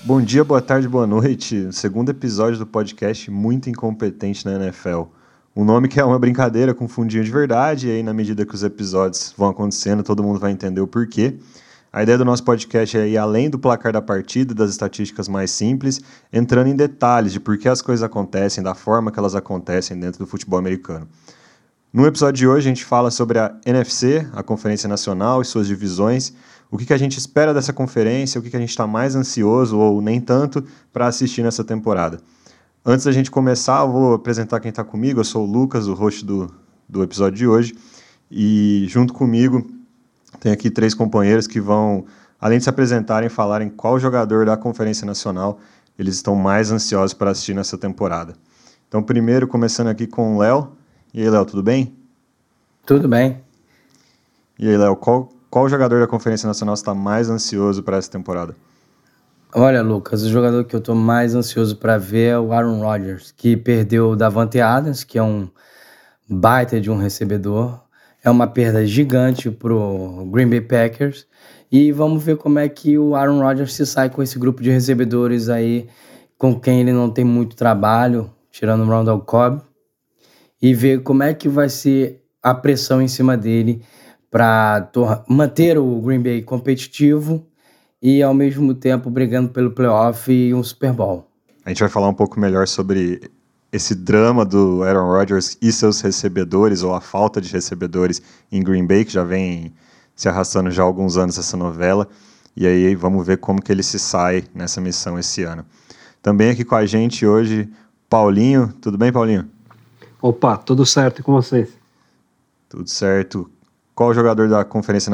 Bom dia, boa tarde, boa noite. Segundo episódio do podcast Muito Incompetente na NFL. Um nome que é uma brincadeira com fundinho de verdade, e aí na medida que os episódios vão acontecendo, todo mundo vai entender o porquê. A ideia do nosso podcast é ir além do placar da partida e das estatísticas mais simples, entrando em detalhes de por que as coisas acontecem, da forma que elas acontecem dentro do futebol americano. No episódio de hoje a gente fala sobre a NFC, a Conferência Nacional e suas divisões, o que a gente espera dessa conferência, o que a gente está mais ansioso ou nem tanto para assistir nessa temporada. Antes da gente começar, eu vou apresentar quem está comigo. Eu sou o Lucas, o host do episódio de hoje, e junto comigo tem aqui 3 companheiros que vão, além de se apresentarem, falarem qual jogador da Conferência Nacional eles estão mais ansiosos para assistir nessa temporada. Então, primeiro, começando aqui com o Léo. E aí, Léo, tudo bem? Tudo bem. E aí, Léo, qual jogador da Conferência Nacional está mais ansioso para essa temporada? Olha, Lucas, o jogador que eu estou mais ansioso para ver é o Aaron Rodgers, que perdeu o Davante Adams, que é um baita de um recebedor. É uma perda gigante para o Green Bay Packers. E vamos ver como é que o Aaron Rodgers se sai com esse grupo de recebedores aí, com quem ele não tem muito trabalho, tirando o Randall Cobb. E ver como é que vai ser a pressão em cima dele para manter o Green Bay competitivo e, ao mesmo tempo, brigando pelo playoff e um Super Bowl. A gente vai falar um pouco melhor sobre esse drama do Aaron Rodgers e seus recebedores, ou a falta de recebedores em Green Bay, que já vem se arrastando já há alguns anos essa novela. E aí vamos ver como que ele se sai nessa missão esse ano. Também aqui com a gente hoje, Paulinho. Tudo bem, Paulinho? Opa, tudo certo, e com vocês? Tudo certo. Qual jogador da Conferência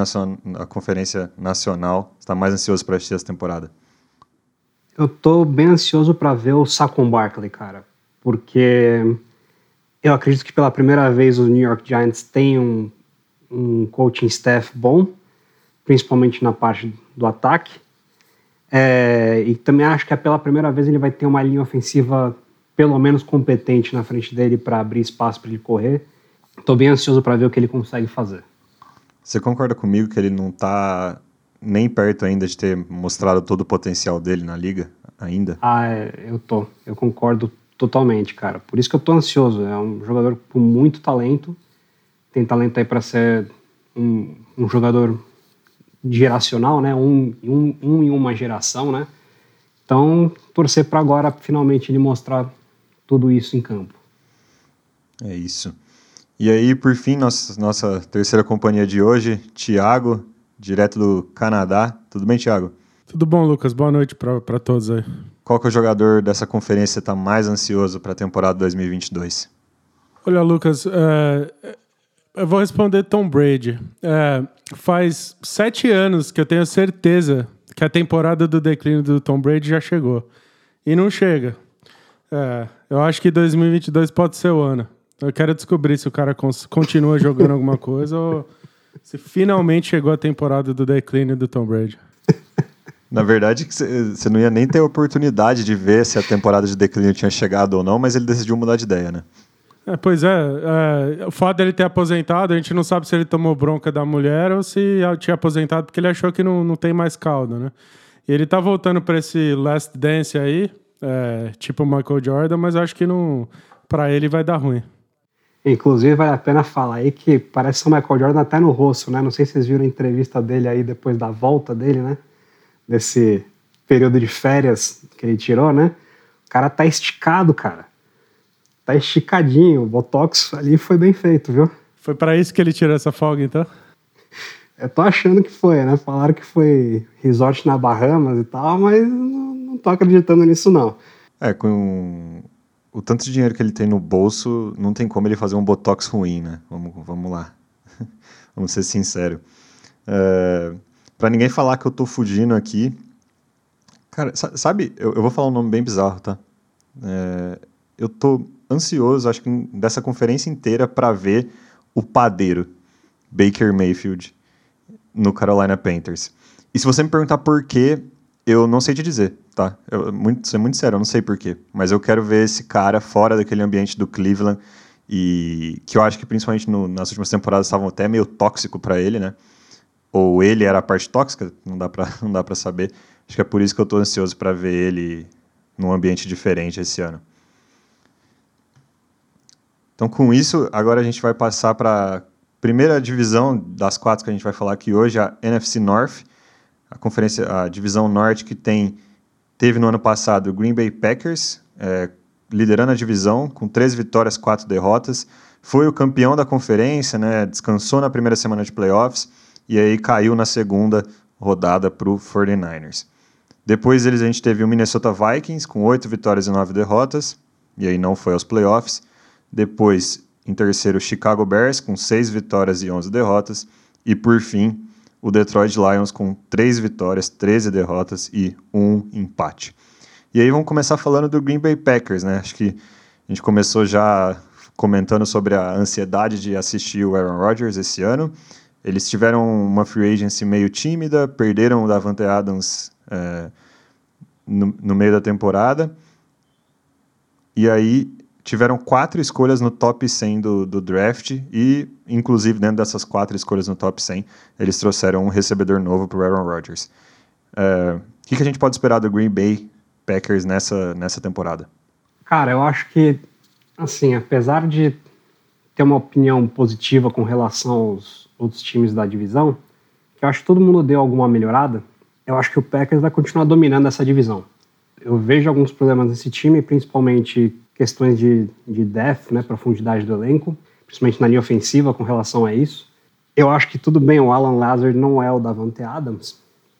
Nacional está mais ansioso para assistir essa temporada? Eu tô bem ansioso para ver o Saquon Barkley, cara, porque eu acredito que pela primeira vez os New York Giants têm um coaching staff bom, principalmente na parte do ataque, e também acho que pela primeira vez ele vai ter uma linha ofensiva pelo menos competente na frente dele para abrir espaço para ele correr. Estou bem ansioso para ver o que ele consegue fazer. Você concorda comigo que ele não está nem perto ainda de ter mostrado todo o potencial dele na liga ainda? Eu concordo totalmente, cara. Por isso que eu tô ansioso. É um jogador com muito talento. Tem talento aí para ser um jogador geracional, né? Um em uma geração, né? Então, torcer para agora finalmente ele mostrar tudo isso em campo. É isso. E aí, por fim, nossa terceira companhia de hoje, Thiago, direto do Canadá. Tudo bem, Thiago? Tudo bom, Lucas? Boa noite para todos aí. Qual que é o jogador dessa conferência que está mais ansioso para a temporada 2022? Olha, Lucas, eu vou responder Tom Brady. Faz 7 anos que eu tenho certeza que a temporada do declínio do Tom Brady já chegou. E não chega. Eu acho que 2022 pode ser o ano. Eu quero descobrir se o cara continua jogando alguma coisa ou se finalmente chegou a temporada do declínio do Tom Brady. Na verdade, você não ia nem ter a oportunidade de ver se a temporada de declínio tinha chegado ou não, mas ele decidiu mudar de ideia, né? Pois é. O fato dele ter aposentado, a gente não sabe se ele tomou bronca da mulher ou se tinha aposentado porque ele achou que não tem mais caldo, né? E ele tá voltando para esse Last Dance aí, tipo o Michael Jordan, mas acho que para ele vai dar ruim. Inclusive, vale a pena falar aí que parece o Michael Jordan até no rosto, né? Não sei se vocês viram a entrevista dele aí depois da volta dele, né? Desse período de férias que ele tirou, né? O cara tá esticado, cara. Tá esticadinho. O Botox ali foi bem feito, viu? Foi pra isso que ele tirou essa folga, então? Eu tô achando que foi, né? Falaram que foi resort na Bahamas e tal, mas não tô acreditando nisso, não. Com o tanto de dinheiro que ele tem no bolso, não tem como ele fazer um Botox ruim, né? Vamos lá. Vamos ser sinceros. Pra ninguém falar que eu tô fugindo aqui... Cara, sabe? Eu vou falar um nome bem bizarro, tá? Eu tô ansioso, acho que dessa conferência inteira, pra ver o padeiro, Baker Mayfield, no Carolina Panthers. E se você me perguntar por quê, eu não sei te dizer, tá? Ser muito sério, eu não sei por quê. Mas eu quero ver esse cara fora daquele ambiente do Cleveland, e que eu acho que principalmente nas últimas temporadas estavam até meio tóxico pra ele, né? Ou ele era a parte tóxica, não dá pra saber. Acho que é por isso que eu estou ansioso para ver ele num ambiente diferente esse ano. Então, com isso, agora a gente vai passar para a primeira divisão das 4 que a gente vai falar aqui hoje, a NFC North, a divisão norte que teve no ano passado o Green Bay Packers, liderando a divisão com 3 vitórias, 4 derrotas. Foi o campeão da conferência, né? Descansou na primeira semana de playoffs e aí caiu na segunda rodada para o 49ers. Depois a gente teve o Minnesota Vikings com 8 vitórias e 9 derrotas, e aí não foi aos playoffs. Depois, em terceiro, o Chicago Bears com 6 vitórias e 11 derrotas. E por fim, o Detroit Lions com 3 vitórias, 13 derrotas e 1 empate. E aí vamos começar falando do Green Bay Packers, né? Acho que a gente começou já comentando sobre a ansiedade de assistir o Aaron Rodgers esse ano. Eles tiveram uma free agency meio tímida, perderam o Davante Adams no meio da temporada, e aí tiveram 4 escolhas no top 100 do draft, e inclusive dentro dessas 4 escolhas no top 100, eles trouxeram um recebedor novo para o Aaron Rodgers. O que a gente pode esperar do Green Bay Packers nessa temporada? Cara, eu acho que, assim, apesar de ter uma opinião positiva com relação aos outros times da divisão, que eu acho que todo mundo deu alguma melhorada, eu acho que o Packers vai continuar dominando essa divisão. Eu vejo alguns problemas nesse time, principalmente questões de depth, né, profundidade do elenco, principalmente na linha ofensiva com relação a isso. Eu acho que tudo bem, o Alan Lazard não é o Davante Adams,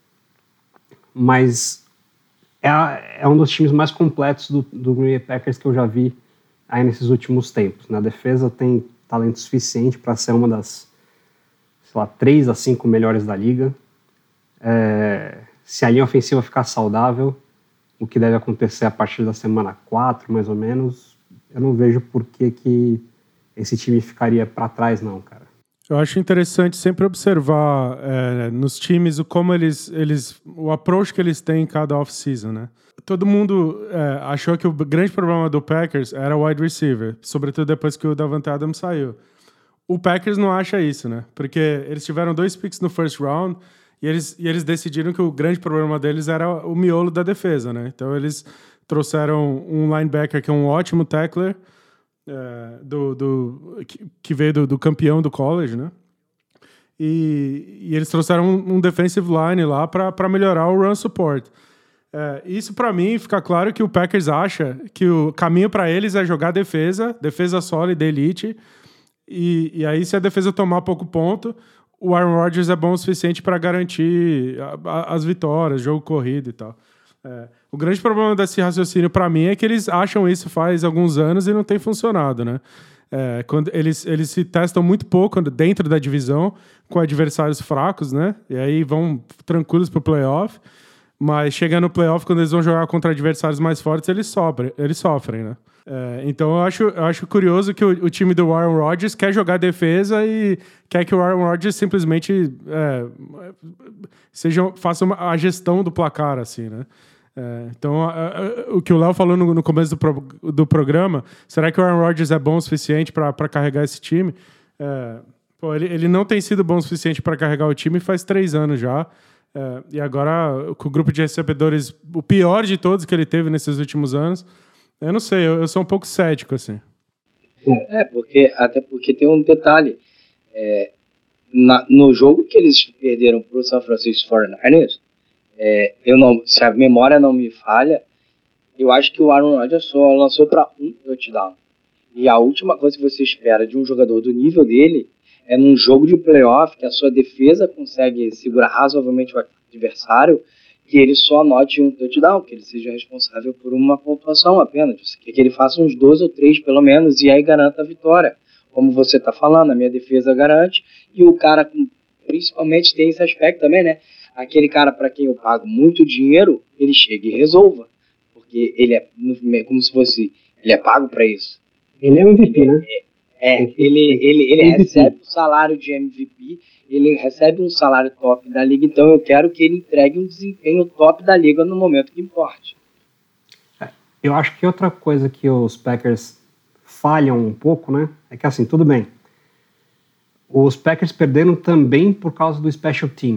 mas é um dos times mais completos do Green Bay Packers que eu já vi aí nesses últimos tempos. Na defesa tem talento suficiente para ser uma das, 3 a 5 melhores da liga. Se a linha ofensiva ficar saudável, o que deve acontecer a partir da semana 4, mais ou menos, eu não vejo por que esse time ficaria para trás, não, cara. Eu acho interessante sempre observar nos times o approach que eles têm em cada off-season, né? Todo mundo achou que o grande problema do Packers era o wide receiver, sobretudo depois que o Davante Adams saiu. O Packers não acha isso, né? Porque eles tiveram 2 picks no first round e eles decidiram que o grande problema deles era o miolo da defesa, né? Então eles trouxeram um linebacker que é um ótimo tackler, que veio do campeão do college, né? E eles trouxeram um defensive line lá para melhorar o run support. Isso, para mim, fica claro que o Packers acha que o caminho para eles é jogar defesa sólida, elite, e aí se a defesa tomar pouco ponto, o Aaron Rodgers é bom o suficiente para garantir as vitórias, jogo corrido e tal. O grande problema desse raciocínio para mim é que eles acham isso faz alguns anos e não tem funcionado, né? Quando eles se testam muito pouco dentro da divisão com adversários fracos, né? E aí vão tranquilos pro playoff, mas chega no playoff, quando eles vão jogar contra adversários mais fortes, eles sofrem, né? Então eu acho curioso que o time do Aaron Rodgers quer jogar defesa e quer que o Aaron Rodgers simplesmente faça a gestão do placar, assim, né? Então, o que o Léo falou no começo do programa, será que o Aaron Rodgers é bom o suficiente para carregar esse time? Ele não tem sido bom o suficiente para carregar o time faz 3 anos já. E agora, com o grupo de recebedores, o pior de todos que ele teve nesses últimos anos, eu não sei, eu sou um pouco cético, assim. Até porque tem um detalhe. No jogo que eles perderam para o San Francisco 49ers, se a memória não me falha, eu acho que o Aaron Rodgers só lançou para um touchdown. E a última coisa que você espera de um jogador do nível dele é num jogo de playoff que a sua defesa consegue segurar razoavelmente o adversário, que ele só anote um touchdown, que ele seja responsável por uma pontuação apenas, que ele faça uns 2 ou 3 pelo menos e aí garanta a vitória. Como você está falando, a minha defesa garante, e o cara principalmente tem esse aspecto também, né? Aquele cara para quem eu pago muito dinheiro, ele chega e resolva, porque ele é como se fosse, ele é pago para isso. Ele é um MVP, né? Ele recebe o salário de MVP, ele recebe um salário top da liga, então eu quero que ele entregue um desempenho top da liga no momento que importe. Eu acho que outra coisa que os Packers falham um pouco, né, é que assim, tudo bem, os Packers perderam também por causa do special team,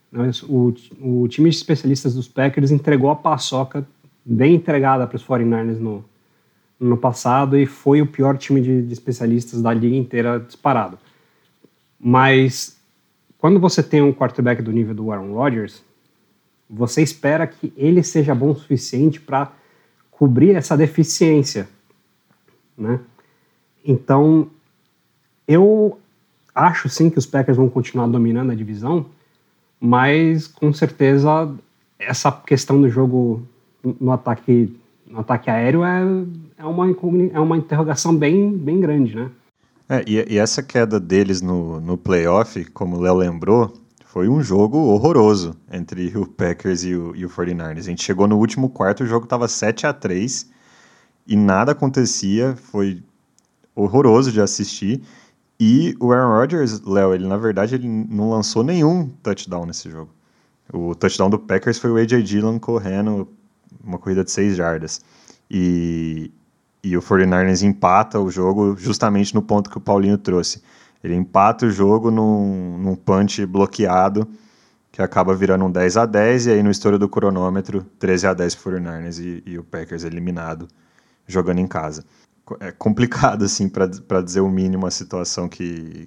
O time de especialistas dos Packers entregou a paçoca bem entregada para os 49ers no passado e foi o pior time de especialistas da liga inteira disparado. Mas quando você tem um quarterback do nível do Aaron Rodgers, você espera que ele seja bom o suficiente para cobrir essa deficiência, né? Então, eu acho sim que os Packers vão continuar dominando a divisão, mas com certeza essa questão do jogo no ataque aéreo é uma interrogação bem grande, né? E essa queda deles no playoff, como o Léo lembrou, foi um jogo horroroso entre o Packers e o 49ers. A gente chegou no último quarto, o jogo estava 7-3 e nada acontecia, foi horroroso de assistir. E o Aaron Rodgers, Léo, na verdade, ele não lançou nenhum touchdown nesse jogo. O touchdown do Packers foi o A.J. Dillon correndo uma corrida de 6 jardas. E o 49ers empata o jogo justamente no ponto que o Paulinho trouxe. Ele empata o jogo num punch bloqueado, que acaba virando um 10-10, e aí no estouro do cronômetro, 13-10 pro 49ers e o Packers eliminado, jogando em casa. É complicado, assim, para dizer o mínimo a situação que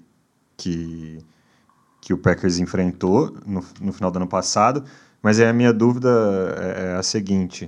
o Packers enfrentou no final do ano passado, mas a minha dúvida é a seguinte: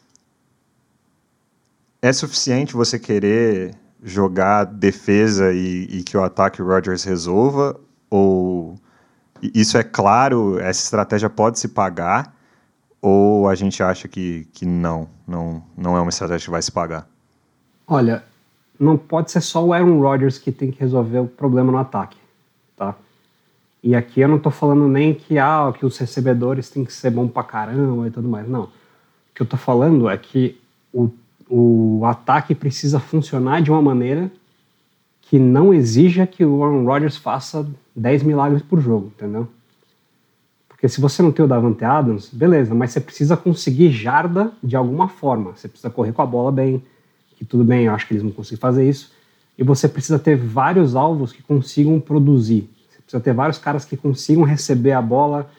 é suficiente você querer jogar defesa e que o ataque Rodgers resolva? Ou isso é claro, essa estratégia pode se pagar? Ou a gente acha que não é uma estratégia que vai se pagar? Olha, não pode ser só o Aaron Rodgers que tem que resolver o problema no ataque, tá? E aqui eu não tô falando nem que os recebedores têm que ser bom pra caramba e tudo mais, não. O que eu tô falando é que o ataque precisa funcionar de uma maneira que não exija que o Aaron Rodgers faça 10 milagres por jogo, entendeu? Porque se você não tem o Davante Adams, beleza, mas você precisa conseguir jarda de alguma forma. Você precisa correr com a bola bem, que tudo bem, eu acho que eles vão conseguir fazer isso. E você precisa ter vários alvos que consigam produzir. Você precisa ter vários caras que consigam receber a bola.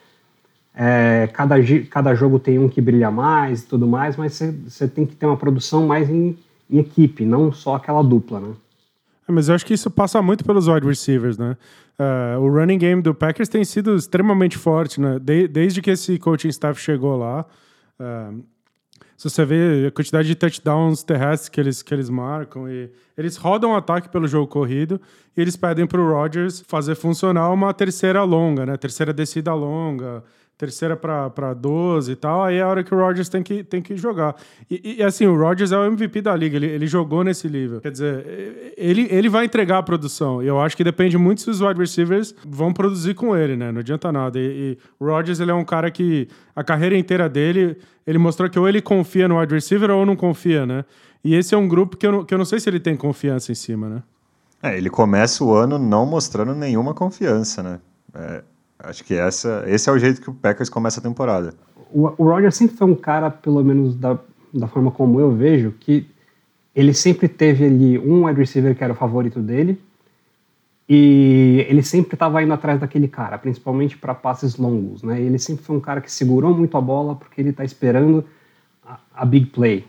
Cada jogo tem um que brilha mais e tudo mais, mas você tem que ter uma produção mais em equipe, não só aquela dupla, né? Mas eu acho que isso passa muito pelos wide receivers, né? O running game do Packers tem sido extremamente forte, né? Desde que esse coaching staff chegou lá. Se você vê a quantidade de touchdowns terrestres que eles marcam, e eles rodam o ataque pelo jogo corrido e eles pedem para o Rodgers fazer funcionar uma terceira longa, né? Terceira descida longa, terceira para 12 e tal, aí é a hora que o Rodgers tem que jogar. E assim, o Rodgers é o MVP da liga, ele jogou nesse nível. Quer dizer, ele vai entregar a produção. E eu acho que depende muito se os wide receivers vão produzir com ele, né? Não adianta nada. E o Rodgers, ele é um cara que a carreira inteira dele, ele mostrou que ou ele confia no wide receiver ou não confia, né? E esse é um grupo que eu não sei se ele tem confiança em cima, né? Ele começa o ano não mostrando nenhuma confiança, né? Acho que esse é o jeito que o Packers começa a temporada. O Rodgers sempre foi um cara, pelo menos da forma como eu vejo, que ele sempre teve ali um wide receiver que era o favorito dele e ele sempre estava indo atrás daquele cara, principalmente para passes longos, né? Ele sempre foi um cara que segurou muito a bola porque ele está esperando a big play.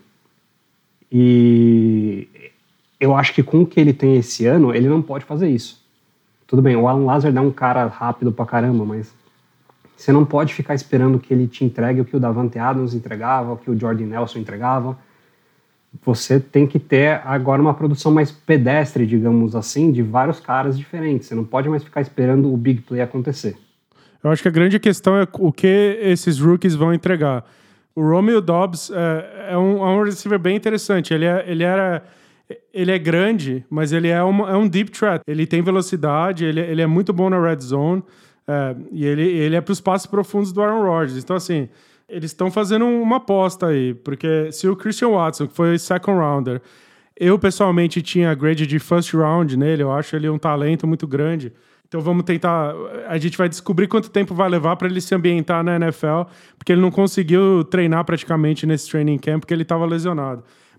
E eu acho que com o que ele tem esse ano, ele não pode fazer isso. Tudo bem, o Alan Lazard é um cara rápido pra caramba, mas você não pode ficar esperando que ele te entregue o que o Davante Adams entregava, o que o Jordy Nelson entregava. Você tem que ter agora uma produção mais pedestre, digamos assim, de vários caras diferentes. Você não pode mais ficar esperando o big play acontecer. Eu acho que a grande questão é o que esses rookies vão entregar. O Romeo Doubs é um receiver bem interessante. Ele é grande, mas ele é um deep threat. Ele tem velocidade, ele é muito bom na red zone, e ele é para os passes profundos do Aaron Rodgers. Então, assim, eles estão fazendo uma aposta aí, porque se o Christian Watson, que foi second rounder, eu pessoalmente tinha grade de first round nele, eu acho ele um talento muito grande. Então vamos tentar, a gente vai descobrir quanto tempo vai levar para ele se ambientar na NFL, porque ele não conseguiu treinar praticamente nesse training camp, porque ele estava lesionado.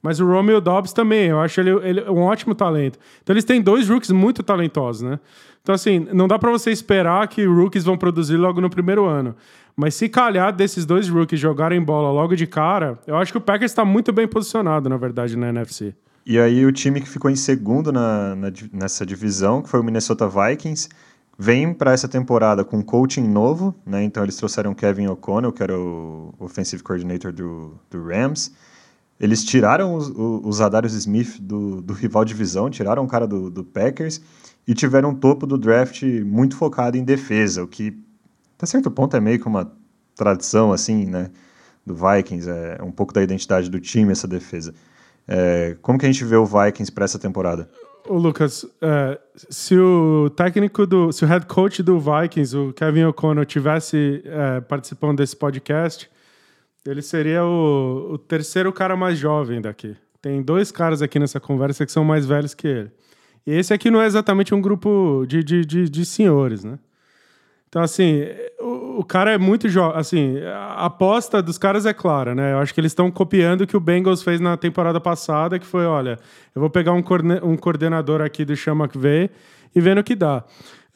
Mas o Romeo Doubs também, eu acho ele um ótimo talento. Então eles têm 2 rookies muito talentosos, né? Então assim, não dá pra você esperar que rookies vão produzir logo no primeiro ano. Mas se calhar desses 2 rookies jogarem bola logo de cara, eu acho que o Packers está muito bem posicionado, na verdade, na NFC. E aí o time que ficou em segundo nessa divisão, que foi o Minnesota Vikings, vem para essa temporada com coaching novo, né? Então eles trouxeram Kevin O'Connell, que era o offensive coordinator do Rams. Eles tiraram o Zadarius Smith do rival divisão, tiraram o cara do Packers e tiveram um topo do draft muito focado em defesa, o que, até certo ponto, é meio que uma tradição, assim, né, do Vikings, é um pouco da identidade do time, essa defesa. Como que a gente vê o Vikings para essa temporada? Ô Lucas, se o head coach do Vikings, o Kevin O'Connell, tivesse participando desse podcast, ele seria o terceiro cara mais jovem daqui. Tem 2 caras aqui nessa conversa que são mais velhos que ele. E esse aqui não é exatamente um grupo de senhores, né? Então, assim, o cara é muito jovem. Assim, a aposta dos caras é clara, né? Eu acho que eles estão copiando o que o Bengals fez na temporada passada, que foi, olha, eu vou pegar um coordenador aqui do Sean McVay e vendo o que dá.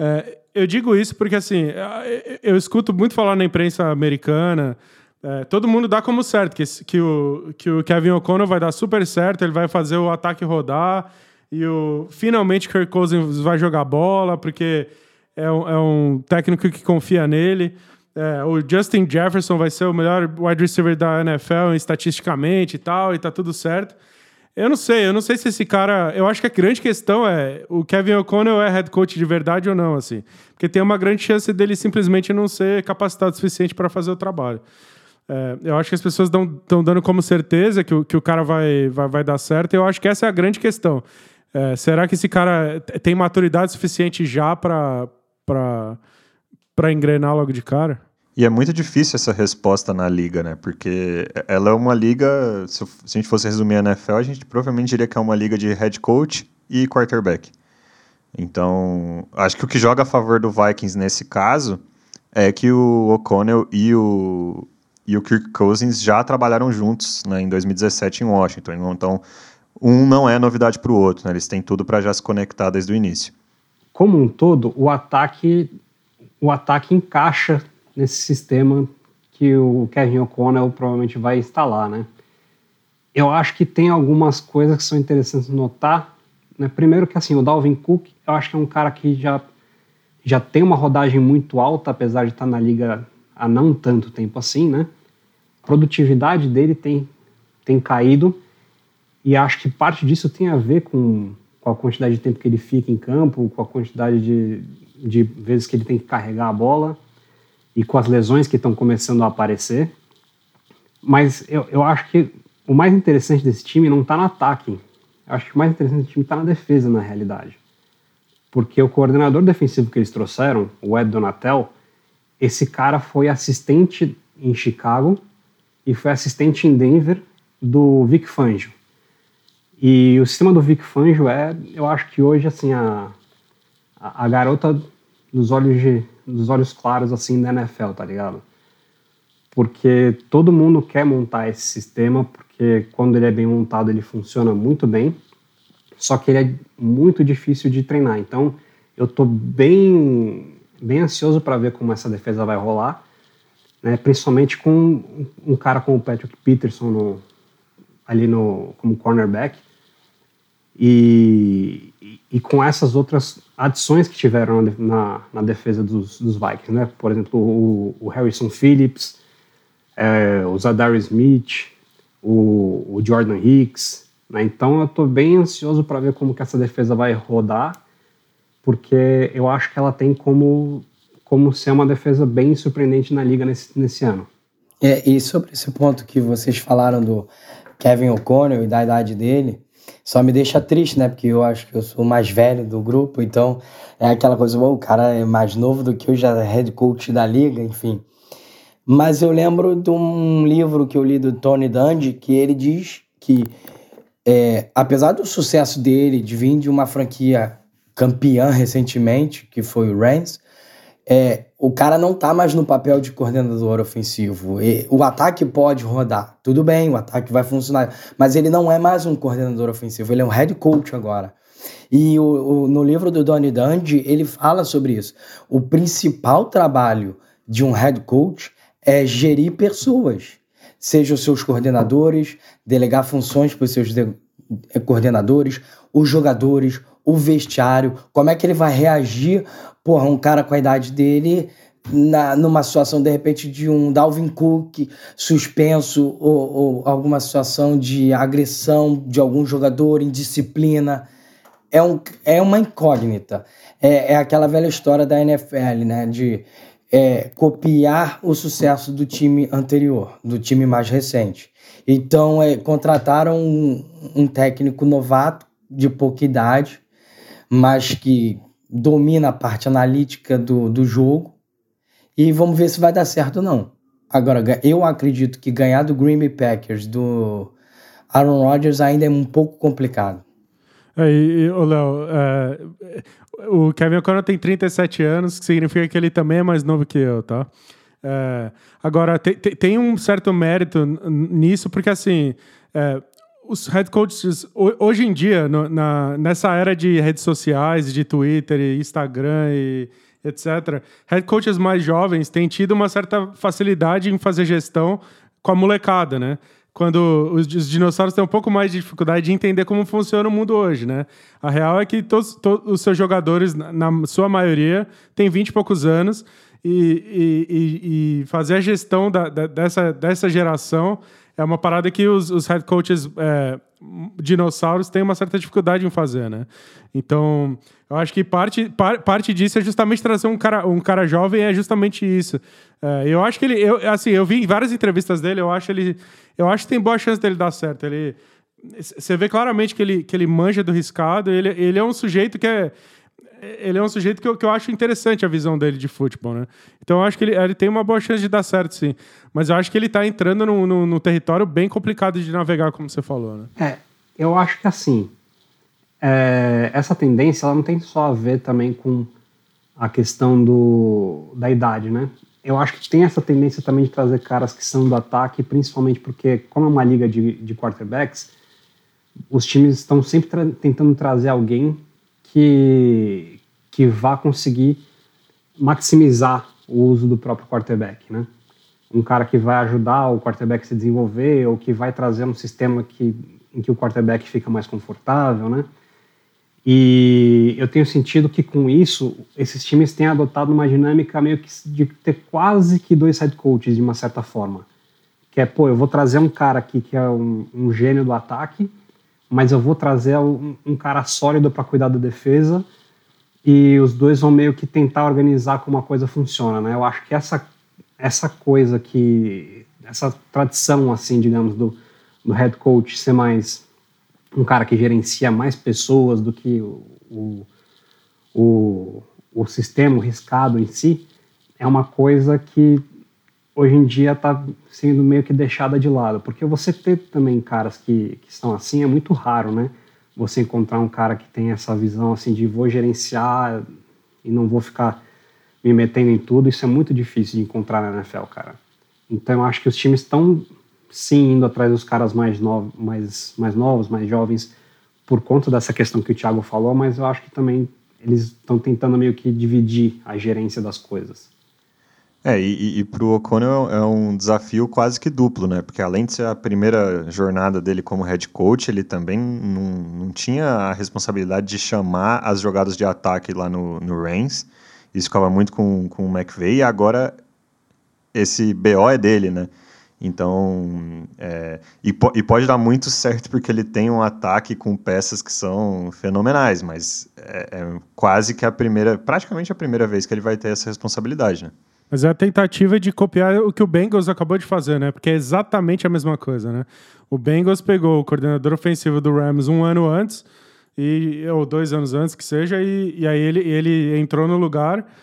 Eu digo isso porque, assim, eu escuto muito falar na imprensa americana, todo mundo dá como certo que o Kevin O'Connell vai dar super certo, ele vai fazer o ataque rodar e finalmente Kirk Cousins vai jogar bola, porque é um técnico que confia nele. O Justin Jefferson vai ser o melhor wide receiver da NFL estatisticamente e tal, e tá tudo certo. Eu não sei se esse cara... Eu acho que a grande questão é o Kevin O'Connell é head coach de verdade ou não, assim. Porque tem uma grande chance dele simplesmente não ser capacitado o suficiente para fazer o trabalho. Eu acho que as pessoas estão dando como certeza que o cara vai dar certo, e eu acho que essa é a grande questão. Será que esse cara tem maturidade suficiente já para engrenar logo de cara? E é muito difícil essa resposta na liga, né? Porque ela é uma liga, se a gente fosse resumir a NFL, a gente provavelmente diria que é uma liga de head coach e quarterback. Então, acho que o que joga a favor do Vikings nesse caso é que o O'Connell e o Kirk Cousins já trabalharam juntos, né, em 2017 em Washington. Então, um não é novidade para o outro, né? Eles têm tudo para já se conectar desde o início. Como um todo, o ataque encaixa nesse sistema que o Kevin O'Connell provavelmente vai instalar, né? Eu acho que tem algumas coisas que são interessantes notar, né? Primeiro que, assim, o Dalvin Cook, eu acho que é um cara que já tem uma rodagem muito alta, apesar de estar na liga há não tanto tempo assim, né? A produtividade dele tem caído, e acho que parte disso tem a ver com a quantidade de tempo que ele fica em campo, com a quantidade de vezes que ele tem que carregar a bola e com as lesões que estão começando a aparecer. Mas eu acho que o mais interessante desse time não está no ataque. Eu acho que o mais interessante desse time está na defesa, na realidade. Porque o coordenador defensivo que eles trouxeram, o Ed Donatel, esse cara foi assistente em Chicago e foi assistente em Denver do Vic Fangio. E o sistema do Vic Fangio eu acho que hoje, assim, a garota dos olhos claros, assim, da NFL, tá ligado? Porque todo mundo quer montar esse sistema, porque quando ele é bem montado, ele funciona muito bem, só que ele é muito difícil de treinar. Então, eu tô bem ansioso para ver como essa defesa vai rolar, né? Principalmente com um cara como o Patrick Peterson como cornerback, e com essas outras adições que tiveram na defesa dos Vikings, né? Por exemplo, o Harrison Phillips, o Zadarius Smith, o Jordan Hicks, né? Então eu estou bem ansioso para ver como que essa defesa vai rodar, porque eu acho que ela tem como ser uma defesa bem surpreendente na liga nesse ano. E sobre esse ponto que vocês falaram do Kevin O'Connell e da idade dele, só me deixa triste, né? Porque eu acho que eu sou o mais velho do grupo, então é aquela coisa, o cara é mais novo do que eu, já é head coach da liga, enfim. Mas eu lembro de um livro que eu li do Tony Dungy, que ele diz que, apesar do sucesso dele, de vir de uma franquia campeã recentemente, que foi o Rams, o cara não tá mais no papel de coordenador ofensivo. O ataque pode rodar, tudo bem, o ataque vai funcionar, mas ele não é mais um coordenador ofensivo, ele é um head coach agora. E no livro do Tony Dungy, ele fala sobre isso. O principal trabalho de um head coach é gerir pessoas, seja os seus coordenadores, delegar funções para os seus coordenadores, os jogadores, o vestiário, como é que ele vai reagir, um cara com a idade dele, numa situação, de repente, de um Dalvin Cook suspenso ou alguma situação de agressão de algum jogador, indisciplina. É uma incógnita. É aquela velha história da NFL, né? De copiar o sucesso do time anterior, do time mais recente. Então, contrataram um técnico novato, de pouca idade, mas que domina a parte analítica do jogo, e vamos ver se vai dar certo ou não. Agora, eu acredito que ganhar do Green Bay Packers, do Aaron Rodgers, ainda é um pouco complicado. Léo, o Kevin O'Connell tem 37 anos, que significa que ele também é mais novo que eu, tá? Agora, tem um certo mérito nisso, porque assim, os head coaches, hoje em dia, nessa era de redes sociais, de Twitter, e Instagram e etc., head coaches mais jovens têm tido uma certa facilidade em fazer gestão com a molecada, né? Quando os dinossauros têm um pouco mais de dificuldade de entender como funciona o mundo hoje, né? A real é que todos os seus jogadores, na sua maioria, têm 20 e poucos anos, e fazer a gestão dessa geração é uma parada que os head coaches dinossauros têm uma certa dificuldade em fazer, né? Então, eu acho que parte disso é justamente trazer um cara jovem, é justamente isso. Eu acho que eu vi em várias entrevistas dele, eu acho que tem boa chance dele dar certo. Você vê claramente que ele manja do riscado, ele é um sujeito que eu acho interessante a visão dele de futebol, né? Então eu acho que ele tem uma boa chance de dar certo, sim. Mas eu acho que ele tá entrando num território bem complicado de navegar, como você falou, né? Eu acho que assim, essa tendência ela não tem só a ver também com a questão da idade, né? Eu acho que tem essa tendência também de trazer caras que são do ataque, principalmente porque, como é uma liga de quarterbacks, os times estão sempre tentando trazer alguém que vá conseguir maximizar o uso do próprio quarterback, né? Um cara que vai ajudar o quarterback a se desenvolver ou que vai trazer um sistema em que o quarterback fica mais confortável, né? E eu tenho sentido que com isso, esses times têm adotado uma dinâmica meio que de ter quase que dois head coaches de uma certa forma. Que eu vou trazer um cara aqui que é um gênio do ataque, mas eu vou trazer um cara sólido para cuidar da defesa, e os dois vão meio que tentar organizar como a coisa funciona, né? Eu acho que essa coisa essa tradição, assim, digamos, do head coach ser mais um cara que gerencia mais pessoas do que o sistema, o riscado em si, é uma coisa que hoje em dia está sendo meio que deixada de lado, porque você ter também caras que estão assim é muito raro, né? Você encontrar um cara que tem essa visão assim de vou gerenciar e não vou ficar me metendo em tudo, isso é muito difícil de encontrar na NFL, cara. Então eu acho que os times estão sim indo atrás dos caras mais novos, mais jovens, por conta dessa questão que o Thiago falou, mas eu acho que também eles estão tentando meio que dividir a gerência das coisas. E pro O'Connell é um desafio quase que duplo, né? Porque além de ser a primeira jornada dele como head coach, ele também não tinha a responsabilidade de chamar as jogadas de ataque lá no Rams. Isso ficava muito com o McVay, e agora esse BO é dele, né? Então, e pode dar muito certo porque ele tem um ataque com peças que são fenomenais, mas é quase que praticamente a primeira vez que ele vai ter essa responsabilidade, né? Mas é a tentativa de copiar o que o Bengals acabou de fazer, né? Porque é exatamente a mesma coisa, né? O Bengals pegou o coordenador ofensivo do Rams 1 ano antes, ou 2 anos antes que seja, e aí ele entrou no lugar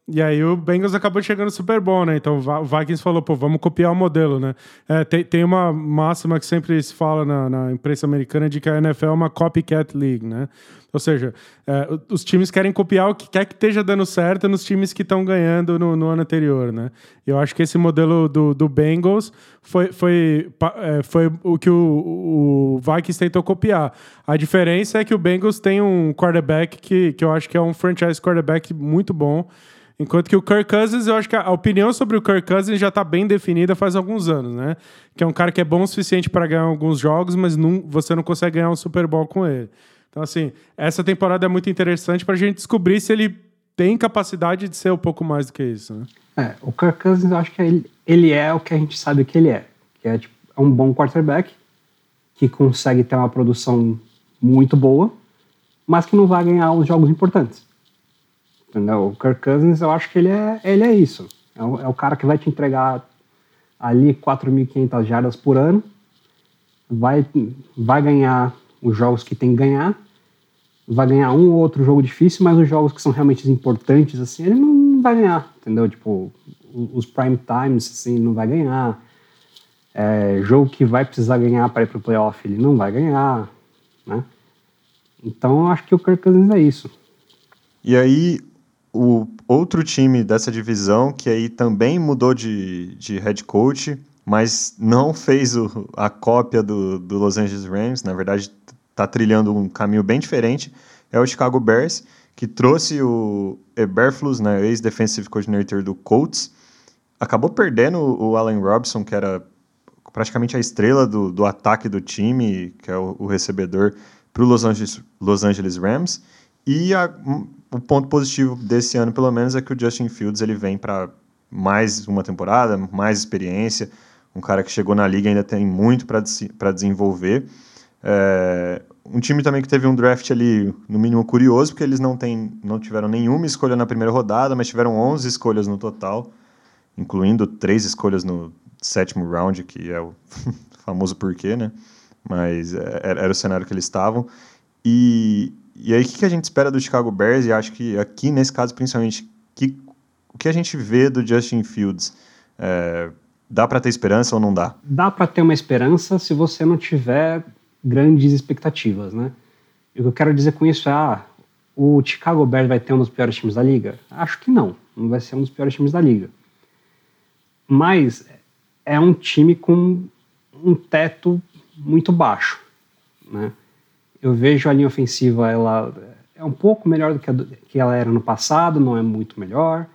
E aí o Bengals acabou chegando no Super Bowl, né? Então o Vikings falou, pô, vamos copiar o modelo, né? Tem uma máxima que sempre se fala na imprensa americana de que a NFL é uma copycat league, né? Ou seja, os times querem copiar o que quer que esteja dando certo nos times que estão ganhando no ano anterior, né? E eu acho que esse modelo do Bengals foi o que o Vikings tentou copiar. A diferença é que o Bengals tem um quarterback que eu acho que é um franchise quarterback muito bom, enquanto que o Kirk Cousins, eu acho que a opinião sobre o Kirk Cousins já está bem definida faz alguns anos, né? Que é um cara que é bom o suficiente para ganhar alguns jogos, mas você não consegue ganhar um Super Bowl com ele. Então, assim, essa temporada é muito interessante para a gente descobrir se ele tem capacidade de ser um pouco mais do que isso, né? O Kirk Cousins, eu acho que ele é o que a gente sabe que ele é. Que é um bom quarterback, que consegue ter uma produção muito boa, mas que não vai ganhar os jogos importantes. Entendeu? O Kirk Cousins, eu acho que ele é isso. É o cara que vai te entregar ali 4.500 jardas por ano, vai ganhar os jogos que tem que ganhar, vai ganhar um ou outro jogo difícil, mas os jogos que são realmente importantes, assim, ele não vai ganhar, entendeu? Tipo, os prime times, assim, não vai ganhar. Jogo que vai precisar ganhar para ir pro playoff, ele não vai ganhar, né? Então, eu acho que o Kirk Cousins é isso. E aí, o outro time dessa divisão, que aí também mudou de head coach, mas não fez a cópia do Los Angeles Rams, na verdade está trilhando um caminho bem diferente, é o Chicago Bears, que trouxe o Eberflus, né, ex-defensive coordinator do Colts, acabou perdendo o Allen Robinson, que era praticamente a estrela do ataque do time, que é o recebedor, para o Los Angeles Rams, e o ponto positivo desse ano, pelo menos, é que o Justin Fields ele vem para mais uma temporada, mais experiência, um cara que chegou na liga e ainda tem muito para desenvolver. Um time também que teve um draft ali, no mínimo, curioso, porque eles não tiveram nenhuma escolha na primeira rodada, mas tiveram 11 escolhas no total, incluindo 3 escolhas no 7º round, que é o famoso porquê, né? Mas era o cenário que eles estavam. E aí, o que a gente espera do Chicago Bears? E acho que aqui, nesse caso, principalmente, o que a gente vê do Justin Fields? Dá para ter esperança ou não dá? Dá para ter uma esperança se você não tiver grandes expectativas, né? E o que eu quero dizer com isso o Chicago Bears vai ter um dos piores times da liga? Acho que não vai ser um dos piores times da liga. Mas é um time com um teto muito baixo, né? Eu vejo a linha ofensiva, ela é um pouco melhor do que ela era no passado, não é muito melhor.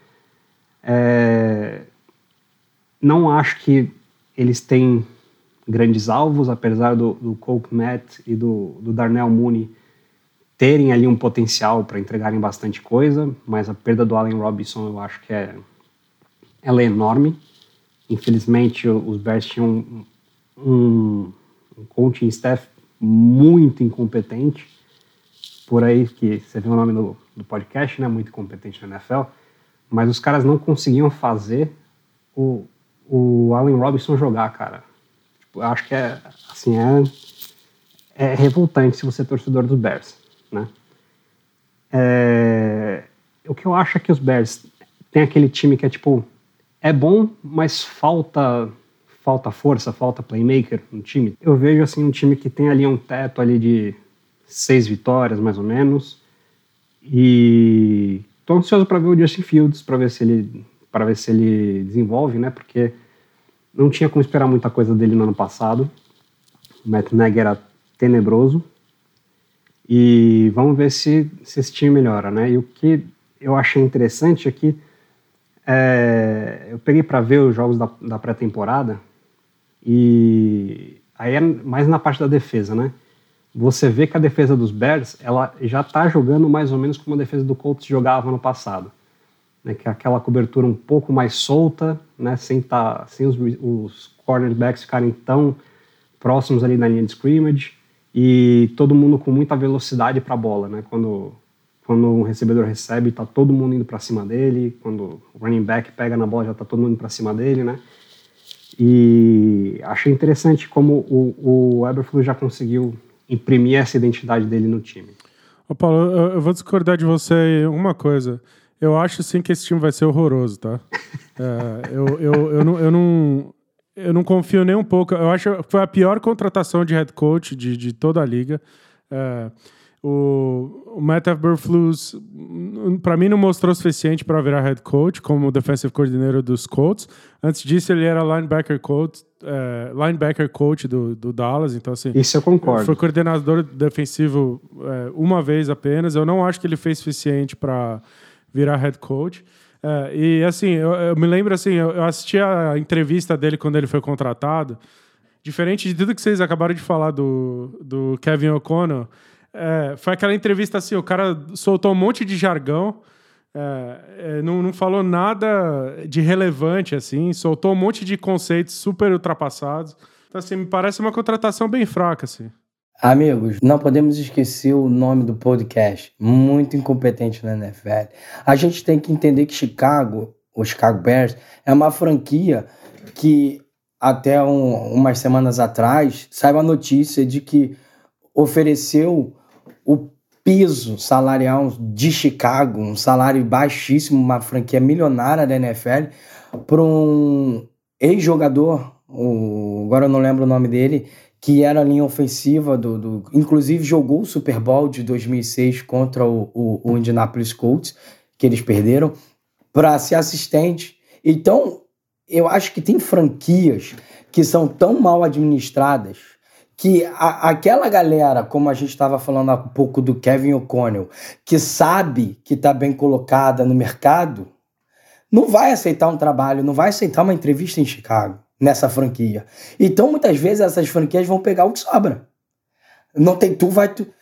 Não acho que eles têm grandes alvos, apesar do Cole Kmet e do Darnell Mooney terem ali um potencial para entregarem bastante coisa, mas a perda do Allen Robinson eu acho que ela é enorme. Infelizmente, os Bears tinham um coaching staff muito incompetente, por aí que você vê o nome do podcast, né? Muito incompetente na NFL, mas os caras não conseguiam fazer o Allen Robinson jogar, cara. Tipo, eu acho que é revoltante se você é torcedor dos Bears, né? O que eu acho é que os Bears tem aquele time que é bom, mas falta força, falta playmaker no time. Eu vejo assim um time que tem ali um teto ali de 6 vitórias, mais ou menos, e tô ansioso para ver o Justin Fields, para ver se ele desenvolve, né? Porque não tinha como esperar muita coisa dele no ano passado. O Matt Nagy era tenebroso. E vamos ver se esse time melhora, né? E o que eu achei interessante é que eu peguei para ver os jogos da pré-temporada, e aí é mais na parte da defesa, né? Você vê que a defesa dos Bears, ela já tá jogando mais ou menos como a defesa do Colts jogava no passado, né? Que é aquela cobertura um pouco mais solta, né? Sem os cornerbacks ficarem tão próximos ali na linha de scrimmage, e todo mundo com muita velocidade para a bola, né? Quando o recebedor recebe, tá todo mundo indo para cima dele. Quando o running back pega na bola, já tá todo mundo indo para cima dele, né? E achei interessante como o Eberflus já conseguiu imprimir essa identidade dele no time. Ô Paulo, eu vou discordar de você uma coisa. Eu acho sim que esse time vai ser horroroso, tá? Eu não confio nem um pouco. Eu acho que foi a pior contratação de head coach de toda a liga. O Matt Eberflus, para mim, não mostrou o suficiente para virar head coach como defensive coordinator dos Colts. Antes disso, ele era linebacker coach do Dallas. Então, assim, isso eu concordo. Foi coordenador defensivo uma vez apenas. Eu não acho que ele fez suficiente para virar head coach. E assim, eu me lembro assim, eu assisti a entrevista dele quando ele foi contratado. Diferente de tudo que vocês acabaram de falar do Kevin O'Connell, foi aquela entrevista assim, o cara soltou um monte de jargão, não falou nada de relevante, assim, soltou um monte de conceitos super ultrapassados. Então, assim, me parece uma contratação bem fraca, assim. Amigos, não podemos esquecer o nome do podcast, muito incompetente na NFL. A gente tem que entender que o Chicago Bears, é uma franquia que até umas semanas atrás saiu a notícia de que ofereceu o piso salarial de Chicago, um salário baixíssimo, uma franquia milionária da NFL, para um ex-jogador, agora eu não lembro o nome dele, que era a linha ofensiva, inclusive jogou o Super Bowl de 2006 contra o Indianapolis Colts, que eles perderam, para ser assistente. Então, eu acho que tem franquias que são tão mal administradas que aquela galera, como a gente estava falando há pouco do Kevin O'Connell, que sabe que está bem colocada no mercado, não vai aceitar um trabalho, não vai aceitar uma entrevista em Chicago, nessa franquia. Então, muitas vezes, essas franquias vão pegar o que sobra. Não tem tu, vai tu.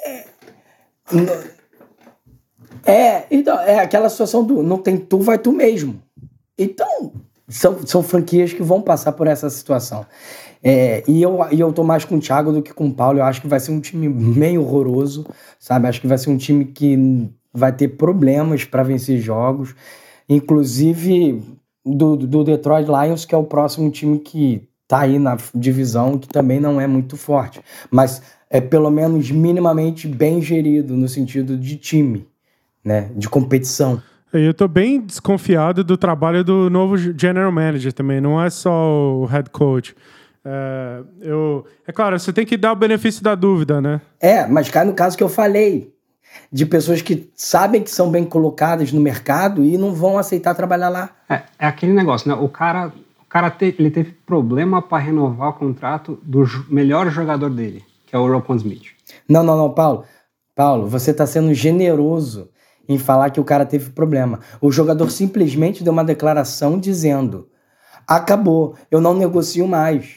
Então, é aquela situação do não tem tu, vai tu mesmo. Então, são franquias que vão passar por essa situação. E eu tô mais com o Thiago do que com o Paulo. Eu acho que vai ser um time meio horroroso, sabe? Acho que vai ser um time que vai ter problemas para vencer jogos. Inclusive do Detroit Lions, que é o próximo time que tá aí na divisão, que também não é muito forte, mas é pelo menos minimamente bem gerido no sentido de time, né, de competição. Eu tô bem desconfiado do trabalho do novo general manager também, não é só o head coach. É claro, você tem que dar o benefício da dúvida, né? Mas cai no caso que eu falei, de pessoas que sabem que são bem colocadas no mercado e não vão aceitar trabalhar lá. É aquele negócio, né? O cara ele teve problema para renovar o contrato do melhor jogador dele, que é o Roquan Smith. Não, Paulo. Paulo, você está sendo generoso em falar que o cara teve problema. O jogador simplesmente deu uma declaração dizendo: acabou, eu não negocio mais.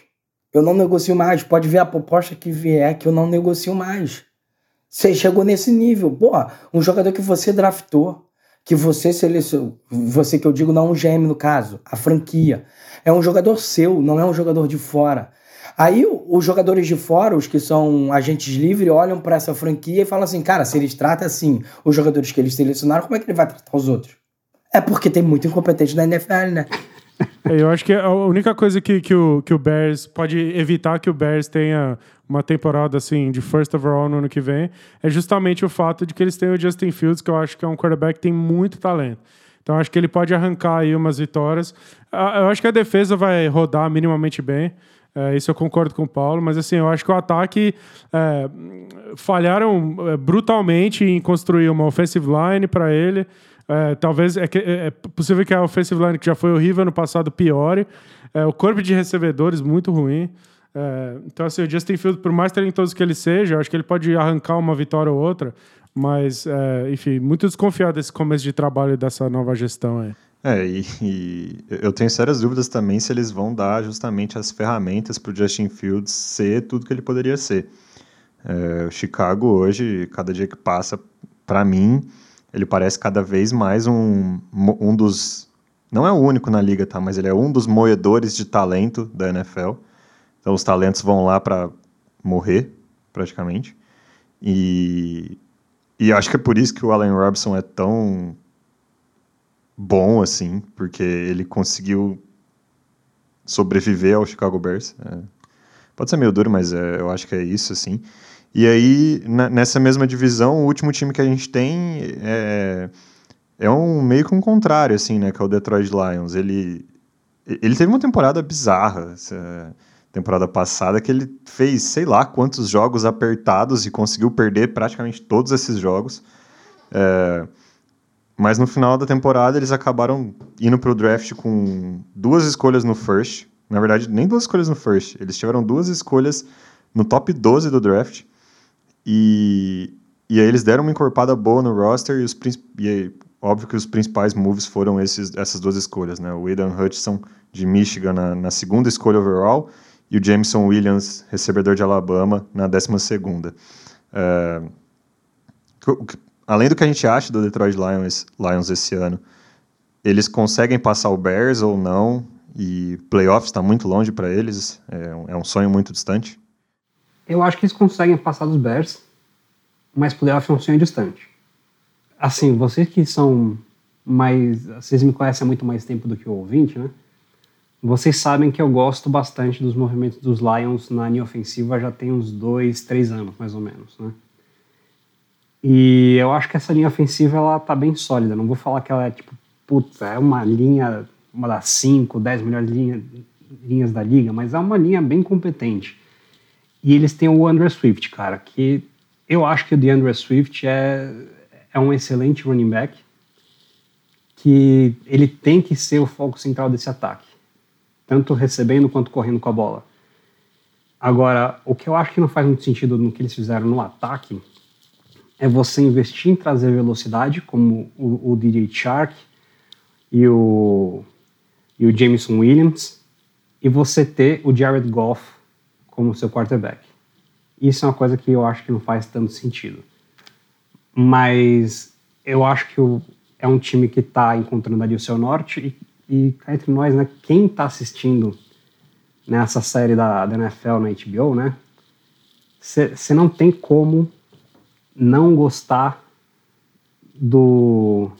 Pode ver a proposta que vier que eu não negocio mais. Você chegou nesse nível. Pô, um jogador que você draftou, que você selecionou, você que eu digo não um GM no caso, a franquia, é um jogador seu, não é um jogador de fora. Aí os jogadores de fora, os que são agentes livres, olham para essa franquia e falam assim, cara, se eles tratam assim os jogadores que eles selecionaram, como é que ele vai tratar os outros? É porque tem muito incompetente na NFL, né? Eu acho que a única coisa que o Bears pode evitar que o Bears tenha uma temporada assim de first overall no ano que vem é justamente o fato de que eles têm o Justin Fields, que eu acho que é um quarterback que tem muito talento. Então acho que ele pode arrancar aí umas vitórias. Eu acho que a defesa vai rodar minimamente bem. Isso eu concordo com o Paulo, mas assim, eu acho que o ataque falharam brutalmente em construir uma offensive line para ele. Talvez é possível que a offensive line, que já foi horrível no passado, piore. O corpo de recebedores muito ruim. Então, assim, o Justin Fields, por mais talentoso que ele seja, eu acho que ele pode arrancar uma vitória ou outra, mas, enfim, muito desconfiado desse começo de trabalho dessa nova gestão aí. E eu tenho sérias dúvidas também se eles vão dar justamente as ferramentas para o Justin Fields ser tudo que ele poderia ser. O Chicago hoje, cada dia que passa, para mim, ele parece cada vez mais um dos... Não é o único na liga, tá? Mas ele é um dos moedores de talento da NFL. Então os talentos vão lá para morrer, praticamente. E acho que é por isso que o Allen Robinson é tão bom, assim, porque ele conseguiu sobreviver ao Chicago Bears. Pode ser meio duro, mas eu acho que é isso, assim. E aí, nessa mesma divisão, o último time que a gente tem é meio que um contrário, assim, né, que é o Detroit Lions. Ele teve uma temporada bizarra, temporada passada, que ele fez sei lá quantos jogos apertados e conseguiu perder praticamente todos esses jogos. Mas no final da temporada eles acabaram indo pro draft com 2 escolhas no first. Na verdade, nem 2 escolhas no first. Eles tiveram 2 escolhas no top 12 do draft. E aí eles deram uma encorpada boa no roster e óbvio que os principais moves foram essas 2 escolhas, né? O Aidan Hutchinson de Michigan na segunda escolha overall e o Jameson Williams, recebedor de Alabama, na 12ª. Além do que a gente acha do Detroit Lions esse ano, eles conseguem passar o Bears ou não? E playoffs está muito longe para eles? É um sonho muito distante? Eu acho que eles conseguem passar dos Bears, mas playoff é um sonho distante. Assim, vocês que são mais... Vocês me conhecem há muito mais tempo do que o ouvinte, né? Vocês sabem que eu gosto bastante dos movimentos dos Lions na linha ofensiva já tem uns 2, 3 anos, mais ou menos, né? E eu acho que essa linha ofensiva, ela tá bem sólida. Não vou falar que ela é, tipo, puta, é uma linha, uma das 5, 10 melhores linhas da liga, mas é uma linha bem competente. E eles têm o DeAndre Swift, cara, que eu acho que o DeAndre Swift é um excelente running back, que ele tem que ser o foco central desse ataque, tanto recebendo quanto correndo com a bola. Agora, o que eu acho que não faz muito sentido no que eles fizeram no ataque é você investir em trazer velocidade, como o DJ Chark e o Jameson Williams, e você ter o Jared Goff como seu quarterback. Isso é uma coisa que eu acho que não faz tanto sentido. Mas eu acho que é um time que está encontrando ali o seu norte e cá entre nós, né, quem está assistindo nessa série da NFL na HBO, né, você não tem como não gostar do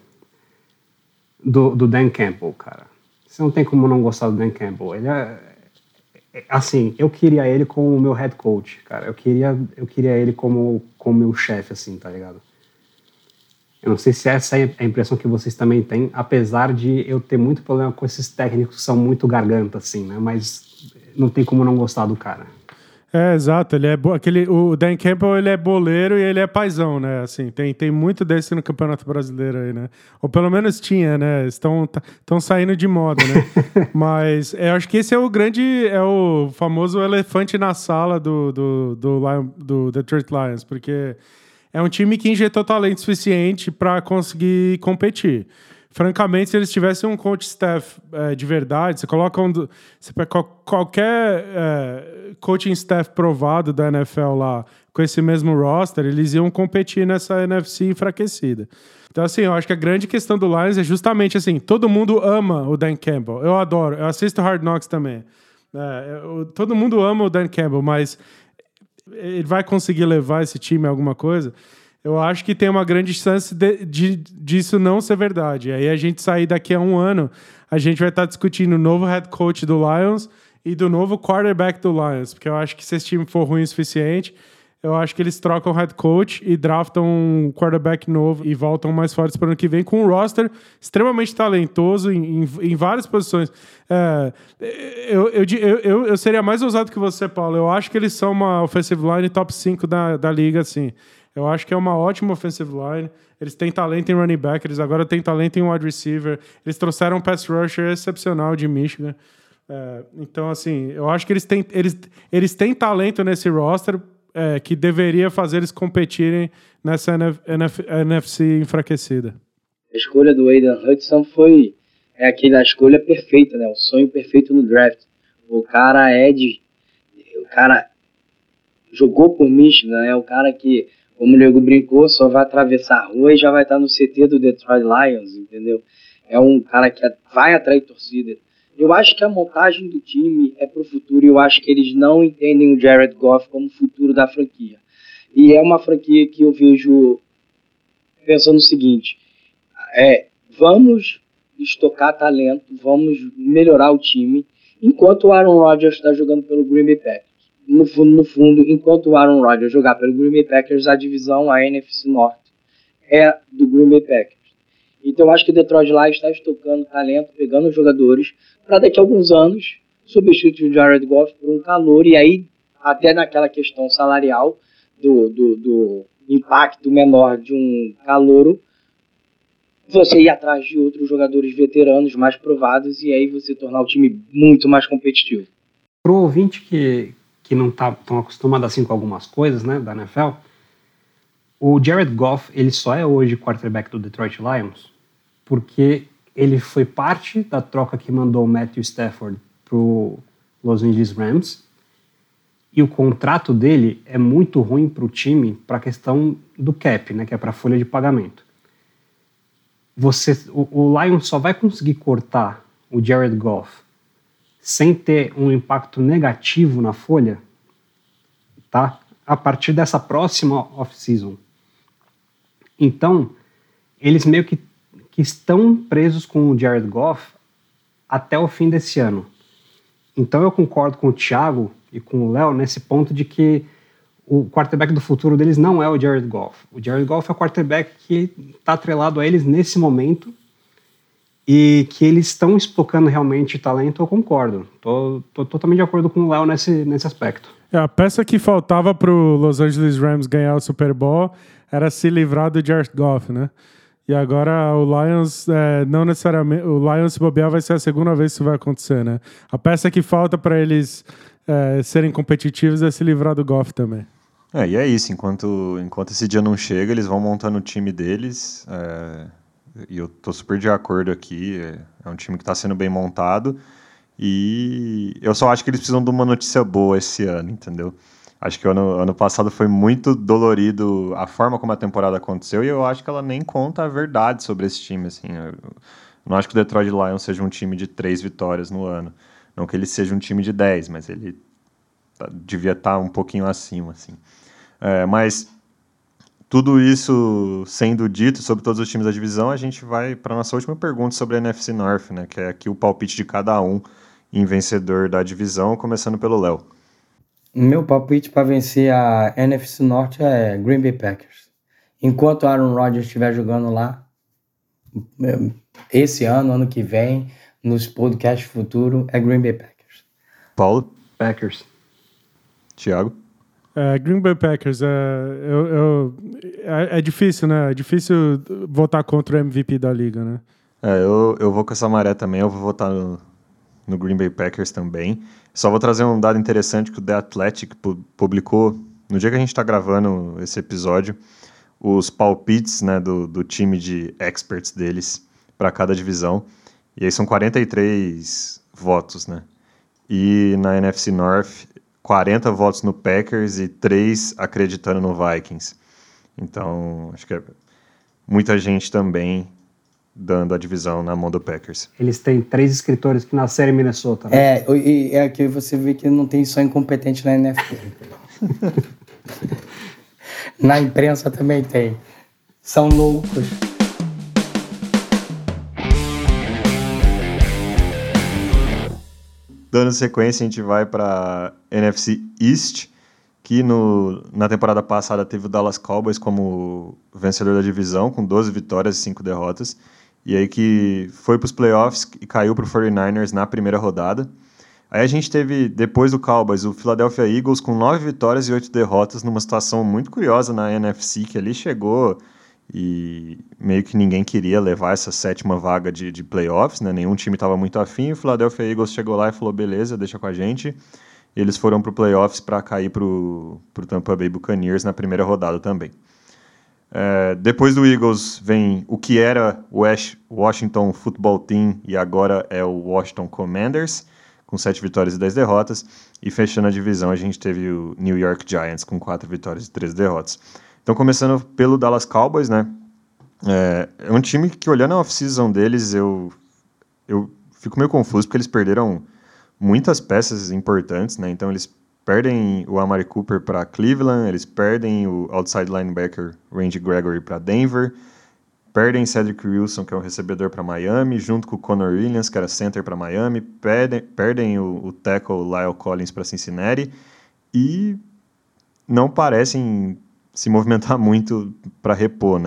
Dan Campbell, cara. Você não tem como não gostar do Dan Campbell. Ele assim, eu queria ele como o meu head coach, cara. Eu queria ele como meu chefe, assim, tá ligado? Eu não sei se essa é a impressão que vocês também têm, apesar de eu ter muito problema com esses técnicos que são muito garganta, assim, né? Mas não tem como não gostar do cara. Exato, ele é o Dan Campbell, ele é boleiro e ele é paizão, né? Assim, tem muito desse no Campeonato Brasileiro aí, né? Ou pelo menos tinha, né? Estão saindo de moda, né? Mas eu acho que esse é o famoso elefante na sala do Detroit Lions, porque é um time que injetou talento suficiente para conseguir competir. Francamente, se eles tivessem um coach staff de verdade, você coloca qualquer coaching staff provado da NFL lá com esse mesmo roster, eles iam competir nessa NFC enfraquecida. Então, assim, eu acho que a grande questão do Lions é justamente assim, todo mundo ama o Dan Campbell. Eu adoro, eu assisto Hard Knocks também. Todo mundo ama o Dan Campbell, mas ele vai conseguir levar esse time a alguma coisa? Eu acho que tem uma grande chance disso não ser verdade. Aí a gente sair daqui a um ano, a gente vai estar discutindo o novo head coach do Lions e do novo quarterback do Lions, porque eu acho que se esse time for ruim o suficiente, eu acho que eles trocam o head coach e draftam um quarterback novo e voltam mais fortes para o ano que vem com um roster extremamente talentoso em várias posições. Eu seria mais ousado que você, Paulo. Eu acho que eles são uma offensive line top 5 da liga, assim. Eu acho que é uma ótima offensive line. Eles têm talento em running back, eles agora têm talento em wide receiver. Eles trouxeram um pass rusher excepcional de Michigan. Então, assim, eu acho que eles têm talento nesse roster que deveria fazer eles competirem nessa NFC enfraquecida. A escolha do Aidan Hutchinson foi aquela escolha perfeita, né? O sonho perfeito no draft. O cara jogou por Michigan, é o cara que, como o Nego brincou, só vai atravessar a rua e já vai estar no CT do Detroit Lions, entendeu? É um cara que vai atrair torcida. Eu acho que a montagem do time é pro futuro e eu acho que eles não entendem o Jared Goff como futuro da franquia. E é uma franquia que eu vejo pensando o seguinte, vamos estocar talento, vamos melhorar o time, enquanto o Aaron Rodgers está jogando pelo Green Bay Packers. No fundo, enquanto o Aaron Rodgers jogar pelo Green Bay Packers, a divisão, a NFC Norte, é do Green Bay Packers. Então eu acho que o Detroit Lions está estocando talento, pegando jogadores, para daqui a alguns anos substituir o Jared Goff por um calouro, e aí até naquela questão salarial do impacto menor de um calouro, você ir atrás de outros jogadores veteranos mais provados e aí você tornar o time muito mais competitivo. Para o ouvinte que não está tão acostumado assim com algumas coisas, né, da NFL, o Jared Goff ele só é hoje quarterback do Detroit Lions porque ele foi parte da troca que mandou o Matthew Stafford para o Los Angeles Rams, e o contrato dele é muito ruim para o time para a questão do cap, né, que é para a folha de pagamento. O Lions só vai conseguir cortar o Jared Goff sem ter um impacto negativo na folha, tá? A partir dessa próxima off-season. Então, eles meio que estão presos com o Jared Goff até o fim desse ano. Então eu concordo com o Thiago e com o Léo nesse ponto de que o quarterback do futuro deles não é o Jared Goff. O Jared Goff é o quarterback que está atrelado a eles nesse momento e que eles estão espocando realmente talento, eu concordo. Tô totalmente de acordo com o Léo nesse aspecto. A peça que faltava para o Los Angeles Rams ganhar o Super Bowl era se livrar do Jared Goff, né? E agora o Lions, não necessariamente, o Lions se bobear vai ser a segunda vez que isso vai acontecer, né? A peça que falta para eles serem competitivos é se livrar do Goff também. E é isso, enquanto esse dia não chega, eles vão montando o time deles, e eu tô super de acordo aqui, é um time que está sendo bem montado, e eu só acho que eles precisam de uma notícia boa esse ano, entendeu? Acho que o ano passado foi muito dolorido a forma como a temporada aconteceu, e eu acho que ela nem conta a verdade sobre esse time, assim. Eu não acho que o Detroit Lions seja um time de 3 vitórias no ano. Não que ele seja um time de 10, mas ele devia estar um pouquinho acima, assim. Mas tudo isso sendo dito sobre todos os times da divisão, a gente vai para a nossa última pergunta sobre a NFC North, né, que é aqui o palpite de cada um em vencedor da divisão, começando pelo Léo. Meu palpite para vencer a NFC Norte é Green Bay Packers. Enquanto o Aaron Rodgers estiver jogando lá, esse ano que vem, nos podcasts futuros, é Green Bay Packers. Paulo? Packers. Thiago? Green Bay Packers. É difícil, né? É difícil votar contra o MVP da liga, né? Eu vou com essa maré também, eu vou votar no Green Bay Packers também. Só vou trazer um dado interessante que o The Athletic publicou no dia que a gente está gravando esse episódio, os palpites, né, do time de experts deles para cada divisão. E aí são 43 votos, né? E na NFC North, 40 votos no Packers e 3 acreditando no Vikings. Então, acho que é muita gente também dando a divisão na mão do Packers. Eles têm 3 escritores que nasceram em Minnesota, né? E aqui você vê que não tem só incompetente na NFL. Na imprensa também tem. São loucos. Dando sequência, a gente vai para NFC East, que na temporada passada teve o Dallas Cowboys como vencedor da divisão, com 12 vitórias e 5 derrotas. E aí que foi para os playoffs e caiu para o 49ers na primeira rodada. Aí a gente teve, depois do Cowboys, o Philadelphia Eagles com 9 vitórias e 8 derrotas, numa situação muito curiosa na NFC, que ali chegou e meio que ninguém queria levar essa 7ª vaga de playoffs, né? Nenhum time estava muito afim. O Philadelphia Eagles chegou lá e falou, beleza, deixa com a gente. E eles foram para o playoffs para cair para o Tampa Bay Buccaneers na primeira rodada também. Depois do Eagles vem o que era o Washington Football Team e agora é o Washington Commanders, com 7 vitórias e 10 derrotas. E fechando a divisão, a gente teve o New York Giants com 4 vitórias e 3 derrotas. Então, começando pelo Dallas Cowboys, né? É um time que, olhando a off-season deles, eu fico meio confuso, porque eles perderam muitas peças importantes, né? Então, eles perdem o Amari Cooper para Cleveland, eles perdem o outside linebacker Randy Gregory para Denver, perdem Cedric Wilson, que é um recebedor, para Miami, junto com o Connor Williams, que era center, para Miami, perdem o tackle Lyle Collins para Cincinnati e não parecem se movimentar muito para repor, né?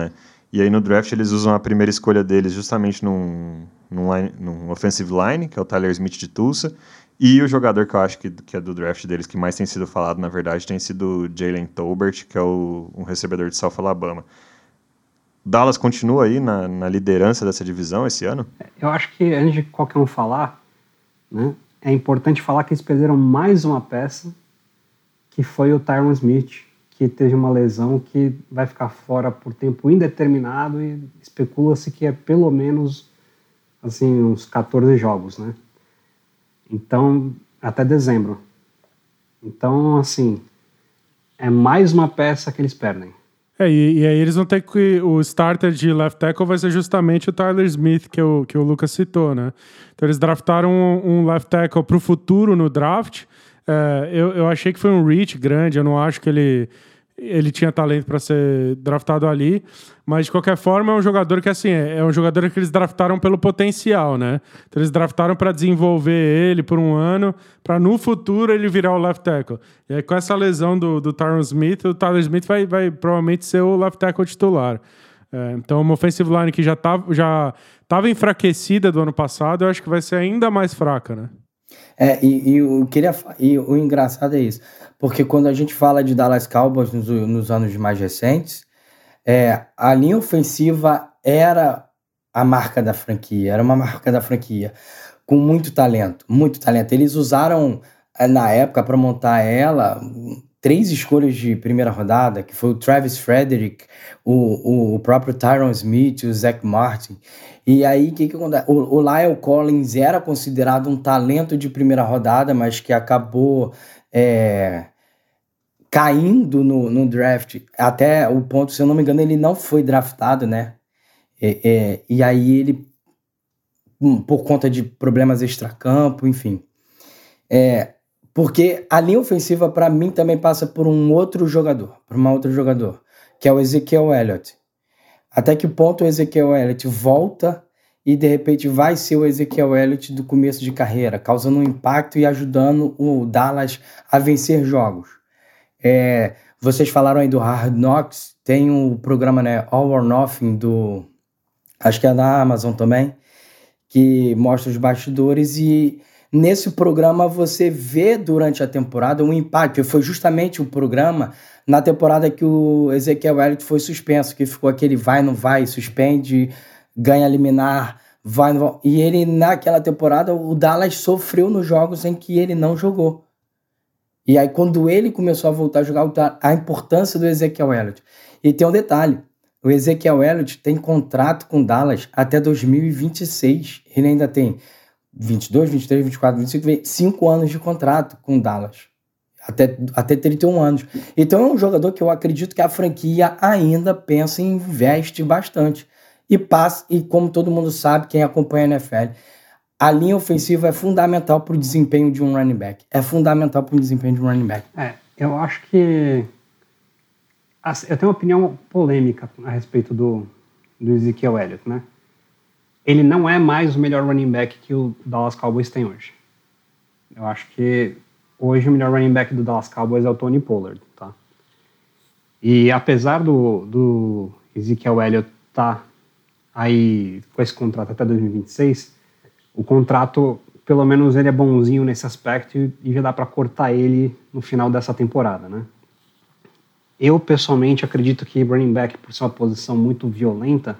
E aí no draft eles usam a primeira escolha deles justamente num offensive line, que é o Tyler Smith de Tulsa, e o jogador que eu acho que é do draft deles que mais tem sido falado, na verdade, tem sido o Jalen Tolbert, que é um recebedor de South Alabama. Dallas continua aí na liderança dessa divisão esse ano? Eu acho que antes de qualquer um falar, né, é importante falar que eles perderam mais uma peça, que foi o Tyron Smith, que teve uma lesão que vai ficar fora por tempo indeterminado e especula-se que é pelo menos assim, uns 14 jogos, né? Então, até dezembro. Então, assim, é mais uma peça que eles perdem. E aí eles vão ter que... O starter de left tackle vai ser justamente o Tyler Smith, que o Lucas citou, né? Então eles draftaram um left tackle pro futuro no draft. Eu achei que foi um reach grande, eu não acho que ele tinha talento para ser draftado ali, mas de qualquer forma é um jogador que assim, é um jogador que eles draftaram pelo potencial, né? Então eles draftaram para desenvolver ele por um ano, para no futuro ele virar o left tackle. E aí com essa lesão do Tyron Smith, o Tyler Smith vai provavelmente ser o left tackle titular. Então uma offensive line que já tava enfraquecida do ano passado, eu acho que vai ser ainda mais fraca, né? O engraçado é isso, porque quando a gente fala de Dallas Cowboys nos anos mais recentes, a linha ofensiva era a marca da franquia, era uma marca da franquia, com muito talento, muito talento. Eles usaram, na época, para montar ela, 3 escolhas de primeira rodada, que foi o Travis Frederick, o próprio Tyron Smith, o Zach Martin. E aí, o que acontece? O Lyle Collins era considerado um talento de primeira rodada, mas que acabou caindo no draft. Até o ponto, se eu não me engano, ele não foi draftado, né? E aí ele, por conta de problemas extracampo, enfim. Porque a linha ofensiva, para mim, também passa por um outro jogador, que é o Ezekiel Elliott. Até que ponto o Ezekiel Elliott volta e, de repente, vai ser o Ezekiel Elliott do começo de carreira, causando um impacto e ajudando o Dallas a vencer jogos. Vocês falaram aí do Hard Knocks, tem o programa, né, All or Nothing, acho que é da Amazon também, que mostra os bastidores e... Nesse programa você vê durante a temporada um impacto. Foi justamente o programa na temporada que o Ezekiel Elliott foi suspenso, que ficou aquele vai, não vai, suspende, ganha liminar, vai, não vai. E ele, naquela temporada, o Dallas sofreu nos jogos em que ele não jogou. E aí, quando ele começou a voltar a jogar, a importância do Ezekiel Elliott. E tem um detalhe, o Ezekiel Elliott tem contrato com o Dallas até 2026. Ele ainda tem 22, 23, 24, 25, 5 anos de contrato com o Dallas. Até 31 anos. Então é um jogador que eu acredito que a franquia ainda pensa e investe bastante. E como todo mundo sabe, quem acompanha a NFL, a linha ofensiva é fundamental para o desempenho de um running back. Eu acho que... eu tenho uma opinião polêmica a respeito do Ezekiel Elliott, né? Ele não é mais o melhor running back que o Dallas Cowboys tem hoje. Eu acho que hoje o melhor running back do Dallas Cowboys é o Tony Pollard, tá? E apesar do Ezekiel Elliott estar aí com esse contrato até 2026, o contrato, pelo menos ele é bonzinho nesse aspecto e já dá para cortar ele no final dessa temporada, né? Eu, pessoalmente, acredito que running back, por ser uma posição muito violenta,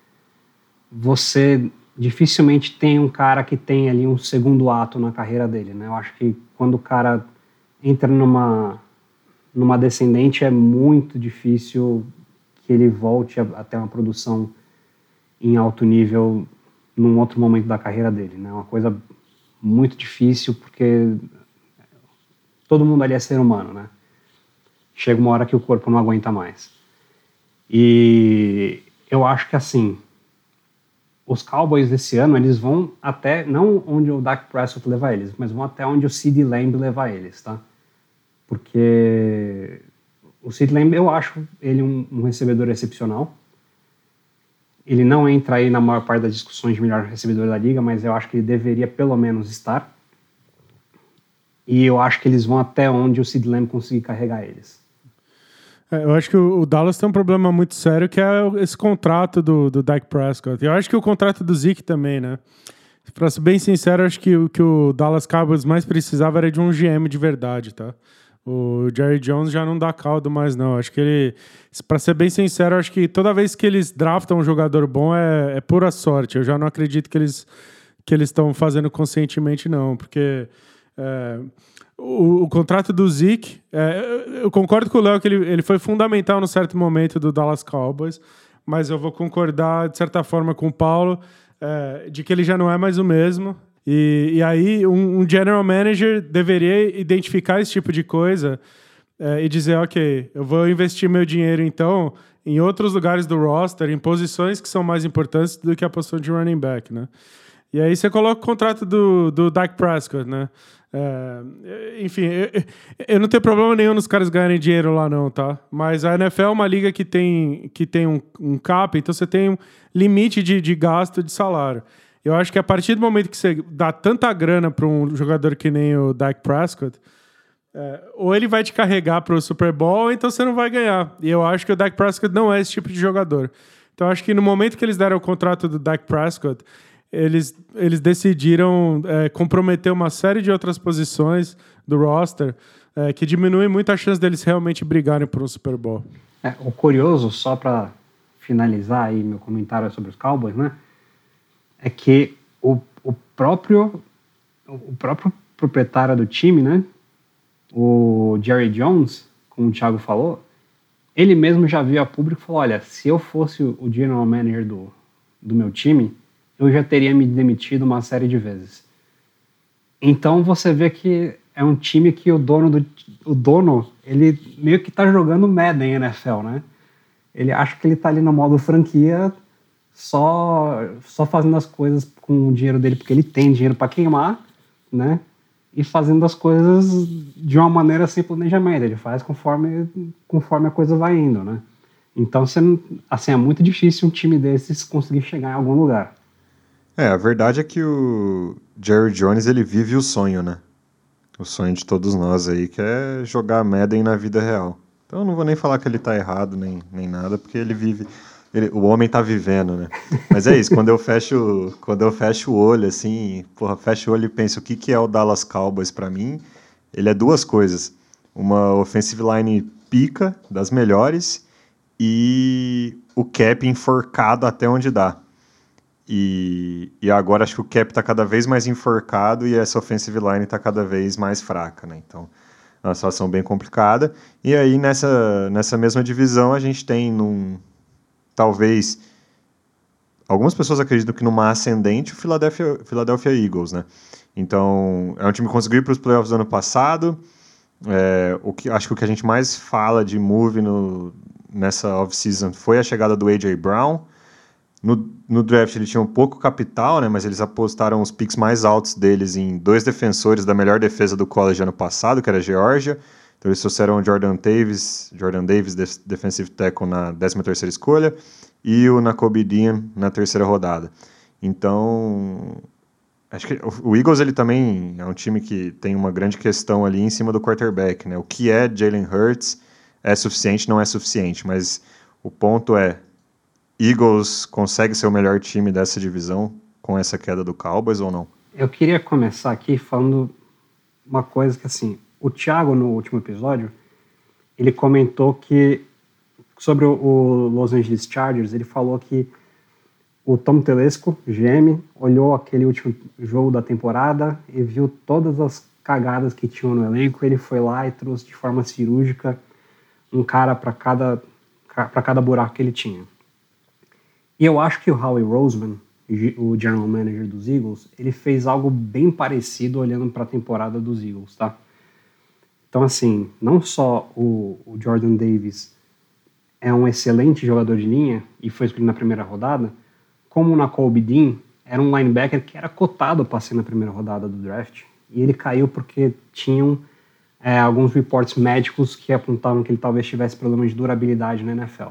você dificilmente tem um cara que tem ali um segundo ato na carreira dele, né? Eu acho que quando o cara entra numa descendente é muito difícil que ele volte a ter uma produção em alto nível num outro momento da carreira dele, né? É uma coisa muito difícil porque todo mundo ali é ser humano, né? Chega uma hora que o corpo não aguenta mais. E eu acho que assim, os Cowboys desse ano, eles vão até, não onde o Dak Prescott levar eles, mas vão até onde o CeeDee Lamb levar eles, tá? Porque o CeeDee Lamb, eu acho ele um recebedor excepcional. Ele não entra aí na maior parte das discussões de melhor recebedor da liga, mas eu acho que ele deveria pelo menos estar. E eu acho que eles vão até onde o CeeDee Lamb conseguir carregar eles. Eu acho que o Dallas tem um problema muito sério, que é esse contrato do Dak Prescott. Eu acho que o contrato do Zeke também, né? Pra ser bem sincero, acho que o que o Dallas Cowboys mais precisava era de um GM de verdade, tá? O Jerry Jones já não dá caldo mais, não. Acho que ele... Pra ser bem sincero, acho que toda vez que eles draftam um jogador bom é pura sorte. Eu já não acredito que eles estão fazendo conscientemente, não. Porque... O contrato do Zeke, eu concordo com o Léo que ele foi fundamental num certo momento do Dallas Cowboys, mas eu vou concordar, de certa forma, com o Paulo, de que ele já não é mais o mesmo. E aí um general manager deveria identificar esse tipo de coisa e dizer, ok, eu vou investir meu dinheiro, então, em outros lugares do roster, em posições que são mais importantes do que a posição de running back, né? E aí você coloca o contrato do Dak Prescott, né? Enfim, eu não tenho problema nenhum nos caras ganharem dinheiro lá não, tá? Mas a NFL é uma liga que tem um cap, então você tem um limite de gasto de salário. Eu acho que a partir do momento que você dá tanta grana para um jogador que nem o Dak Prescott, ou ele vai te carregar para o Super Bowl, ou então você não vai ganhar. E eu acho que o Dak Prescott não é esse tipo de jogador. Então eu acho que no momento que eles deram o contrato do Dak Prescott, eles decidiram comprometer uma série de outras posições do roster que diminuem muito a chance deles realmente brigarem por um Super Bowl. O curioso, só para finalizar aí meu comentário sobre os Cowboys, né, é que o próprio proprietário do time, né, o Jerry Jones, como o Thiago falou, ele mesmo já viu a público e falou, olha, se eu fosse o general manager do meu time, eu já teria me demitido uma série de vezes. Então você vê que é um time que o dono, ele meio que tá jogando Madden NFL, né? Ele acha que ele tá ali no modo franquia, só fazendo as coisas com o dinheiro dele, porque ele tem dinheiro para queimar, né? E fazendo as coisas de uma maneira sem planejamento. Ele faz conforme a coisa vai indo, né? Então, assim, é muito difícil um time desses conseguir chegar em algum lugar. A verdade é que o Jerry Jones, ele vive o sonho, né? O sonho de todos nós aí, que é jogar Madden na vida real. Então eu não vou nem falar que ele tá errado, nem nada, porque ele vive... o homem tá vivendo, né? Mas é isso, quando eu fecho o olho, assim, fecho o olho e penso o que é o Dallas Cowboys pra mim, ele é duas coisas. Uma offensive line pica, das melhores, e o cap enforcado até onde dá. E agora acho que o cap está cada vez mais enforcado e essa offensive line está cada vez mais fraca, né? Então, é uma situação bem complicada. E aí, nessa mesma divisão, a gente tem, talvez, algumas pessoas acreditam que numa ascendente, o Philadelphia Eagles, né? Então, é um time que conseguiu ir para os playoffs do ano passado. Acho que o que a gente mais fala de move nessa off-season foi a chegada do A.J. Brown. No draft eles tinham pouco capital, né, mas eles apostaram os picks mais altos deles em dois defensores da melhor defesa do college ano passado, que era a Georgia. Então eles trouxeram o Jordan Davis, defensive tackle na 13ª escolha, e o Nakobe Dean na 3ª rodada. Então, acho que o Eagles ele também é um time que tem uma grande questão ali em cima do quarterback, né? O que é Jalen Hurts é suficiente, não é suficiente, mas o ponto é, Eagles consegue ser o melhor time dessa divisão com essa queda do Cowboys ou não? Eu queria começar aqui falando uma coisa que, assim, o Thiago, no último episódio, ele comentou que, sobre o Los Angeles Chargers, ele falou que o Tom Telesco, GM, olhou aquele último jogo da temporada e viu todas as cagadas que tinham no elenco, ele foi lá e trouxe de forma cirúrgica um cara para cada buraco que ele tinha. E eu acho que o Howie Roseman, o general manager dos Eagles, ele fez algo bem parecido olhando para a temporada dos Eagles, tá? Então, assim, não só o Jordan Davis é um excelente jogador de linha e foi escolhido na primeira rodada, como o Nakobe Dean era um linebacker que era cotado para ser na primeira rodada do draft, e ele caiu porque tinham alguns reportes médicos que apontavam que ele talvez tivesse problemas de durabilidade na NFL.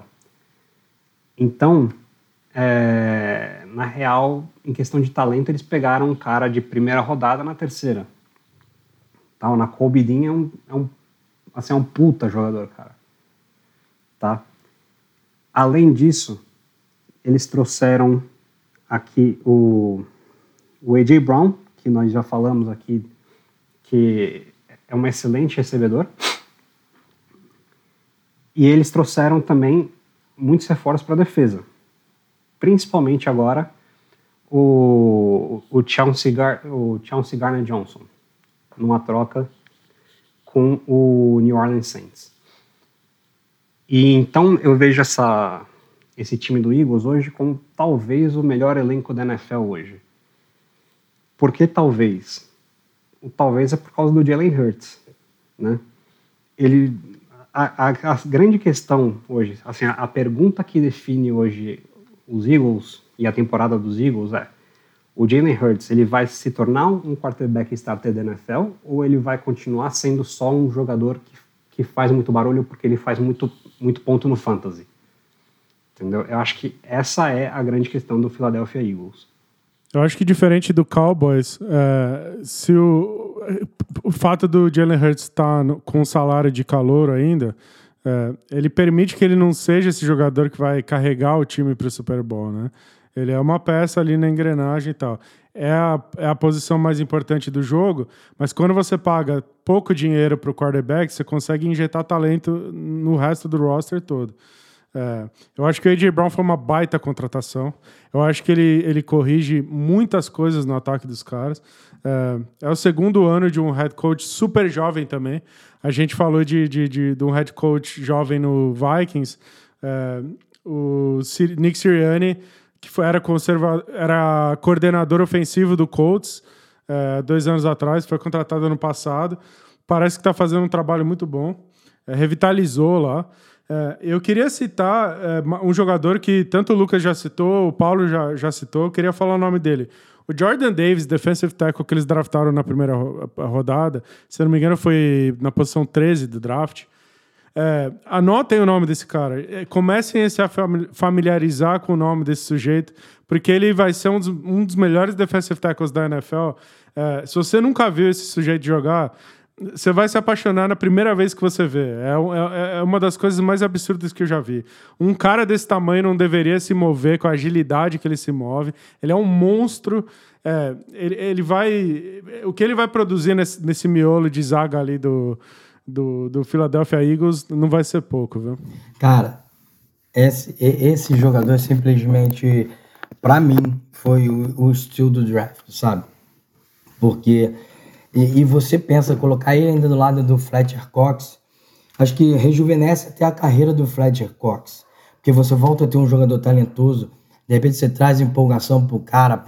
Então, na real, em questão de talento, eles pegaram um cara de primeira rodada na 3ª. Tá, o Nakobe Dean é um puta jogador, cara. tá? Além disso, eles trouxeram aqui o A.J. Brown, que nós já falamos aqui, que é um excelente recebedor. E eles trouxeram também muitos reforços para a defesa. Principalmente agora o Chauncey Gardner-Johnson, numa troca com o New Orleans Saints. E então eu vejo esse time do Eagles hoje como talvez o melhor elenco da NFL hoje. Por que talvez? O talvez é por causa do Jalen Hurts, né? A grande questão hoje, assim, a pergunta que define hoje os Eagles e a temporada dos Eagles é: o Jalen Hurts, ele vai se tornar um quarterback starter da NFL ou ele vai continuar sendo só um jogador que faz muito barulho porque ele faz muito ponto no fantasy? Entendeu? Eu acho que essa é a grande questão do Philadelphia Eagles. Eu acho que diferente do Cowboys, se o fato do Jalen Hurts estar com um salário de calouro ainda, ele permite que ele não seja esse jogador que vai carregar o time para o Super Bowl, né? Ele é uma peça ali na engrenagem e tal. É a posição mais importante do jogo, mas quando você paga pouco dinheiro para o quarterback, você consegue injetar talento no resto do roster todo. Eu acho que o A.J. Brown foi uma baita contratação. Eu acho que ele corrige muitas coisas no ataque dos caras. É o segundo ano de um head coach super jovem também. A gente falou de um head coach jovem no Vikings. O Nick Sirianni, que era coordenador ofensivo do Colts 2 anos atrás, foi contratado ano passado. Parece que está fazendo um trabalho muito bom. Revitalizou lá. Eu queria citar um jogador que tanto o Lucas já citou, o Paulo já citou, eu queria falar o nome dele. O Jordan Davis, defensive tackle que eles draftaram na primeira rodada, se eu não me engano foi na posição 13 do draft. Anotem o nome desse cara. Comecem a se familiarizar com o nome desse sujeito, porque ele vai ser um dos melhores defensive tackles da NFL. Se você nunca viu esse sujeito jogar, você vai se apaixonar na primeira vez que você vê. É uma das coisas mais absurdas que eu já vi. Um cara desse tamanho não deveria se mover com a agilidade que ele se move. Ele é um monstro. Ele vai... O que ele vai produzir nesse miolo de zaga ali do Philadelphia Eagles não vai ser pouco, viu? Cara, esse jogador simplesmente, pra mim, foi o estilo do draft, sabe? Porque... E você pensa colocar ele ainda do lado do Fletcher Cox, acho que rejuvenesce até a carreira do Fletcher Cox. Porque você volta a ter um jogador talentoso, de repente você traz empolgação pro cara.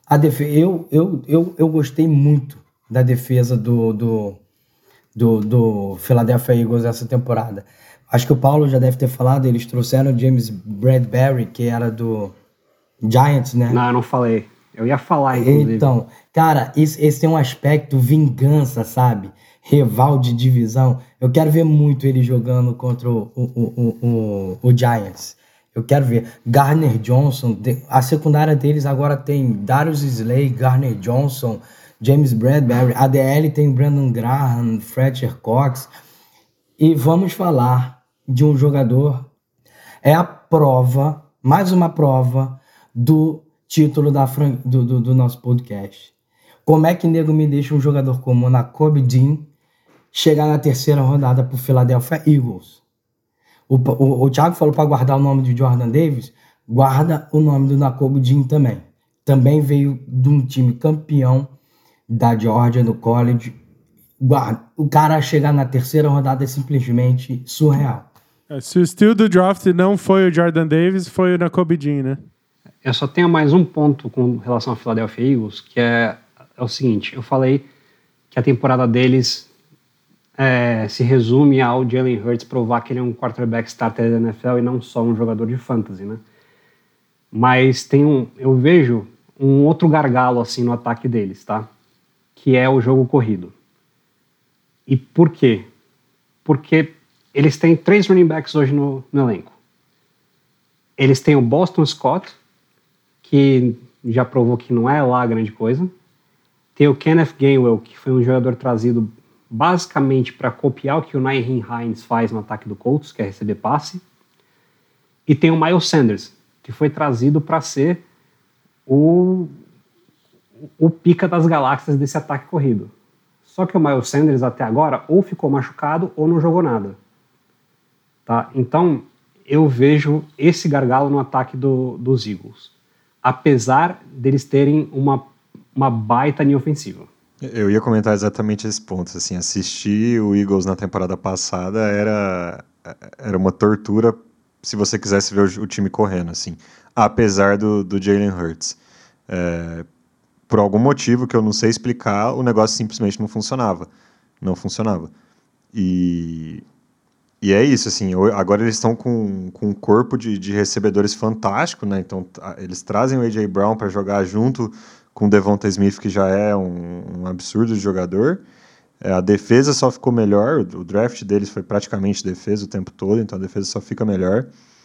Eu gostei muito da defesa do Philadelphia Eagles essa temporada. Acho que o Paulo já deve ter falado, eles trouxeram o James Bradbury, que era do Giants, né? Não, eu não falei. Eu ia falar, inclusive. Então, cara, esse tem um aspecto vingança, sabe? Rival de divisão. Eu quero ver muito ele jogando contra o Giants. Eu quero ver. Gardner Johnson, a secundária deles agora tem Darius Slay, Gardner Johnson, James Bradbury. A DL tem Brandon Graham, Fletcher Cox. E vamos falar de um jogador. É a prova, mais uma prova do título do nosso podcast. Como é que nego me deixa um jogador como Nakobe Dean chegar na terceira rodada pro Philadelphia Eagles? O Thiago falou para guardar o nome de Jordan Davis, guarda o nome do Nakobe Dean também. Também veio de um time campeão da Georgia no college. O cara chegar na terceira rodada é simplesmente surreal. Se o estilo do draft não foi o Jordan Davis, foi o Nakobe Dean, né? Eu só tenho mais um ponto com relação ao Philadelphia Eagles, que é o seguinte: eu falei que a temporada deles se resume ao Jalen Hurts provar que ele é um quarterback starter da NFL e não só um jogador de fantasy, né? Mas eu vejo um outro gargalo assim no ataque deles, tá? Que é o jogo corrido. E por quê? Porque eles têm 3 running backs hoje no elenco. Eles têm o Boston Scott, que já provou que não é lá grande coisa. Tem o Kenneth Gainwell, que foi um jogador trazido basicamente para copiar o que o Nyheim Hines faz no ataque do Colts, que é receber passe. E tem o Miles Sanders, que foi trazido para ser o pica das galáxias desse ataque corrido. Só que o Miles Sanders até agora ou ficou machucado ou não jogou nada. Tá? Então eu vejo esse gargalo no ataque dos Eagles, apesar deles terem uma baita linha ofensiva. Eu ia comentar exatamente esse ponto. Assim, assistir o Eagles na temporada passada era uma tortura se você quisesse ver o time correndo, assim, apesar do Jalen Hurts. Por algum motivo que eu não sei explicar, o negócio simplesmente não funcionava. Não funcionava. E é isso, assim, agora eles estão com um corpo de recebedores fantástico, né? Então eles trazem o A.J. Brown para jogar junto com o Devonta Smith, que já é um absurdo de jogador. A defesa só ficou melhor, o draft deles foi praticamente defesa o tempo todo, então a defesa só fica melhor.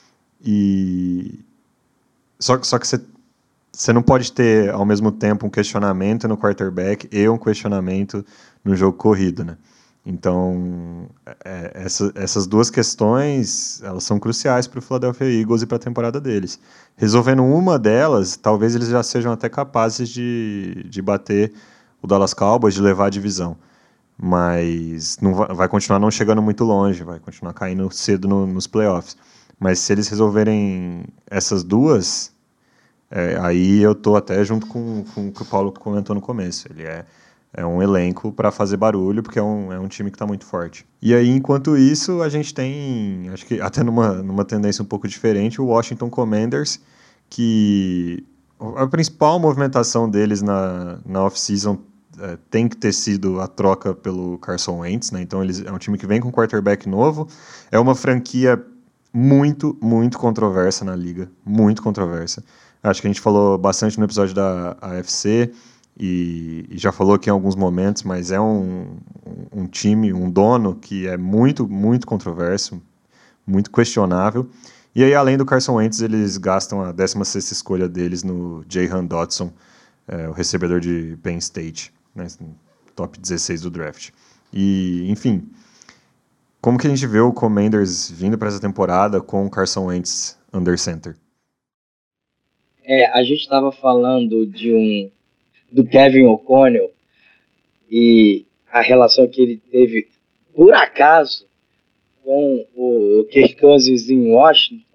Só que você não pode ter, ao mesmo tempo, um questionamento no quarterback e um questionamento no jogo corrido, né? Então, essas duas questões, elas são cruciais para o Philadelphia Eagles e para a temporada deles. Resolvendo uma delas, talvez eles já sejam até capazes de bater o Dallas Cowboys, de levar a divisão. Mas não vai continuar não chegando muito longe, vai continuar caindo cedo nos playoffs. Mas se eles resolverem essas duas, aí eu tô até junto com o que o Paulo comentou no começo. Ele é um elenco para fazer barulho, porque é um time que está muito forte. E aí, enquanto isso, a gente tem, acho que até numa tendência um pouco diferente, o Washington Commanders, que a principal movimentação deles na off-season tem que ter sido a troca pelo Carson Wentz, né? Então é um time que vem com um quarterback novo, é uma franquia muito, muito controversa na liga, muito controversa. Acho que a gente falou bastante no episódio da AFC, e já falou aqui em alguns momentos, mas é um time, um dono que é muito, muito controverso, muito questionável. E aí, além do Carson Wentz, eles gastam a 16ª escolha deles no Jahan Dotson, o recebedor de Penn State, né, top 16 do draft. E, enfim, como que a gente vê o Commanders vindo para essa temporada com o Carson Wentz under center? A gente estava falando do Kevin O'Connell e a relação que ele teve, por acaso, com o Kirk Cousins em Washington,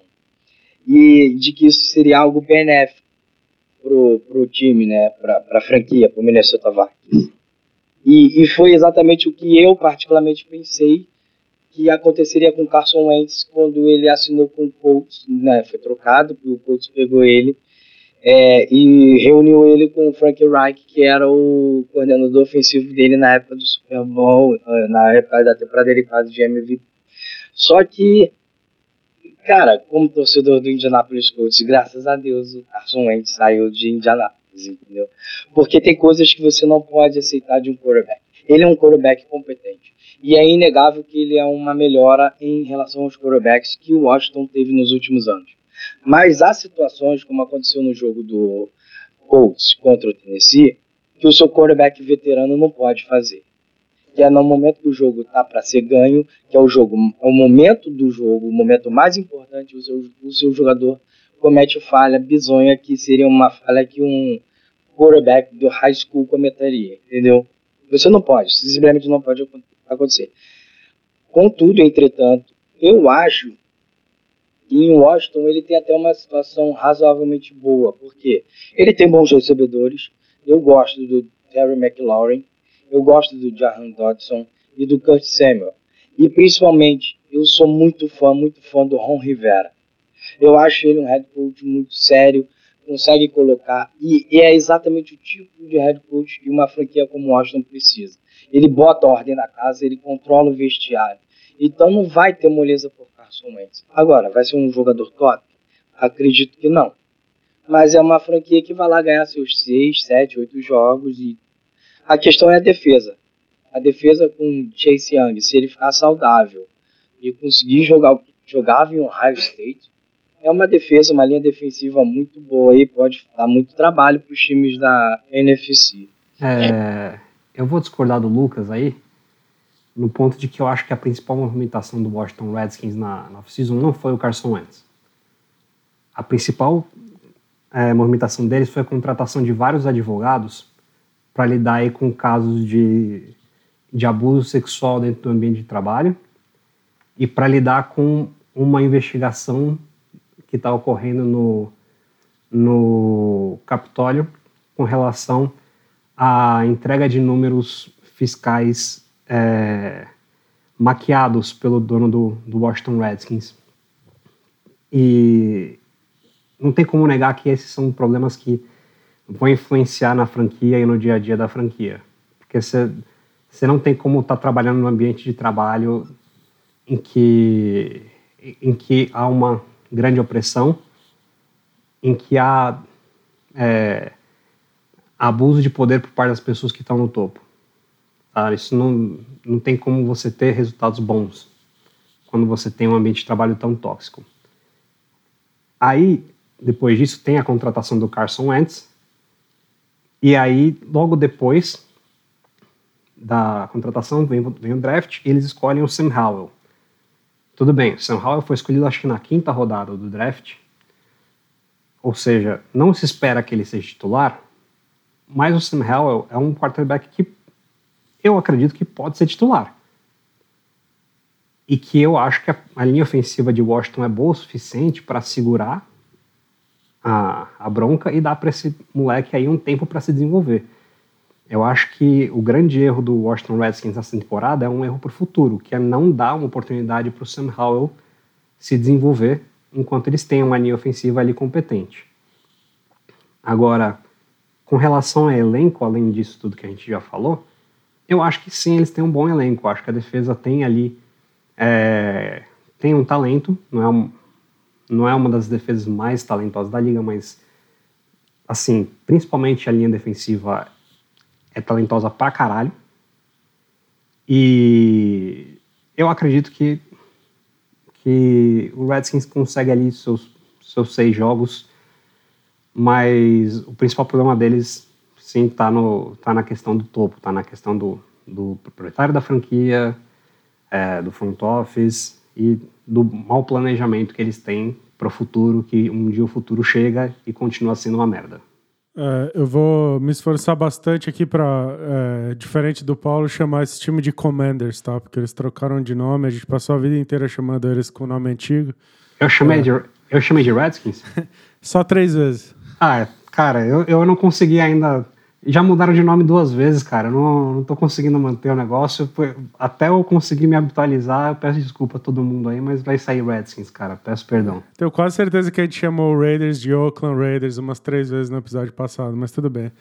e de que isso seria algo benéfico pro time, né, para a franquia, para o Minnesota Vikings. E foi exatamente o que eu particularmente pensei que aconteceria com o Carson Wentz quando ele assinou com o Colts, né, foi trocado, o Colts pegou ele, e reuniu ele com o Frank Reich, que era o coordenador ofensivo dele na época do Super Bowl, na época da temporada dele quase de MVP. Só que, cara, como torcedor do Indianapolis Colts, graças a Deus o Carson Wentz saiu de Indianapolis, entendeu? Porque tem coisas que você não pode aceitar de um quarterback. Ele é um quarterback competente. E é inegável que ele é uma melhora em relação aos quarterbacks que o Washington teve nos últimos anos. Mas há situações, como aconteceu no jogo do Colts contra o Tennessee, que o seu quarterback veterano não pode fazer. Que é no momento que o jogo está para ser ganho, que é o momento do jogo, o momento mais importante, o seu jogador comete falha bizonha, que seria uma falha que um quarterback do high school cometeria, entendeu? Você não pode, simplesmente não pode acontecer. Contudo, entretanto, eu acho que em Washington ele tem até uma situação razoavelmente boa, porque ele tem bons recebedores, eu gosto do Terry McLaurin, eu gosto do Jahan Dotson e do Kurt Samuel. E principalmente, eu sou muito fã do Ron Rivera. Eu acho ele um head coach muito sério, consegue colocar, e é exatamente o tipo de head coach que uma franquia como Washington precisa. Ele bota ordem na casa, ele controla o vestiário. Então não vai ter moleza por Carson Wentz. Agora, vai ser um jogador top? Acredito que não. Mas é uma franquia que vai lá ganhar seus 6, 7, 8 jogos. E a questão é a defesa. A defesa com Chase Young, se ele ficar saudável e conseguir jogar em Ohio State, é uma defesa, uma linha defensiva muito boa e pode dar muito trabalho para os times da NFC. Eu vou discordar do Lucas aí, no ponto de que eu acho que a principal movimentação do Washington Redskins na off-season não foi o Carson Wentz. a principal movimentação deles foi a contratação de vários advogados para lidar aí com casos de abuso sexual dentro do ambiente de trabalho e para lidar com uma investigação que está ocorrendo no Capitólio com relação à entrega de números fiscais maquiados pelo dono do Washington Redskins. E não tem como negar que esses são problemas que vão influenciar na franquia e no dia a dia da franquia. Porque você não tem como estar trabalhando num ambiente de trabalho em que há uma grande opressão, em que há abuso de poder por parte das pessoas que estão no topo. Tá? Isso não tem como você ter resultados bons quando você tem um ambiente de trabalho tão tóxico. Aí, depois disso, tem a contratação do Carson Wentz, e aí, logo depois da contratação, vem o draft, e eles escolhem o Sam Howell. Tudo bem, o Sam Howell foi escolhido, acho que na 5ª rodada do draft, ou seja, não se espera que ele seja titular, mas o Sam Howell é um quarterback que eu acredito que pode ser titular. E que eu acho que a linha ofensiva de Washington é boa o suficiente para segurar a bronca e dar para esse moleque aí um tempo para se desenvolver. Eu acho que o grande erro do Washington Redskins nessa temporada é um erro para o futuro, que é não dar uma oportunidade para o Sam Howell se desenvolver enquanto eles têm uma linha ofensiva ali competente. Agora, com relação a elenco, além disso tudo que a gente já falou, eu acho que sim, eles têm um bom elenco. Eu acho que a defesa tem ali tem um talento, não é uma das defesas mais talentosas da liga, mas assim, principalmente a linha defensiva é talentosa pra caralho. E eu acredito que o Redskins consegue ali seus 6 jogos, mas o principal problema deles sim tá na questão do topo, tá na questão do proprietário da franquia, do front office e do mau planejamento que eles têm para o futuro, que um dia o futuro chega e continua sendo uma merda. Eu vou me esforçar bastante aqui para, diferente do Paulo, chamar esse time de Commanders, tá? Porque eles trocaram de nome, a gente passou a vida inteira chamando eles com o nome antigo. Eu chamei de Redskins? Só 3 vezes. Cara, eu não consegui ainda. Já mudaram de nome 2 vezes, cara. Eu não tô conseguindo manter o negócio. Até eu conseguir me habitualizar, eu peço desculpa a todo mundo aí, mas vai sair Redskins, cara. Peço perdão. Tenho quase certeza que a gente chamou o Raiders de Oakland Raiders umas 3 vezes no episódio passado, mas tudo bem.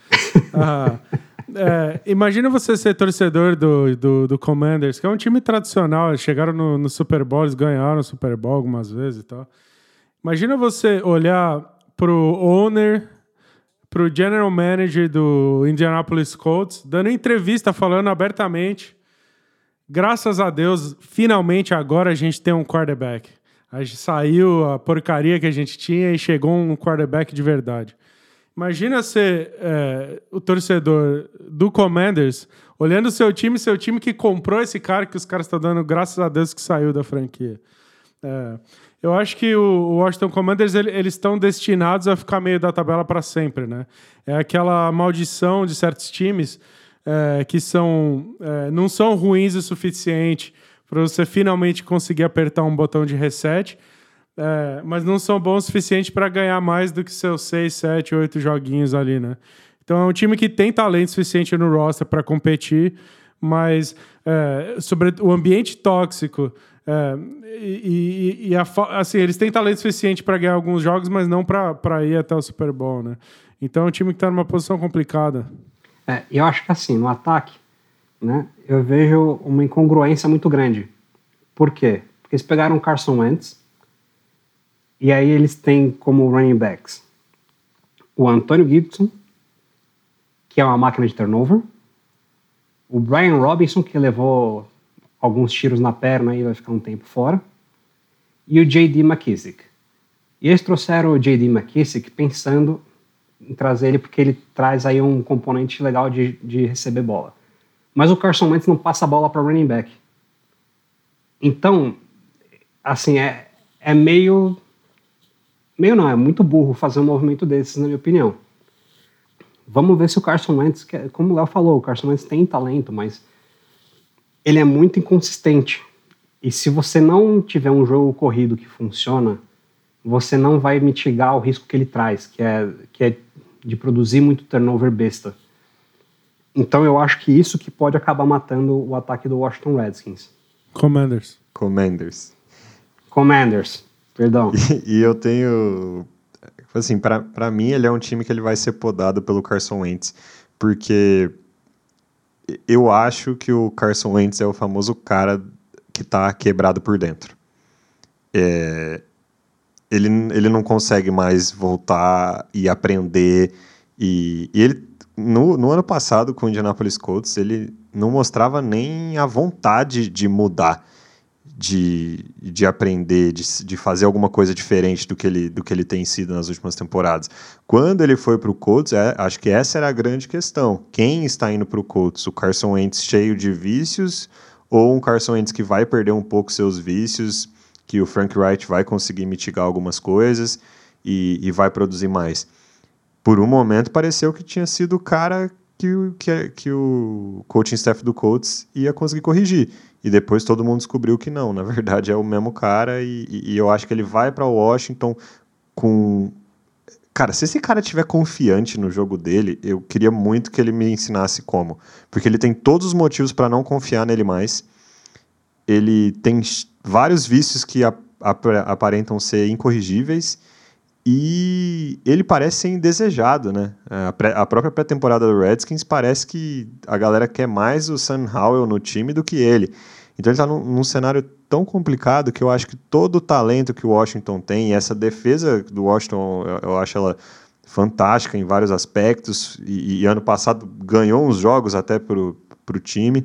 Imagina você ser torcedor do Commanders, que é um time tradicional. Eles chegaram no Super Bowl, eles ganharam o Super Bowl algumas vezes e tal. Imagina você olhar pro owner, pro general manager do Indianapolis Colts, dando entrevista, falando abertamente: graças a Deus, finalmente agora a gente tem um quarterback. A gente saiu a porcaria que a gente tinha e chegou um quarterback de verdade. Imagina ser o torcedor do Commanders olhando o seu time que comprou esse cara que os caras estão dando graças a Deus que saiu da franquia. Eu acho que o Washington Commanders eles estão destinados a ficar meio da tabela para sempre, né? É aquela maldição de certos times que não são ruins o suficiente para você finalmente conseguir apertar um botão de reset, mas não são bons o suficiente para ganhar mais do que seus 6, 7, 8 joguinhos ali, né? Então é um time que tem talento suficiente no roster para competir, mas sobre o ambiente tóxico, assim, eles têm talento suficiente para ganhar alguns jogos, mas não para ir até o Super Bowl, né? Então é um time que está numa posição complicada. Eu acho que assim, no ataque, né, eu vejo uma incongruência muito grande. Por quê? Porque eles pegaram o Carson Wentz e aí eles têm como running backs o Antonio Gibson, que é uma máquina de turnover, o Brian Robinson, que levou alguns tiros na perna e vai ficar um tempo fora, e o J.D. McKissick. E eles trouxeram o J.D. McKissick pensando em trazer ele porque ele traz aí um componente legal de receber bola. Mas o Carson Wentz não passa a bola para running back. Então, assim, é meio Meio não, é muito burro fazer um movimento desses, na minha opinião. Vamos ver se o Carson Wentz, como o Léo falou, o Carson Wentz tem talento, mas ele é muito inconsistente. E se você não tiver um jogo corrido que funciona, você não vai mitigar o risco que ele traz, que é de produzir muito turnover besta. Então eu acho que isso que pode acabar matando o ataque do Washington Redskins. Commanders, perdão. E eu tenho... Assim, pra mim, ele é um time que ele vai ser podado pelo Carson Wentz, porque eu acho que o Carson Wentz é o famoso cara que tá quebrado por dentro. Ele não consegue mais voltar e aprender. E ele, no ano passado, com o Indianapolis Colts, ele não mostrava nem a vontade de mudar, de aprender, de fazer alguma coisa diferente do que ele tem sido nas últimas temporadas. Quando ele foi para o Colts, acho que essa era a grande questão. Quem está indo para o Colts? O Carson Wentz cheio de vícios ou um Carson Wentz que vai perder um pouco seus vícios, que o Frank Reich vai conseguir mitigar algumas coisas e vai produzir mais? Por um momento pareceu que tinha sido o cara que o coaching staff do Colts ia conseguir corrigir. E depois todo mundo descobriu que não. Na verdade, é o mesmo cara e eu acho que ele vai para Washington com... Cara, se esse cara estiver confiante no jogo dele, eu queria muito que ele me ensinasse como. Porque ele tem todos os motivos para não confiar nele mais. Ele tem vários vícios que aparentam ser incorrigíveis. E ele parece ser indesejado, né? A própria pré-temporada do Redskins parece que a galera quer mais o Sam Howell no time do que ele. Então ele está num cenário tão complicado que eu acho que todo o talento que o Washington tem, e essa defesa do Washington, eu acho ela fantástica em vários aspectos, e ano passado ganhou uns jogos até pro time.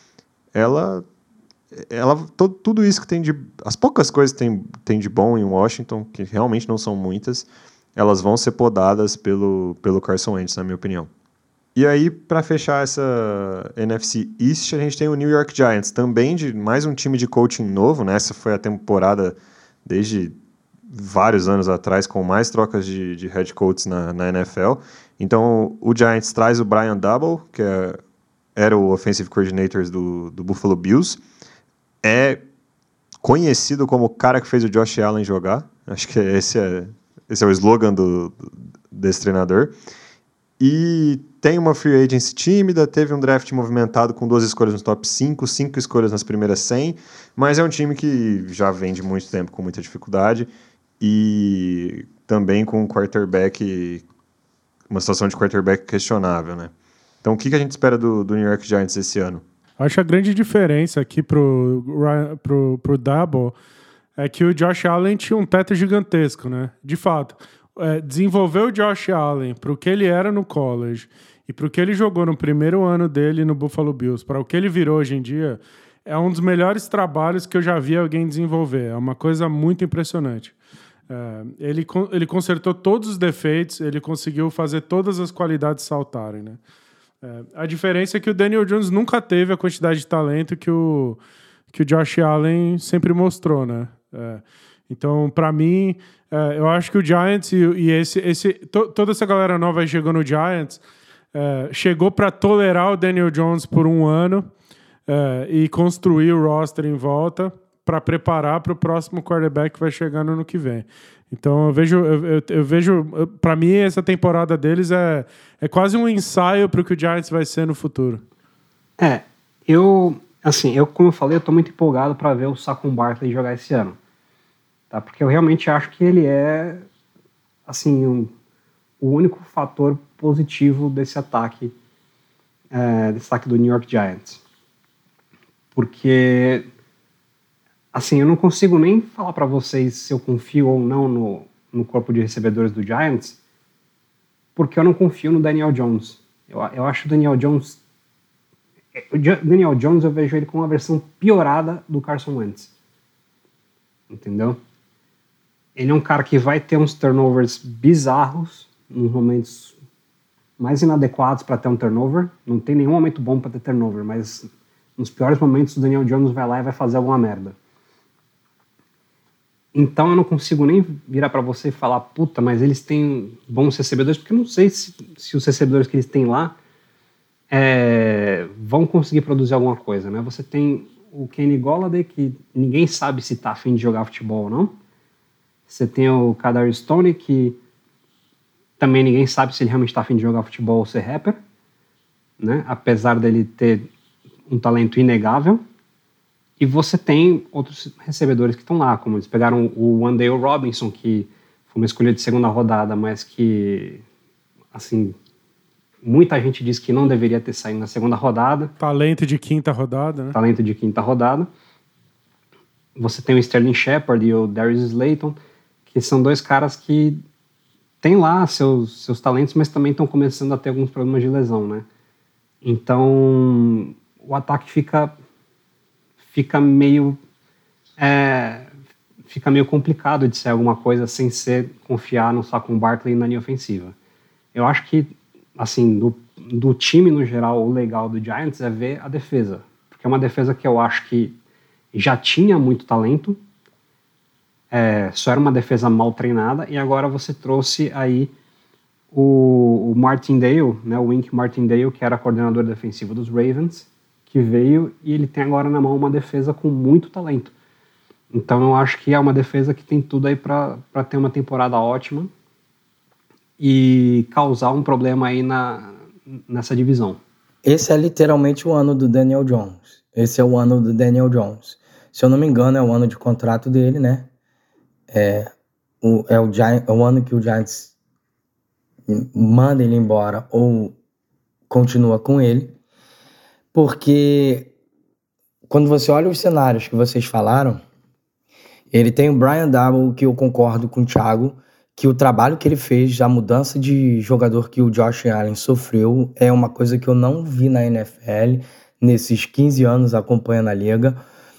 Tudo isso que tem de... As poucas coisas que tem de bom em Washington, que realmente não são muitas, elas vão ser podadas pelo Carson Wentz, na minha opinião. E aí, para fechar essa NFC East, a gente tem o New York Giants, também de mais um time de coaching novo, né? Essa foi a temporada desde vários anos atrás, com mais trocas de head coaches na NFL. Então, o Giants traz o Brian Daboll, que era o offensive coordinator do Buffalo Bills. É conhecido como o cara que fez o Josh Allen jogar. Acho que esse é o slogan desse treinador. E tem uma free agency tímida, teve um draft movimentado com 2 escolhas no top 5 escolhas nas primeiras 100, mas é um time que já vem de muito tempo com muita dificuldade e também com um quarterback, uma situação de quarterback questionável, né? Então, o que a gente espera do New York Giants esse ano? Acho a grande diferença aqui pro Daboll é que o Josh Allen tinha um teto gigantesco, né? De fato, desenvolver o Josh Allen para o que ele era no college e para o que ele jogou no primeiro ano dele no Buffalo Bills, para o que ele virou hoje em dia, é um dos melhores trabalhos que eu já vi alguém desenvolver. É uma coisa muito impressionante. Ele consertou todos os defeitos, ele conseguiu fazer todas as qualidades saltarem, né? A diferença é que o Daniel Jones nunca teve a quantidade de talento que o Josh Allen sempre mostrou, né? Então, para mim, eu acho que o Giants toda essa galera nova aí chegou no Giants, chegou para tolerar o Daniel Jones por um ano e construir o roster em volta para preparar para o próximo quarterback que vai chegar no ano que vem. Então eu vejo, para mim, essa temporada deles é quase um ensaio para o que o Giants vai ser no futuro. Como eu falei, eu tô muito empolgado para ver o Saquon Barkley jogar esse ano. Tá? Porque eu realmente acho que ele é, assim, o único fator positivo desse ataque do New York Giants. Porque... Assim, eu não consigo nem falar para vocês se eu confio ou não no corpo de recebedores do Giants, porque eu não confio no Daniel Jones. Eu acho o Daniel Jones... Daniel Jones, eu vejo ele como uma versão piorada do Carson Wentz. Entendeu? Ele é um cara que vai ter uns turnovers bizarros, nos momentos mais inadequados para ter um turnover. Não tem nenhum momento bom para ter turnover, mas nos piores momentos o Daniel Jones vai lá e vai fazer alguma merda. Então eu não consigo nem virar para você e falar, puta, mas eles têm bons recebedores, porque eu não sei se os recebedores que eles têm lá vão conseguir produzir alguma coisa, né? Você tem o Kenny Golladay, que ninguém sabe se tá afim de jogar futebol ou não. Você tem o Kadarius Toney, que também ninguém sabe se ele realmente está afim de jogar futebol ou ser rapper, né? Apesar dele ter um talento inegável. E você tem outros recebedores que estão lá, como eles pegaram o Wan'Dale Robinson, que foi uma escolha de segunda rodada, mas que, assim, muita gente diz que não deveria ter saído na segunda rodada. Talento de quinta rodada, né? Talento de quinta rodada. Você tem o Sterling Shepard e o Darius Slayton, que são dois caras que têm lá seus talentos, mas também estão começando a ter alguns problemas de lesão, né? Então, o ataque fica meio complicado de ser alguma coisa sem ser confiar no Saquon Barkley na linha ofensiva. Eu acho que, assim, do time no geral, o legal do Giants é ver a defesa, porque é uma defesa que eu acho que já tinha muito talento, só era uma defesa mal treinada, e agora você trouxe aí o Martindale, né, o Wink Martindale, que era coordenador defensivo dos Ravens, que veio, e ele tem agora na mão uma defesa com muito talento. Então eu acho que é uma defesa que tem tudo aí para ter uma temporada ótima e causar um problema aí nessa divisão. Esse é literalmente o ano do Daniel Jones. Esse é o ano do Daniel Jones. Se eu não me engano, é o ano de contrato dele, né? É o ano que o Giants manda ele embora ou continua com ele. Porque quando você olha os cenários que vocês falaram, ele tem o Brian Daboll, que eu concordo com o Thiago, que o trabalho que ele fez, a mudança de jogador que o Josh Allen sofreu, é uma coisa que eu não vi na NFL nesses 15 anos acompanhando a liga.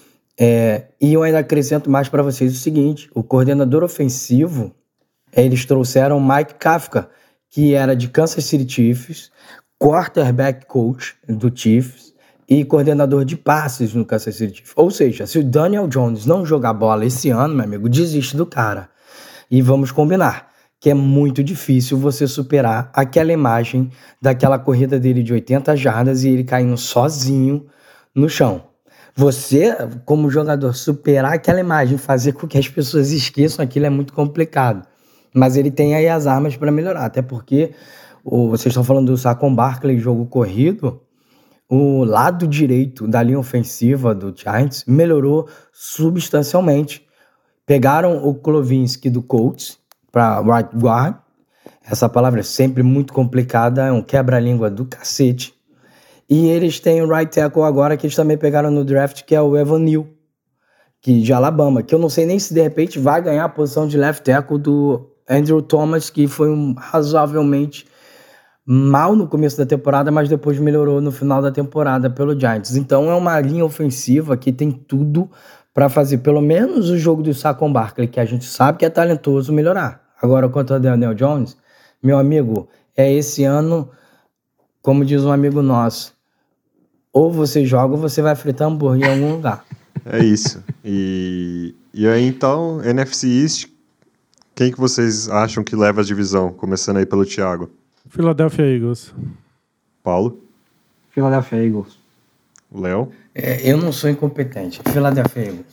E eu ainda acrescento mais para vocês o seguinte: o coordenador ofensivo, eles trouxeram Mike Kafka, que era de Kansas City Chiefs, quarterback coach do Chiefs e coordenador de passes no Kansas City Chiefs. Ou seja, se o Daniel Jones não jogar bola esse ano, meu amigo, desiste do cara. E vamos combinar que é muito difícil você superar aquela imagem daquela corrida dele de 80 jardas e ele caindo sozinho no chão. Você, como jogador, superar aquela imagem, fazer com que as pessoas esqueçam aquilo é muito complicado. Mas ele tem aí as armas para melhorar, até porque vocês estão falando do Saquon Barkley, jogo corrido, o lado direito da linha ofensiva do Giants melhorou substancialmente. Pegaram o Klovinski do Colts para right guard. Essa palavra é sempre muito complicada, é um quebra-língua do cacete. E eles têm o right tackle agora, que eles também pegaram no draft, que é o Evan Neal, que de Alabama, que eu não sei nem se de repente vai ganhar a posição de left tackle do Andrew Thomas, que foi razoavelmente mal no começo da temporada, mas depois melhorou no final da temporada pelo Giants. Então é uma linha ofensiva que tem tudo para fazer pelo menos o jogo do Saquon Barkley, que a gente sabe que é talentoso, melhorar. Agora, quanto ao Daniel Jones, meu amigo, esse ano, como diz um amigo nosso, ou você joga ou você vai fritar hambúrguer em algum lugar. É isso. E aí, então, NFC East, quem que vocês acham que leva a divisão? Começando aí pelo Thiago. Philadelphia Eagles. Paulo? Philadelphia Eagles. Léo? Eu não sou incompetente. Philadelphia Eagles.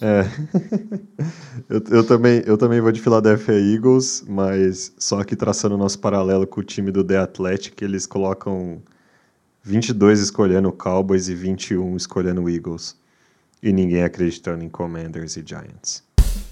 Eu também vou de Philadelphia Eagles, mas só aqui traçando o nosso paralelo com o time do The Athletic, eles colocam 22 escolhendo o Cowboys e 21 escolhendo o Eagles. E ninguém acreditando em Commanders e Giants.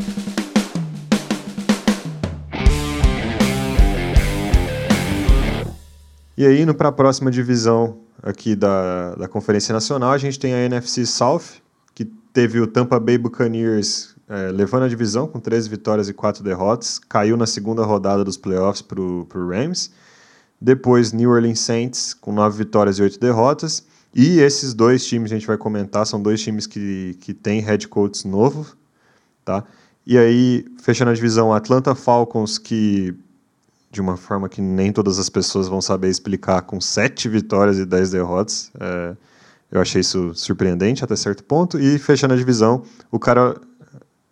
E aí, indo para a próxima divisão aqui da Conferência Nacional, a gente tem a NFC South, que teve o Tampa Bay Buccaneers levando a divisão com 13 vitórias e 4 derrotas, caiu na segunda rodada dos playoffs para o Rams. Depois, New Orleans Saints com 9 vitórias e 8 derrotas. E esses dois times a gente vai comentar, são dois times que têm head coach novo, tá? E aí, fechando a divisão, Atlanta Falcons, que de uma forma que nem todas as pessoas vão saber explicar, com 7 vitórias e 10 derrotas. Eu achei isso surpreendente até certo ponto. E fechando a divisão, o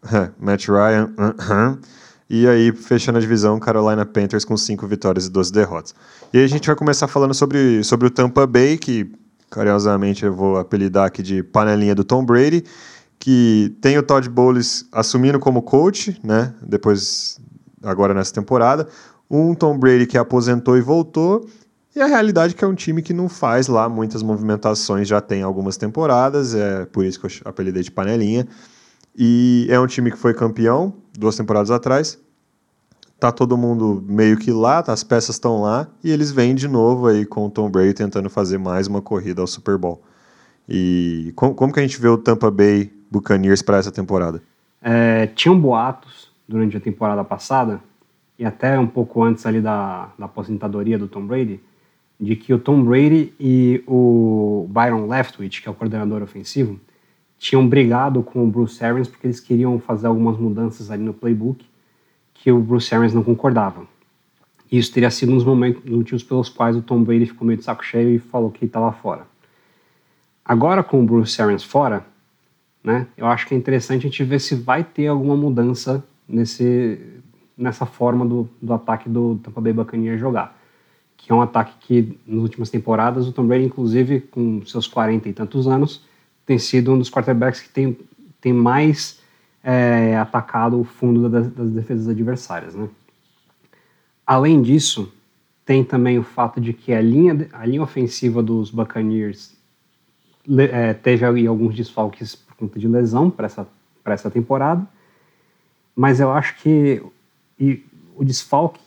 Matt Ryan. E aí, fechando a divisão, Carolina Panthers com 5 vitórias e 12 derrotas. E aí a gente vai começar falando sobre o Tampa Bay, que carinhosamente eu vou apelidar aqui de panelinha do Tom Brady, que tem o Todd Bowles assumindo como coach, né? Depois, agora nessa temporada. Um Tom Brady que aposentou e voltou. E a realidade é que é um time que não faz lá muitas movimentações, já tem algumas temporadas, é por isso que eu apelidei de panelinha. E é um time que foi campeão 2 temporadas atrás. Tá todo mundo meio que lá, as peças estão lá, e eles vêm de novo aí com o Tom Brady tentando fazer mais uma corrida ao Super Bowl. E como que a gente vê o Tampa Bay Buccaneers para essa temporada? Tinham boatos durante a temporada passada, e até um pouco antes ali da aposentadoria do Tom Brady, de que o Tom Brady e o Byron Leftwich, que é o coordenador ofensivo, tinham brigado com o Bruce Arians porque eles queriam fazer algumas mudanças ali no playbook que o Bruce Arians não concordava. E isso teria sido um dos motivos pelos quais o Tom Brady ficou meio de saco cheio e falou que estava fora. Agora, com o Bruce Arians fora, né, eu acho que é interessante a gente ver se vai ter alguma mudança nessa forma do ataque do Tampa Bay Buccaneers jogar. Que é um ataque que, nas últimas temporadas, o Tom Brady, inclusive, com seus 40 e tantos anos, tem sido um dos quarterbacks que tem mais atacado o fundo das defesas adversárias, né? Além disso, tem também o fato de que a linha ofensiva dos Buccaneers teve ali alguns desfalques por conta de lesão para essa temporada, mas eu acho que o desfalque,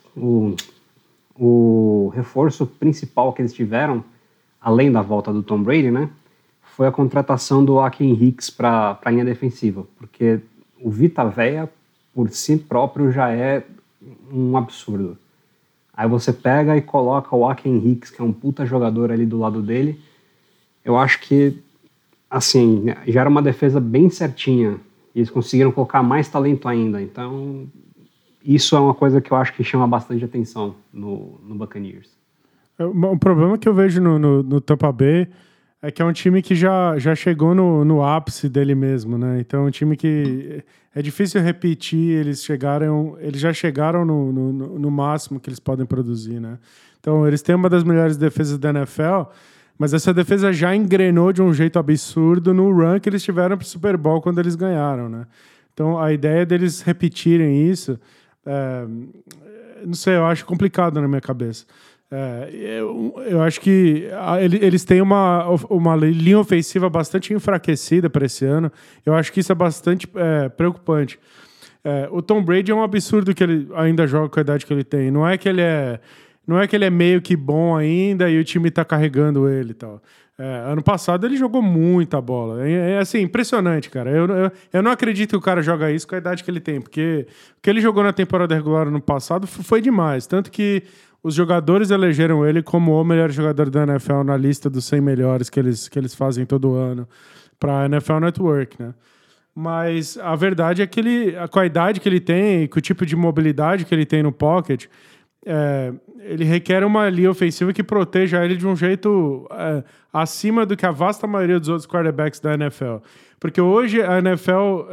o reforço principal que eles tiveram, além da volta do Tom Brady, né, foi a contratação do Akiem Hicks para a linha defensiva, porque o Vita Vea, por si próprio, já é um absurdo. Aí você pega e coloca o Akiem Hicks, que é um puta jogador ali do lado dele. Eu acho que, assim, já era uma defesa bem certinha, e eles conseguiram colocar mais talento ainda, então isso é uma coisa que eu acho que chama bastante atenção no Buccaneers. O problema que eu vejo no Tampa Bay é que é um time que já chegou no ápice dele mesmo, né? Então é um time que é difícil repetir, eles já chegaram no máximo que eles podem produzir, né? Então eles têm uma das melhores defesas da NFL, mas essa defesa já engrenou de um jeito absurdo no run que eles tiveram pro Super Bowl quando eles ganharam, né? Então a ideia deles repetirem isso, não sei, eu acho complicado na minha cabeça. Eu acho que eles têm uma linha ofensiva bastante enfraquecida para esse ano. Eu acho que isso é bastante preocupante. O Tom Brady é um absurdo que ele ainda joga com a idade que ele tem. Não é que ele é meio que bom ainda e o time está carregando ele e tal. Ano passado ele jogou muita bola. É assim, impressionante, cara. Eu não acredito que o cara joga isso com a idade que ele tem, porque o que ele jogou na temporada regular no passado foi demais. Tanto que os jogadores elegeram ele como o melhor jogador da NFL na lista dos 100 melhores que eles fazem todo ano para a NFL Network, né? Mas a verdade é que com a idade que ele tem, com o tipo de mobilidade que ele tem no pocket, ele requer uma linha ofensiva que proteja ele de um jeito acima do que a vasta maioria dos outros quarterbacks da NFL. Porque hoje a NFL,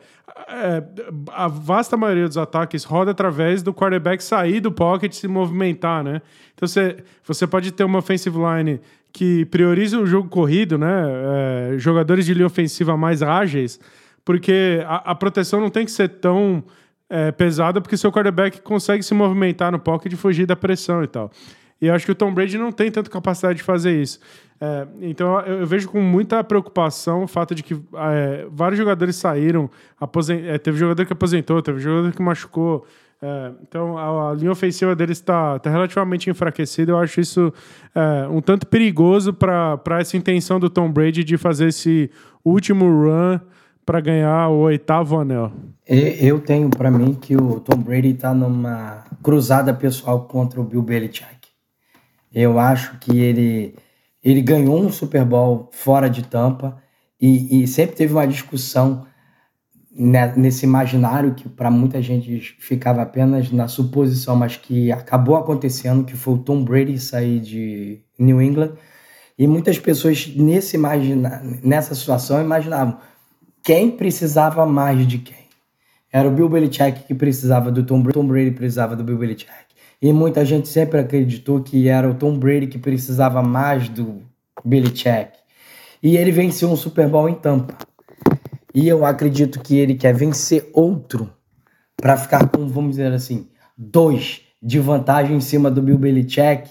a vasta maioria dos ataques roda através do quarterback sair do pocket e se movimentar, né? Então você pode ter uma offensive line que prioriza o jogo corrido, né? Jogadores de linha ofensiva mais ágeis, porque a proteção não tem que ser tão pesada, porque seu quarterback consegue se movimentar no pocket e fugir da pressão e tal. E eu acho que o Tom Brady não tem tanta capacidade de fazer isso. Então eu vejo com muita preocupação o fato de que vários jogadores saíram, teve jogador que aposentou, teve jogador que machucou. Então a linha ofensiva deles está relativamente enfraquecida. Eu acho isso um tanto perigoso para essa intenção do Tom Brady de fazer esse último run para ganhar o 8º anel. Eu tenho para mim que o Tom Brady está numa cruzada pessoal contra o Bill Belichick. Eu acho que ele ganhou um Super Bowl fora de Tampa e sempre teve uma discussão nesse imaginário que para muita gente ficava apenas na suposição, mas que acabou acontecendo, que foi o Tom Brady sair de New England. E muitas pessoas nessa situação imaginavam quem precisava mais de quem. Era o Bill Belichick que precisava do Tom Brady precisava do Bill Belichick. E muita gente sempre acreditou que era o Tom Brady que precisava mais do Belichick. E ele venceu um Super Bowl em Tampa. E eu acredito que ele quer vencer outro para ficar com, vamos dizer assim, 2 de vantagem em cima do Bill Belichick,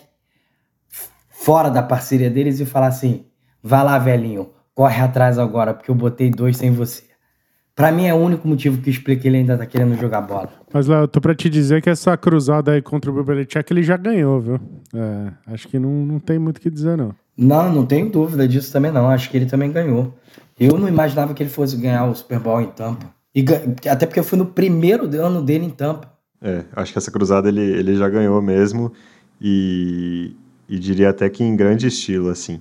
fora da parceria deles, e falar assim, vai lá, velhinho, corre atrás agora, porque eu botei 2 sem você. Pra mim é o único motivo que explica que ele ainda tá querendo jogar bola. Mas, Léo, eu tô pra te dizer que essa cruzada aí contra o Bill Belichick ele já ganhou, viu? Acho que não tem muito o que dizer, não. Não tenho dúvida disso também não. Acho que ele também ganhou. Eu não imaginava que ele fosse ganhar o Super Bowl em Tampa. Até porque foi no primeiro ano dele em Tampa. Acho que essa cruzada ele já ganhou mesmo e diria até que em grande estilo, assim.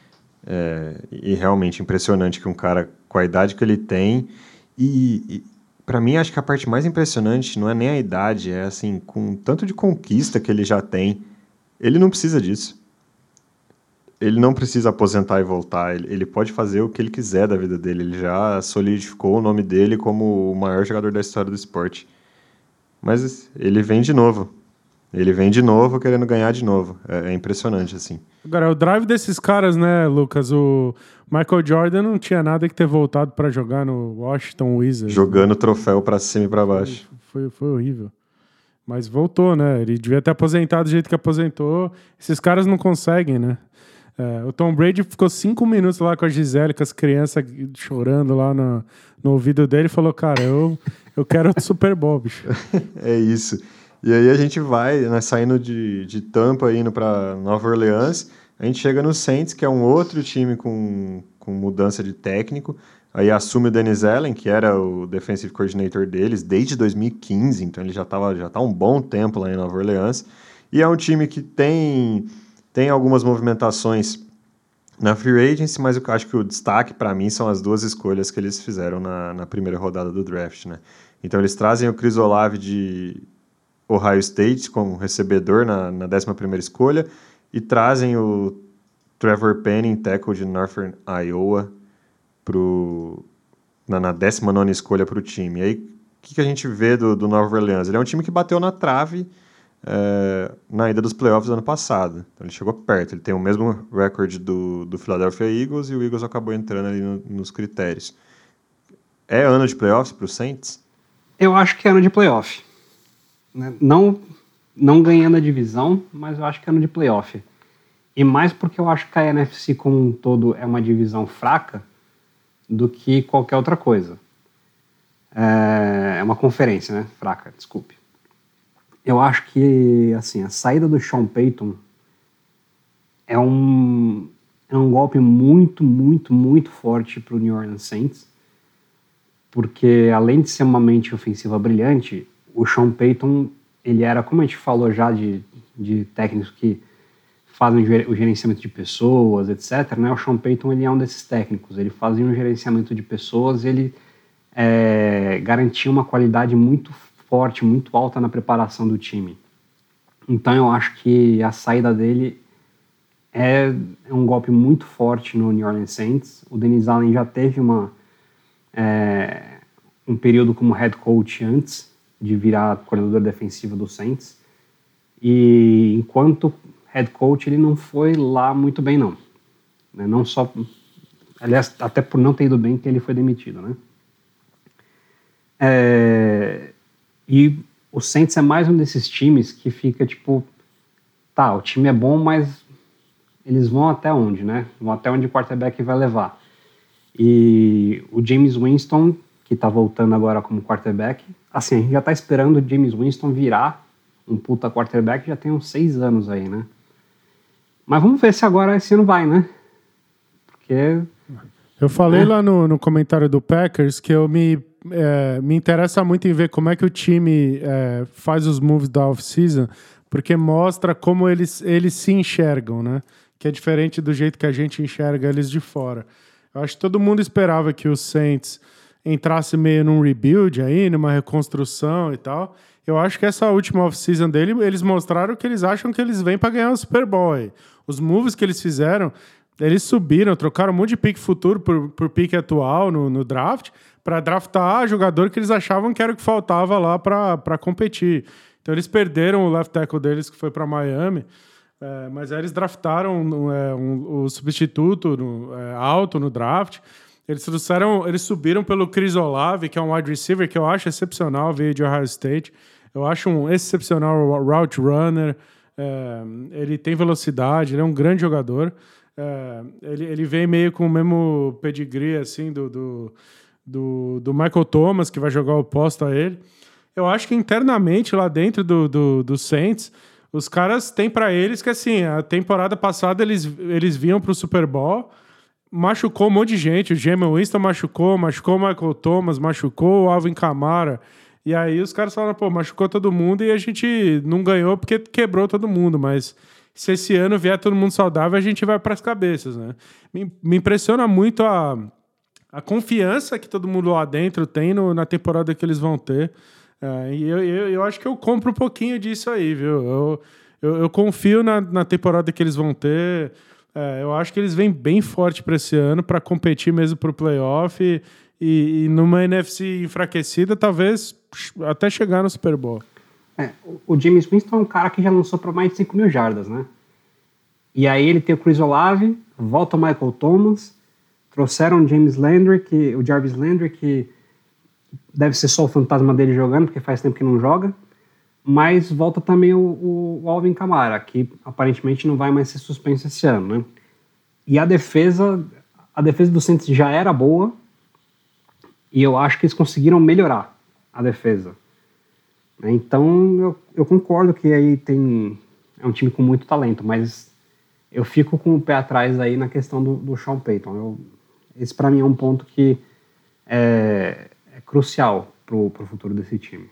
E realmente impressionante que um cara com a idade que ele tem e para mim acho que a parte mais impressionante não é nem a idade, é assim, com tanto de conquista que ele já tem, ele não precisa disso. Ele não precisa aposentar e voltar, ele pode fazer o que ele quiser da vida dele, ele já solidificou o nome dele como o maior jogador da história do esporte. Mas ele vem de novo querendo ganhar de novo, é impressionante, assim. Agora, o drive desses caras, né, Lucas, o Michael Jordan não tinha nada que ter voltado pra jogar no Washington Wizards. Jogando troféu pra cima e pra baixo. Foi horrível. Mas voltou, né? Ele devia ter aposentado do jeito que aposentou. Esses caras não conseguem, né? O Tom Brady ficou 5 minutos lá com a Gisele, com as crianças chorando lá no ouvido dele e falou, cara, eu quero outro Super Bowl, bicho. É isso. E aí a gente vai, né, saindo de Tampa, indo para Nova Orleans, a gente chega no Saints, que é um outro time com mudança de técnico, aí assume o Dennis Allen, que era o defensive coordinator deles desde 2015, então ele já tá um bom tempo lá em Nova Orleans, e é um time que tem algumas movimentações na free agency, mas eu acho que o destaque para mim são as 2 escolhas que eles fizeram na primeira rodada do draft, né? Então eles trazem o Chris Olave de Ohio State como recebedor na 11ª escolha e trazem o Trevor Penning, tackle de Northern Iowa, na 19ª escolha para o time. E aí, o que a gente vê do Nova Orleans? Ele é um time que bateu na trave na ida dos playoffs do ano passado. Então ele chegou perto, ele tem o mesmo recorde do Philadelphia Eagles e o Eagles acabou entrando ali nos critérios. É ano de playoffs para o Saints? Eu acho que é ano de playoff. Não ganhando a divisão, mas eu acho que é ano de playoff. E mais porque eu acho que a NFC como um todo é uma divisão fraca do que qualquer outra coisa. É uma conferência, né? Fraca, desculpe. Eu acho que, assim, a saída do Sean Payton é um golpe muito, muito, muito forte para o New Orleans Saints, porque além de ser uma mente ofensiva brilhante, o Sean Payton, ele era, como a gente falou já, de técnicos que fazem o gerenciamento de pessoas, etc., né? O Sean Payton, ele é um desses técnicos, ele fazia um gerenciamento de pessoas, ele garantia uma qualidade muito forte, muito alta na preparação do time. Então eu acho que a saída dele é um golpe muito forte no New Orleans Saints. O Dennis Allen já teve um período como head coach antes de virar coordenador defensivo do Saints, e enquanto head coach ele não foi lá muito bem não, né? Não só, aliás, até por não ter ido bem que ele foi demitido, né? E o Saints é mais um desses times que fica tipo, tá, o time é bom, mas eles vão até onde, né? Vão até onde o quarterback vai levar. E o Jameis Winston, que tá voltando agora como quarterback, assim, a gente já tá esperando o Jameis Winston virar um puta quarterback, já tem uns 6 anos aí, né? Mas vamos ver se agora esse ano vai, né? Porque... Eu falei lá no comentário do Packers que eu me interessa muito em ver como é que o time faz os moves da off-season, porque mostra como eles se enxergam, né? Que é diferente do jeito que a gente enxerga eles de fora. Eu acho que todo mundo esperava que o Saints entrasse meio num rebuild aí, numa reconstrução e tal. Eu acho que essa última off-season dele, eles mostraram que eles acham que eles vêm para ganhar o Super Bowl aí. Os moves que eles fizeram, eles subiram, trocaram um monte de pique futuro por pique atual no draft, para draftar jogador que eles achavam que era o que faltava lá para competir. Então eles perderam o left tackle deles, que foi para Miami, mas aí eles draftaram o substituto alto no draft. Eles subiram pelo Chris Olave, que é um wide receiver que eu acho excepcional, veio de Ohio State. Eu acho um excepcional route runner. Ele tem velocidade, ele é um grande jogador. Ele vem meio com o mesmo pedigree assim, do Michael Thomas, que vai jogar o oposto a ele. Eu acho que internamente, lá dentro do Saints, os caras têm para eles que, assim, a temporada passada eles vinham pro Super Bowl, machucou um monte de gente. O Jameis Winston machucou o Michael Thomas, machucou o Alvin Kamara. E aí os caras falaram, pô, machucou todo mundo e a gente não ganhou porque quebrou todo mundo, mas se esse ano vier todo mundo saudável, a gente vai para as cabeças, né? Me impressiona muito a confiança que todo mundo lá dentro tem na temporada que eles vão ter. E eu acho que eu compro um pouquinho disso aí, viu? Eu confio na temporada que eles vão ter. Eu acho que eles vêm bem forte para esse ano, para competir mesmo para o playoff e numa NFC enfraquecida, talvez até chegar no Super Bowl. O Jameis Winston é um cara que já lançou para mais de 5 mil jardas, né? E aí ele tem o Chris Olave, volta o Michael Thomas, trouxeram o Jarvis Landry, que deve ser só o fantasma dele jogando, porque faz tempo que não joga, mas volta também o Alvin Kamara, que aparentemente não vai mais ser suspenso esse ano, né? E a defesa do Saints já era boa, e eu acho que eles conseguiram melhorar a defesa. Então eu concordo que aí é um time com muito talento, mas eu fico com o pé atrás aí na questão do Sean Payton. Esse para mim é um ponto que é crucial pro futuro desse time.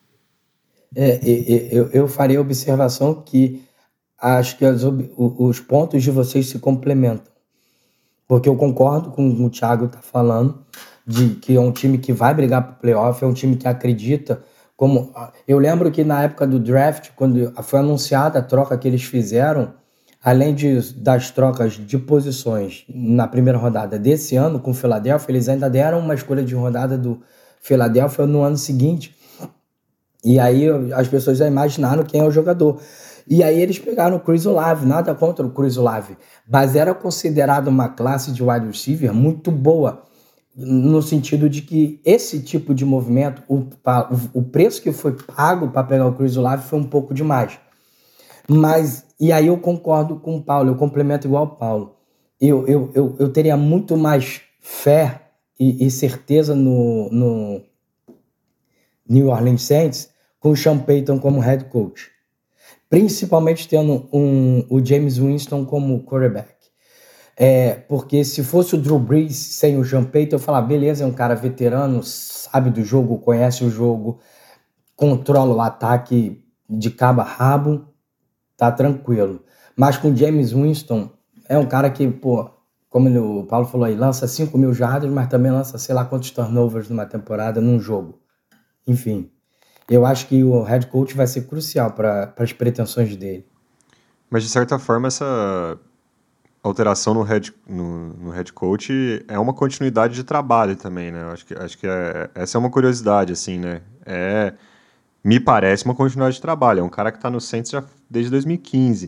Eu faria a observação que acho que os pontos de vocês se complementam. Porque eu concordo com o Thiago está falando, de que é um time que vai brigar para o playoff, é um time que acredita. Eu lembro que na época do draft, quando foi anunciada a troca que eles fizeram, além das trocas de posições na primeira rodada desse ano com o Philadelphia, eles ainda deram uma escolha de rodada do Philadelphia no ano seguinte. E aí as pessoas já imaginaram quem é o jogador. E aí eles pegaram o Chris Olave, nada contra o Chris Olave, mas era considerado uma classe de wide receiver muito boa, no sentido de que esse tipo de movimento, o preço que foi pago para pegar o Chris Olave foi um pouco demais. E aí eu concordo com o Paulo, eu complemento igual o Paulo. Eu teria muito mais fé e certeza no New Orleans Saints com o Sean Payton como head coach. Principalmente tendo o Jameis Winston como quarterback. Porque se fosse o Drew Brees sem o Sean Payton, eu falava, beleza, é um cara veterano, sabe do jogo, conhece o jogo, controla o ataque de cabo a rabo, tá tranquilo. Mas com o Jameis Winston, é um cara que, como o Paulo falou aí, lança 5 mil jardas, mas também lança sei lá quantos turnovers numa temporada, num jogo. Enfim, eu acho que o head coach vai ser crucial para as pretensões dele. Mas, de certa forma, essa alteração no head coach é uma continuidade de trabalho também, né? Acho que essa é uma curiosidade, assim, né? Me parece uma continuidade de trabalho. É um cara que está no Saints já desde 2015.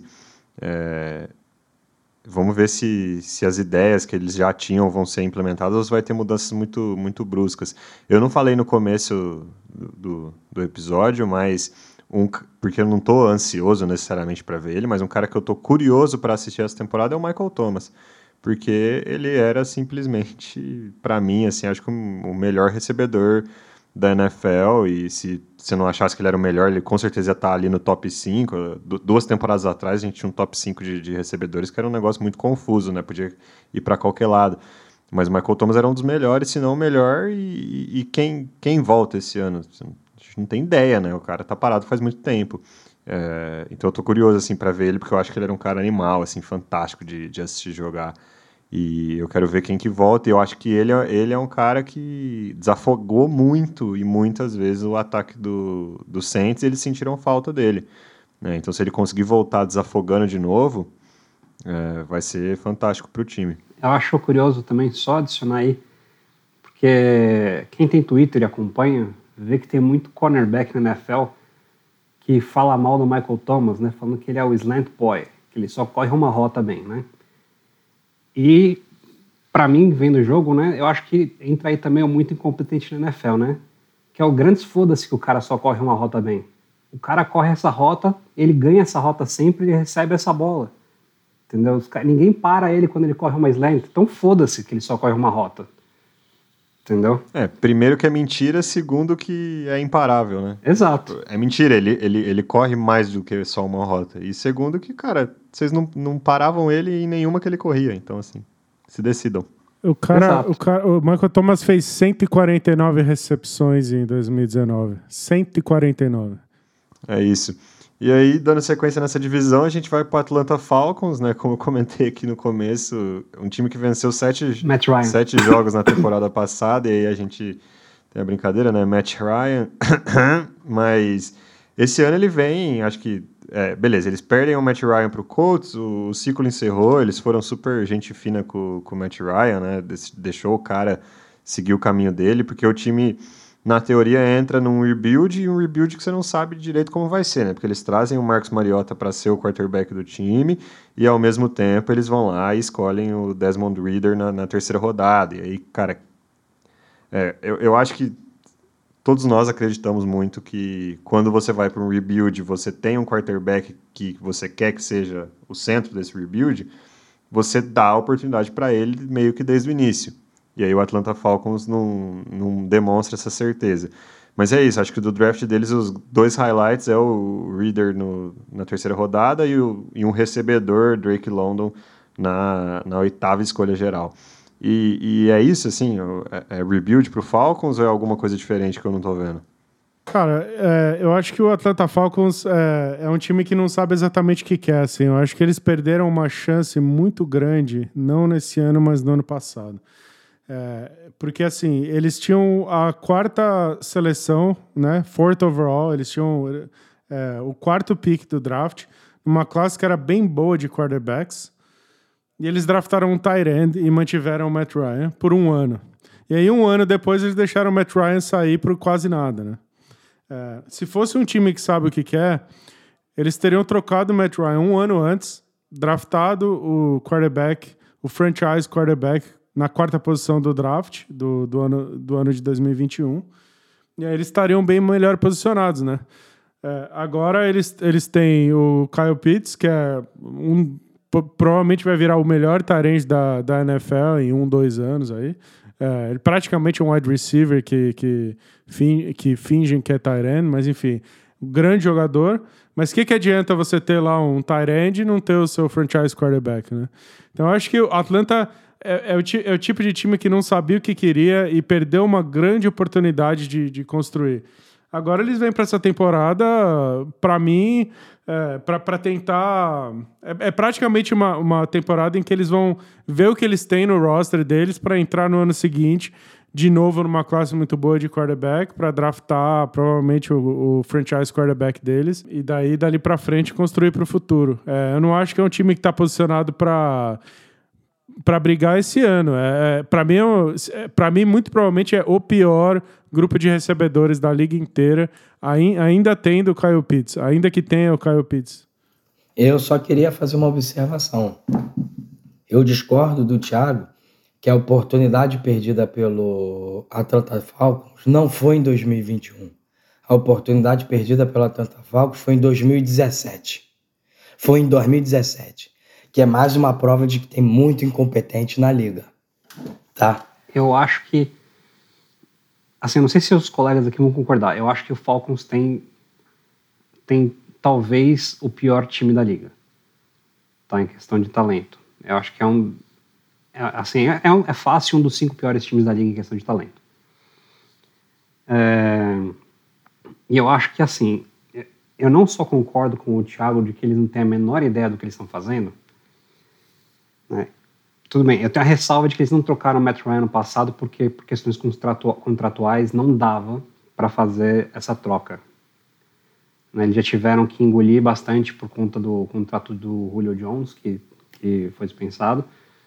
Vamos ver se as ideias que eles já tinham vão ser implementadas ou se vai ter mudanças muito, muito bruscas. Eu não falei no começo do episódio, mas porque eu não estou ansioso necessariamente para ver ele, mas um cara que eu estou curioso para assistir essa temporada é o Michael Thomas, porque ele era simplesmente, para mim, assim, acho que o melhor recebedor da NFL, e se você não achasse que ele era o melhor, ele com certeza ia estar ali no top 5. 2 temporadas atrás a gente tinha um top 5 de recebedores, que era um negócio muito confuso, né? Podia ir para qualquer lado. Mas o Michael Thomas era um dos melhores, se não o melhor, e quem volta esse ano? A gente não tem ideia, né? O cara tá parado faz muito tempo. Então eu tô curioso, assim, para ver ele, porque eu acho que ele era um cara animal, assim, fantástico de assistir jogar. E eu quero ver quem que volta, e eu acho que ele é um cara que desafogou muito, e muitas vezes, o ataque do Saints, e eles sentiram falta dele, né? Então, se ele conseguir voltar desafogando de novo, vai ser fantástico para o time. Eu acho curioso também, só adicionar aí, porque quem tem Twitter e acompanha, vê que tem muito cornerback na NFL que fala mal do Michael Thomas, né? Falando que ele é o slant boy, que ele só corre uma rota bem, né? E, para mim, vendo o jogo, né? Eu acho que entra aí também o muito incompetente na NFL, né? Que é o grande foda-se que o cara só corre uma rota bem. O cara corre essa rota, ele ganha essa rota sempre e recebe essa bola. Entendeu? Ninguém para ele quando ele corre uma slant. Então foda-se que ele só corre uma rota. Entendeu? Primeiro que é mentira, segundo que é imparável, né? Exato. É mentira, ele corre mais do que só uma rota. E segundo que, cara, vocês não paravam ele em nenhuma que ele corria. Então, assim, se decidam. O Michael Thomas fez 149 recepções em 2019. 149. É isso. E aí, dando sequência nessa divisão, a gente vai para o Atlanta Falcons, né? Como eu comentei aqui no começo, um time que venceu 7 jogos na temporada passada, e aí a gente tem a brincadeira, né? Matt Ryan. Mas esse ano ele vem, acho que... beleza, eles perdem o Matt Ryan para o Colts, o ciclo encerrou, eles foram super gente fina com o Matt Ryan, né? Deixou o cara seguir o caminho dele, porque o time... Na teoria, entra num rebuild, e um rebuild que você não sabe direito como vai ser, né? Porque eles trazem o Marcus Mariota para ser o quarterback do time, e ao mesmo tempo eles vão lá e escolhem o Desmond Ridder na terceira rodada. E aí, cara, eu acho que todos nós acreditamos muito que quando você vai para um rebuild, você tem um quarterback que você quer que seja o centro desse rebuild, você dá a oportunidade para ele meio que desde o início. E aí o Atlanta Falcons não demonstra essa certeza. Mas é isso, acho que do draft deles os 2 highlights é o Reader na terceira rodada e um recebedor, Drake London, na 8ª escolha geral. E é isso, assim, é rebuild pro Falcons ou é alguma coisa diferente que eu não tô vendo? Cara, eu acho que o Atlanta Falcons é um time que não sabe exatamente o que quer, assim. Eu acho que eles perderam uma chance muito grande, não nesse ano, mas no ano passado. Porque assim, eles tinham a 4ª seleção, né, 4th overall, eles tinham o 4º pick do draft, uma classe que era bem boa de quarterbacks, e eles draftaram um tight end e mantiveram o Matt Ryan por 1 ano. E aí 1 ano depois eles deixaram o Matt Ryan sair por quase nada, né? Se fosse um time que sabe o que quer, eles teriam trocado o Matt Ryan 1 ano antes, draftado o quarterback, o franchise quarterback, na 4ª posição do draft do ano de 2021. E aí eles estariam bem melhor posicionados, né? Agora eles têm o Kyle Pitts, que provavelmente vai virar o melhor tight end da NFL em 1-2 anos aí. Ele praticamente é um wide receiver que fingem que é tight end, mas enfim, um grande jogador. Mas o que adianta você ter lá um tight end e não ter o seu franchise quarterback, né? Então eu acho que o Atlanta é o tipo de time que não sabia o que queria e perdeu uma grande oportunidade de construir. Agora eles vêm para essa temporada, para mim, para tentar... É praticamente uma temporada em que eles vão ver o que eles têm no roster deles para entrar no ano seguinte, de novo numa classe muito boa de quarterback, para draftar provavelmente o franchise quarterback deles e dali para frente construir para o futuro. Eu não acho que é um time que está posicionado para brigar esse ano. Para mim, muito provavelmente é o pior grupo de recebedores da liga inteira, ainda tendo o Kyle Pitts, ainda que tenha o Kyle Pitts. Eu só queria fazer uma observação. Eu discordo do Thiago que a oportunidade perdida pelo Atlanta Falcons não foi em 2021. A oportunidade perdida pelo Atlanta Falcons foi em 2017. Foi em 2017. Que é mais uma prova de que tem muito incompetente na liga, tá? Eu acho que, assim, não sei se os colegas aqui vão concordar, eu acho que o Falcons tem talvez o pior time da liga, tá? Em questão de talento. Eu acho que é fácil um dos 5 piores times da liga em questão de talento. E eu acho que, assim, eu não só concordo com o Thiago de que eles não têm a menor ideia do que eles estão fazendo, né? Tudo bem, eu tenho a ressalva de que eles não trocaram o Matt Ryan no passado porque por questões contratuais não dava para fazer essa troca, né? Eles já tiveram que engolir bastante por conta do contrato do Julio Jones, que que foi dispensado.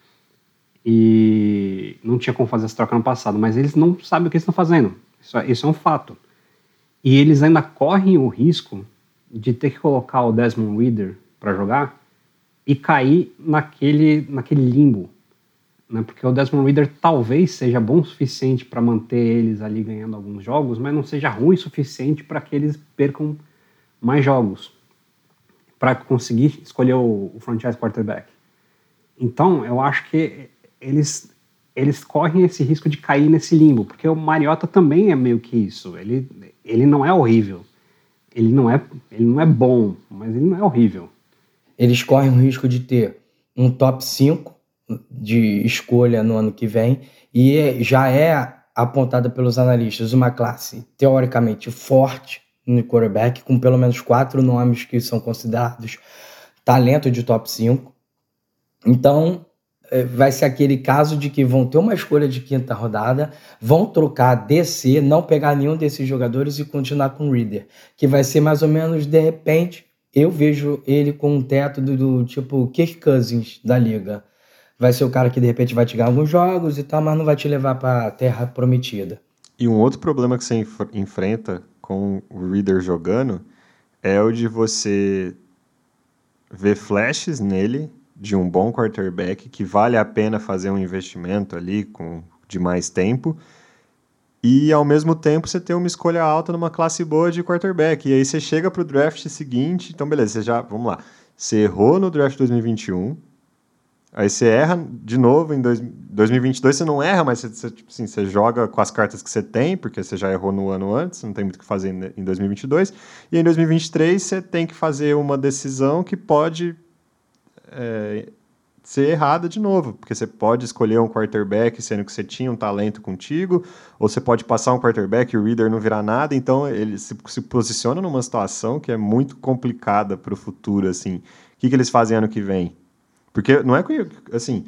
E não tinha como fazer essa troca no passado, mas eles não sabem o que eles estão fazendo. Isso é um fato. E eles ainda correm o risco de ter que colocar o Desmond Ridder para jogar e cair naquele limbo, né? Porque o Desmond Ridder talvez seja bom o suficiente para manter eles ali ganhando alguns jogos, mas não seja ruim o suficiente para que eles percam mais jogos, para conseguir escolher o franchise quarterback. Então, eu acho que eles correm esse risco de cair nesse limbo, porque o Mariota também é meio que isso. Ele não é horrível. Ele não é bom, mas ele não é horrível. Eles correm o risco de ter um top 5 de escolha no ano que vem e já é apontada pelos analistas uma classe teoricamente forte no quarterback, com pelo menos 4 nomes que são considerados talento de top 5. Então, vai ser aquele caso de que vão ter uma escolha de quinta rodada, vão trocar, descer, não pegar nenhum desses jogadores e continuar com o Ridder, que vai ser mais ou menos, de repente, eu vejo ele com um teto do tipo Kirk Cousins da liga. Vai ser o cara que de repente vai te ganhar alguns jogos e tal, mas não vai te levar para a terra prometida. E um outro problema que você enfrenta com o Ridder jogando é o de você ver flashes nele de um bom quarterback que vale a pena fazer um investimento ali de mais tempo e ao mesmo tempo você ter uma escolha alta numa classe boa de quarterback. E aí você chega pro draft seguinte, então beleza, vamos lá, você errou no draft 2021, aí você erra de novo em 2022, você não erra, mas você joga com as cartas que você tem, porque você já errou no ano antes, não tem muito o que fazer em 2022, e em 2023 você tem que fazer uma decisão que pode ser errada de novo, porque você pode escolher um quarterback sendo que você tinha um talento contigo, ou você pode passar um quarterback e o Ridder não virar nada, então ele se posiciona numa situação que é muito complicada para o futuro, assim. O que eles fazem ano que vem? Porque não é que, assim,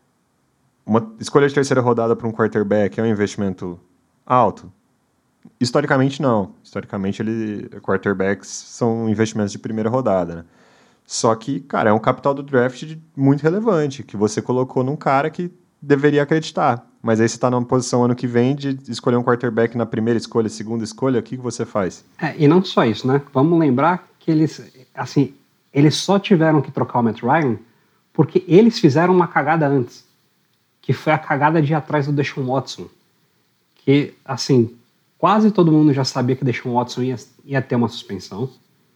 uma escolha de terceira rodada para um quarterback é um investimento alto? Historicamente, não. Historicamente, quarterbacks são investimentos de primeira rodada, né? Só que, cara, é um capital do draft muito relevante, que você colocou num cara que deveria acreditar. Mas aí você está numa posição ano que vem de escolher um quarterback na primeira escolha, segunda escolha, o que você faz? E não só isso, né? Vamos lembrar que eles só tiveram que trocar o Matt Ryan porque eles fizeram uma cagada antes, que foi a cagada de ir atrás do Deshaun Watson. Que, assim, quase todo mundo já sabia que o Deshaun Watson ia ter uma suspensão.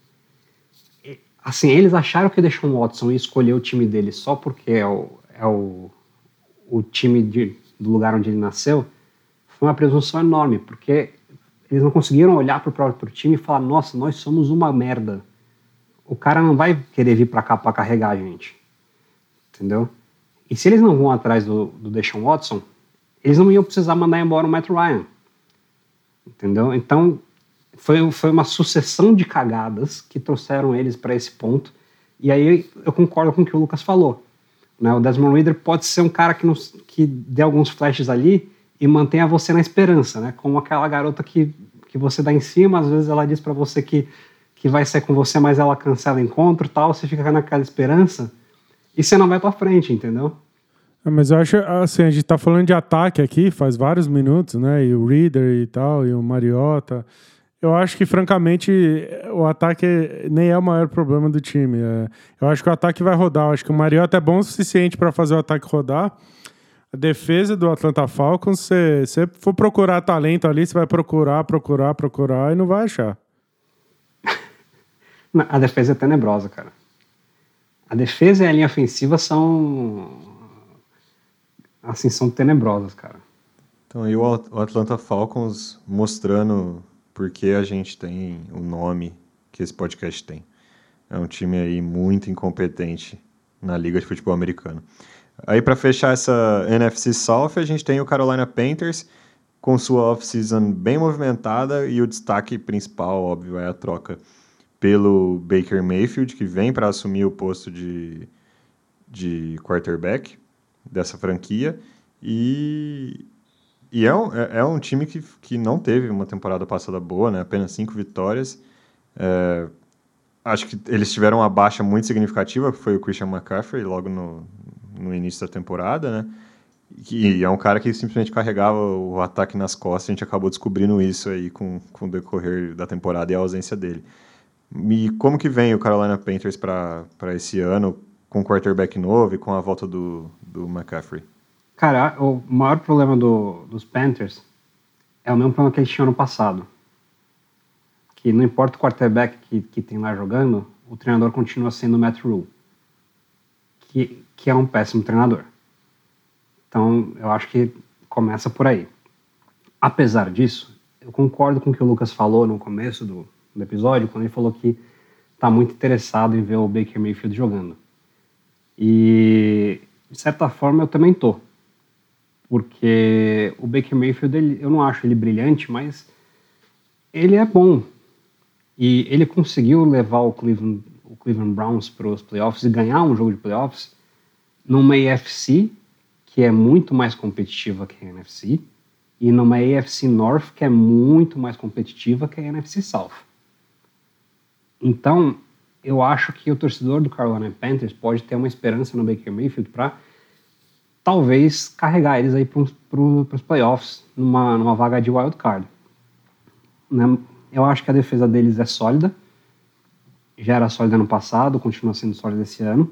Assim, eles acharam que o Deshaun Watson ia escolher o time dele só porque é o time do lugar onde ele nasceu. Foi uma presunção enorme, porque eles não conseguiram olhar para o próprio time e falar: nossa, nós somos uma merda. O cara não vai querer vir para cá para carregar a gente. Entendeu? E se eles não vão atrás do Deshaun Watson, eles não iam precisar mandar embora o Matt Ryan. Entendeu? Então, foi uma sucessão de cagadas que trouxeram eles para esse ponto. E aí eu concordo com o que o Lucas falou, né? O Desmond Ridder pode ser um cara que dê alguns flashes ali e mantenha você na esperança, né? Como aquela garota que você dá em cima, às vezes ela diz para você que vai sair com você, mas ela cancela o encontro e tal, você fica naquela esperança e você não vai para frente, entendeu? Mas eu acho, assim, a gente tá falando de ataque aqui faz vários minutos, né? E o Ridder e tal, e o Mariota. Eu acho que, francamente, o ataque nem é o maior problema do time. Eu acho que o ataque vai rodar. Eu acho que o Mariota é bom o suficiente para fazer o ataque rodar. A defesa do Atlanta Falcons, se você for procurar talento ali, você vai procurar e não vai achar. A defesa é tenebrosa, cara. A defesa e a linha ofensiva são tenebrosas, cara. Então aí o Atlanta Falcons mostrando porque a gente tem o nome que esse podcast tem. É um time aí muito incompetente na Liga de Futebol Americano. Aí para fechar essa NFC South, a gente tem o Carolina Panthers com sua off-season bem movimentada e o destaque principal, óbvio, é a troca pelo Baker Mayfield, que vem para assumir o posto de quarterback dessa franquia. E é um time que não teve uma temporada passada boa, né? Apenas 5 vitórias. acho que eles tiveram uma baixa muito significativa, que foi o Christian McCaffrey, logo no início da temporada, né? E é um cara que simplesmente carregava o ataque nas costas. A gente acabou descobrindo isso aí com o decorrer da temporada e a ausência dele. E como que vem o Carolina Panthers para esse ano, com o quarterback novo e com a volta do McCaffrey? Cara, o maior problema dos Panthers é o mesmo problema que eles tinham no passado. Que não importa o quarterback que tem lá jogando, o treinador continua sendo o Matt Rhule, que é um péssimo treinador. Então, eu acho que começa por aí. Apesar disso, eu concordo com o que o Lucas falou no começo do episódio, quando ele falou que está muito interessado em ver o Baker Mayfield jogando. E, de certa forma, eu também tô. Porque o Baker Mayfield, eu não acho ele brilhante, mas ele é bom. E ele conseguiu levar o Cleveland Browns para os playoffs e ganhar um jogo de playoffs numa AFC que é muito mais competitiva que a NFC e numa AFC North que é muito mais competitiva que a NFC South. Então, eu acho que o torcedor do Carolina Panthers pode ter uma esperança no Baker Mayfield para talvez carregar eles aí para os playoffs numa vaga de wild card. Né? Eu acho que a defesa deles é sólida, já era sólida ano passado, continua sendo sólida esse ano.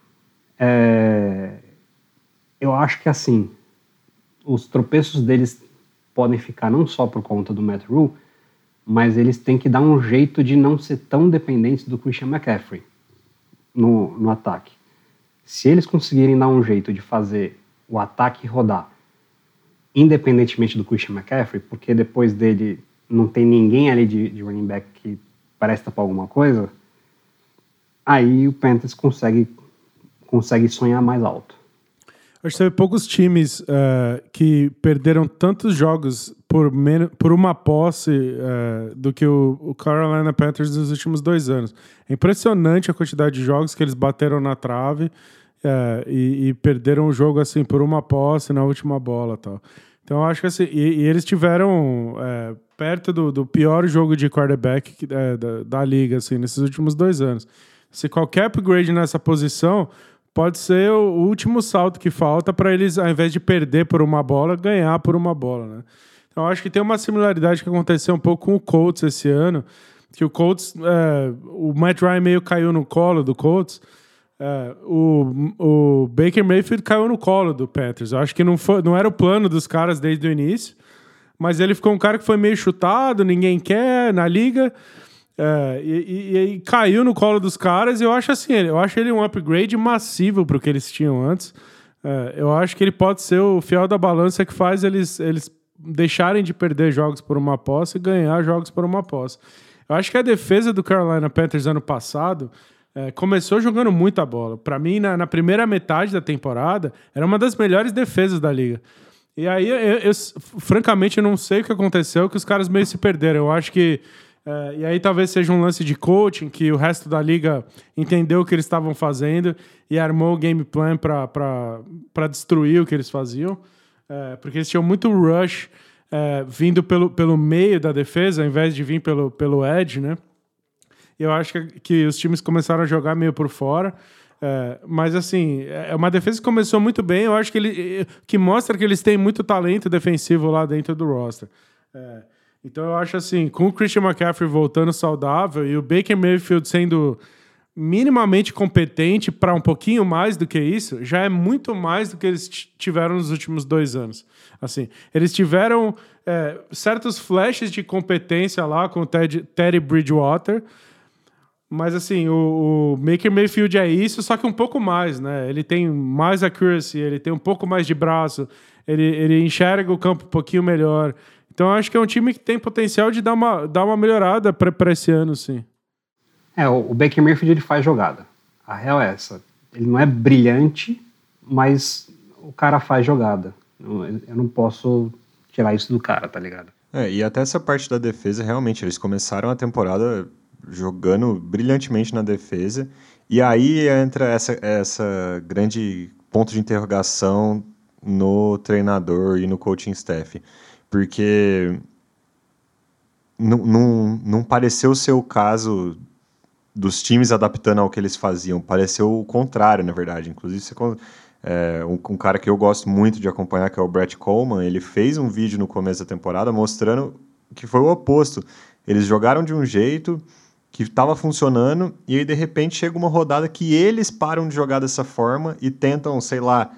Eu acho que assim, os tropeços deles podem ficar não só por conta do Matt Rhule, mas eles têm que dar um jeito de não ser tão dependentes do Christian McCaffrey no ataque. Se eles conseguirem dar um jeito de fazer o ataque rodar independentemente do Christian McCaffrey, porque depois dele não tem ninguém ali de running back que parece tapar alguma coisa, aí o Panthers consegue sonhar mais alto. Acho que teve poucos times que perderam tantos jogos por uma posse do que o Carolina Panthers nos últimos 2 anos. É impressionante a quantidade de jogos que eles bateram na trave e perderam o jogo assim por uma posse na última bola, tal. Então eu acho que assim, e eles tiveram perto do pior jogo de quarterback da liga assim, nesses últimos 2 anos. Se qualquer upgrade nessa posição pode ser o último salto que falta para eles, ao invés de perder por uma bola, ganhar por uma bola, né? Então, eu acho que tem uma similaridade que aconteceu um pouco com o Colts esse ano, que o Colts, o Matt Ryan meio caiu no colo do Colts, o Baker Mayfield caiu no colo do Panthers. Eu acho que não era o plano dos caras desde o início, mas ele ficou um cara que foi meio chutado, ninguém quer na liga, e caiu no colo dos caras. E eu acho assim, eu acho ele um upgrade massivo para o que eles tinham antes. Eu acho que ele pode ser o fiel da balança que faz eles deixarem de perder jogos por uma posse e ganhar jogos por uma posse. Eu acho que a defesa do Carolina Panthers ano passado começou jogando muita bola. Para mim, na primeira metade da temporada, era uma das melhores defesas da liga. E aí, eu francamente, não sei o que aconteceu, que os caras meio se perderam. Eu acho que e aí talvez seja um lance de coaching, que o resto da liga entendeu o que eles estavam fazendo e armou o game plan para destruir o que eles faziam. Porque eles tinham muito rush vindo pelo meio da defesa, ao invés de vir pelo edge, né? E eu acho que os times começaram a jogar meio por fora. Mas assim, é uma defesa que começou muito bem. Eu acho que mostra que eles têm muito talento defensivo lá dentro do roster. Então eu acho assim, com o Christian McCaffrey voltando saudável e o Baker Mayfield sendo minimamente competente para um pouquinho mais do que isso, já é muito mais do que eles tiveram nos últimos 2 anos. Assim, eles tiveram certos flashes de competência lá com o Teddy Bridgewater, mas assim, o Baker Mayfield é isso, só que um pouco mais, né? Ele tem mais accuracy, ele tem um pouco mais de braço, ele enxerga o campo um pouquinho melhor. Então, eu acho que é um time que tem potencial de dar uma melhorada para esse ano, sim. O Baker Mayfield ele faz jogada. A real é essa. Ele não é brilhante, mas o cara faz jogada. Eu não posso tirar isso do cara, tá ligado? E até essa parte da defesa, realmente, eles começaram a temporada jogando brilhantemente na defesa, e aí entra essa grande ponto de interrogação no treinador e no coaching staff. Porque não pareceu ser o caso dos times adaptando ao que eles faziam. Pareceu o contrário, na verdade. Inclusive, um cara que eu gosto muito de acompanhar, que é o Brett Coleman, ele fez um vídeo no começo da temporada mostrando que foi o oposto. Eles jogaram de um jeito que estava funcionando, e aí, de repente, chega uma rodada que eles param de jogar dessa forma e tentam, sei lá,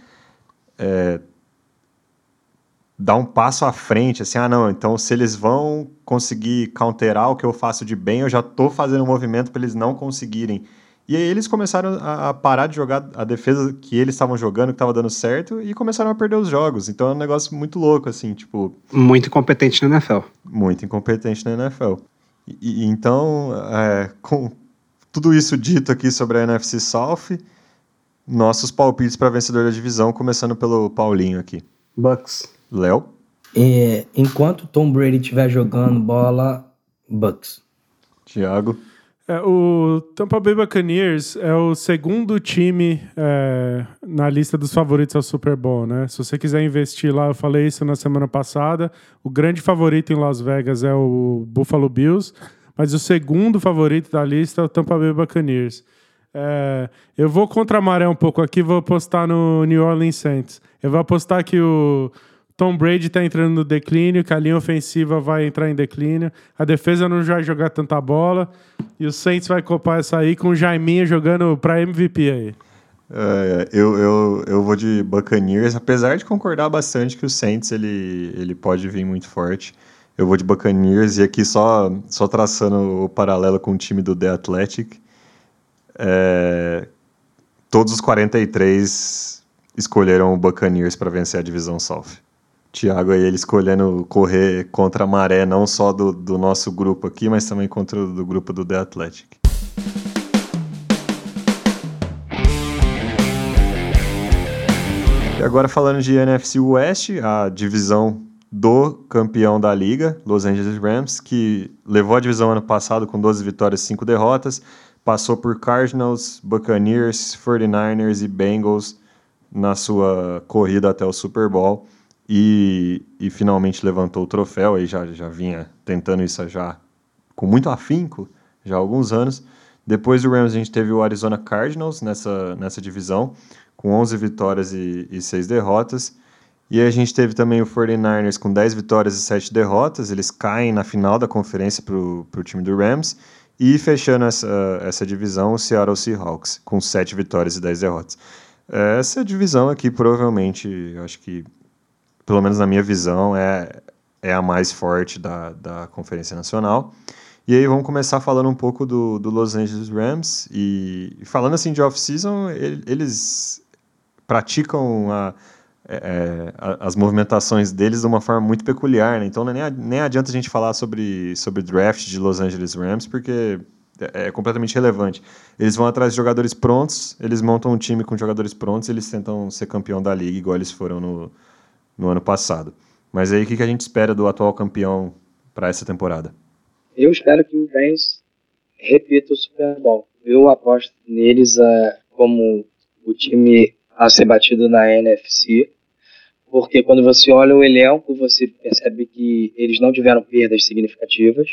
dar um passo à frente, assim, não, então se eles vão conseguir counterar o que eu faço de bem, eu já estou fazendo um movimento para eles não conseguirem. E aí eles começaram a parar de jogar a defesa que eles estavam jogando, que estava dando certo, e começaram a perder os jogos. Então é um negócio muito louco, assim, tipo... Muito incompetente na NFL. Muito incompetente na NFL. Então, com tudo isso dito aqui sobre a NFC South, nossos palpites para vencedor da divisão, começando pelo Paulinho aqui. Bucks. Léo? Enquanto Tom Brady estiver jogando bola, Bucks. Thiago? O Tampa Bay Buccaneers é o segundo time na lista dos favoritos ao Super Bowl, né? Se você quiser investir lá, eu falei isso na semana passada, o grande favorito em Las Vegas é o Buffalo Bills, mas o segundo favorito da lista é o Tampa Bay Buccaneers. Eu vou contra a maré um pouco aqui, vou apostar no New Orleans Saints. Eu vou apostar que o Tom Brady está entrando no declínio, que a linha ofensiva vai entrar em declínio, a defesa não vai jogar tanta bola, e o Saints vai copar essa aí com o Jaiminho jogando para MVP aí. Eu vou de Buccaneers, apesar de concordar bastante que o Saints ele pode vir muito forte. Eu vou de Buccaneers, e aqui só traçando o paralelo com o time do The Athletic, todos os 43 escolheram o Buccaneers para vencer a divisão South. Thiago aí, ele escolhendo correr contra a maré, não só do nosso grupo aqui, mas também contra do grupo do The Athletic. E agora falando de NFC West, a divisão do campeão da liga, Los Angeles Rams, que levou a divisão ano passado com 12 vitórias e 5 derrotas, passou por Cardinals, Buccaneers, 49ers e Bengals na sua corrida até o Super Bowl. E finalmente levantou o troféu, aí já vinha tentando isso já com muito afinco, já há alguns anos. Depois do Rams a gente teve o Arizona Cardinals nessa divisão, com 11 vitórias e 6 derrotas. E aí a gente teve também o 49ers com 10 vitórias e 7 derrotas, eles caem na final da conferência para o time do Rams. E fechando essa divisão, o Seattle Seahawks, com 7 vitórias e 10 derrotas. Essa divisão aqui provavelmente, acho que pelo menos na minha visão, é a mais forte da Conferência Nacional. E aí vamos começar falando um pouco do Los Angeles Rams. E falando assim de off-season, eles praticam as movimentações deles de uma forma muito peculiar, né? Então nem adianta a gente falar sobre draft de Los Angeles Rams, porque é completamente relevante. Eles vão atrás de jogadores prontos, eles montam um time com jogadores prontos, eles tentam ser campeão da liga, igual eles foram no ano passado. Mas aí, o que a gente espera do atual campeão para essa temporada? Eu espero que o Rams repita o Super Bowl. Eu aposto neles como o time a ser batido na NFC, porque quando você olha o elenco, você percebe que eles não tiveram perdas significativas.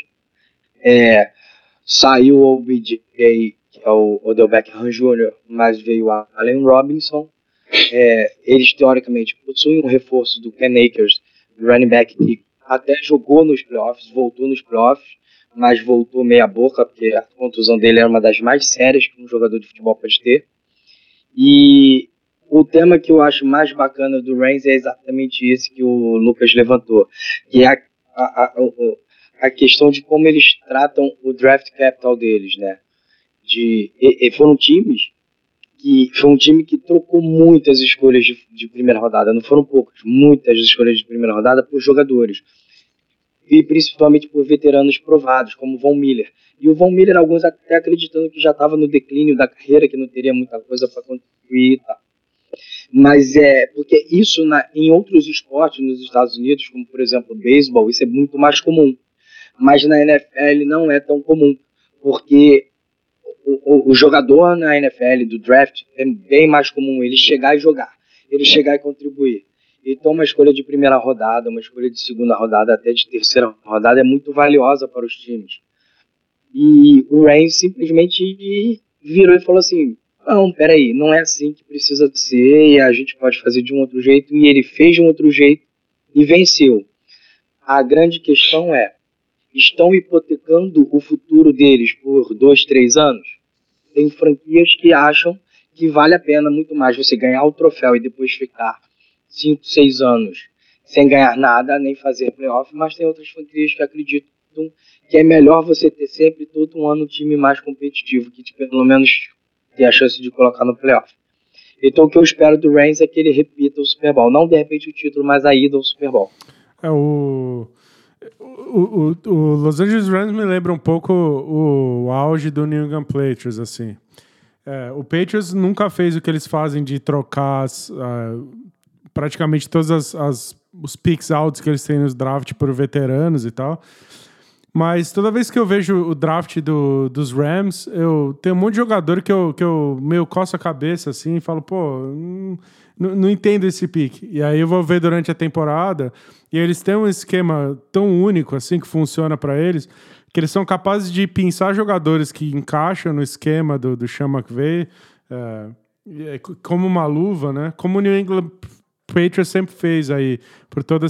Saiu o OBJ, que é o Odell Beckham Jr., mas veio o Allen Robinson. Eles, teoricamente, possuem um reforço do Cam Akers, running back, que até jogou nos playoffs, voltou nos playoffs, mas voltou meia boca, porque a contusão dele era uma das mais sérias que um jogador de futebol pode ter. E o tema que eu acho mais bacana do Rams é exatamente esse que o Lucas levantou, que é a questão de como eles tratam o draft capital deles, né? Foram um time que trocou muitas escolhas de primeira rodada, não foram poucas, muitas escolhas de primeira rodada por jogadores, e principalmente por veteranos provados, como o Von Miller. E o Von Miller, alguns até acreditando que já estava no declínio da carreira, que não teria muita coisa para contribuir e tal. Mas porque isso em outros esportes nos Estados Unidos, como por exemplo o beisebol, isso é muito mais comum. Mas na NFL não é tão comum, porque o jogador na NFL do draft é bem mais comum ele chegar e jogar, ele chegar e contribuir. Então uma escolha de primeira rodada, uma escolha de segunda rodada, até de terceira rodada é muito valiosa para os times. E o Reigns simplesmente virou e falou assim, não, peraí, não é assim que precisa ser, e a gente pode fazer de um outro jeito, e ele fez de um outro jeito e venceu. A grande questão é, estão hipotecando o futuro deles por 2, 3 anos? Tem franquias que acham que vale a pena muito mais você ganhar o troféu e depois ficar 5, 6 anos sem ganhar nada, nem fazer playoff, mas tem outras franquias que acreditam que é melhor você ter sempre todo ano um time mais competitivo, que pelo menos tem a chance de colocar no playoff. Então o que eu espero do Reigns é que ele repita o Super Bowl, não de repente o título, mas a ida ao Super Bowl. O Los Angeles Rams me lembra um pouco o auge do New England Patriots, assim. O Patriots nunca fez o que eles fazem de trocar praticamente todos os picks altos que eles têm nos drafts por veteranos e tal. Mas toda vez que eu vejo o draft dos Rams, eu tenho um monte de jogador que eu meio coço a cabeça assim e falo, pô, não entendo esse pick. E aí eu vou ver durante a temporada e eles têm um esquema tão único assim que funciona para eles, que eles são capazes de pensar jogadores que encaixam no esquema do Sean McVay, como uma luva, né? Como o New England Patriots sempre fez aí, por toda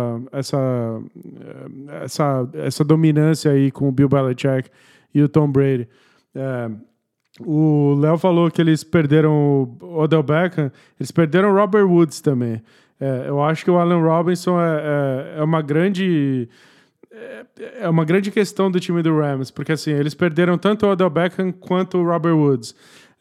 essa dominância aí com o Bill Belichick e o Tom Brady. O Léo falou que eles perderam o Odell Beckham, eles perderam o Robert Woods também. Eu acho que o Allen Robinson é uma grande questão do time do Rams, porque assim, eles perderam tanto o Odell Beckham quanto o Robert Woods.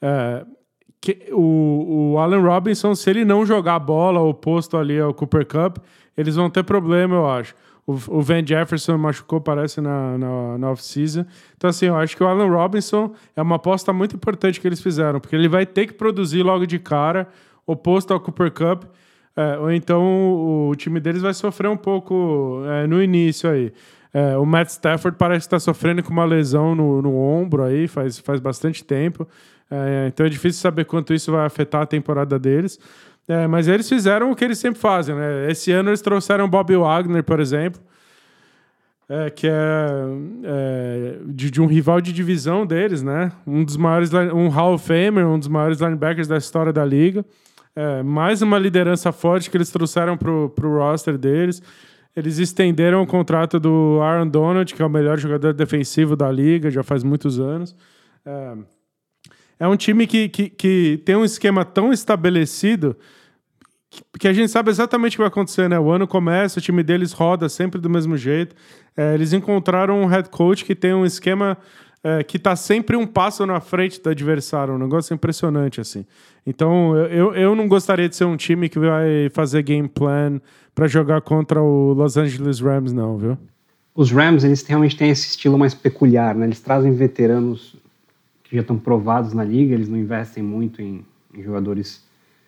O Allen Robinson, se ele não jogar a bola oposto ali ao Cooper Kupp, eles vão ter problema, eu acho. O Van Jefferson machucou, parece, na off-season. Então, assim, eu acho que o Allen Robinson é uma aposta muito importante que eles fizeram, porque ele vai ter que produzir logo de cara, oposto ao Cooper Kupp, ou então o time deles vai sofrer um pouco no início aí. O Matt Stafford parece estar sofrendo com uma lesão no ombro aí, faz bastante tempo. Então é difícil saber quanto isso vai afetar a temporada deles. Mas eles fizeram o que eles sempre fazem, né? Esse ano eles trouxeram o Bobby Wagner, por exemplo, que é de um rival de divisão deles, né? Um Hall of Famer, um dos maiores linebackers da história da liga. Mais uma liderança forte que eles trouxeram pro roster deles. Eles estenderam o contrato do Aaron Donald, que é o melhor jogador defensivo da liga, já faz muitos anos. É um time que tem um esquema tão estabelecido que a gente sabe exatamente o que vai acontecer, né? O ano começa, o time deles roda sempre do mesmo jeito. Eles encontraram um head coach que tem um esquema que está sempre um passo na frente do adversário, um negócio impressionante, assim. Então, eu não gostaria de ser um time que vai fazer game plan para jogar contra o Los Angeles Rams, não, viu? Os Rams, eles realmente têm esse estilo mais peculiar, né? Eles trazem veteranos que já estão provados na liga, eles não investem muito em jogadores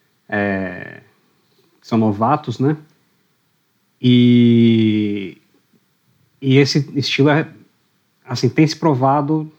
que são novatos, né? E esse estilo assim, tem se provado,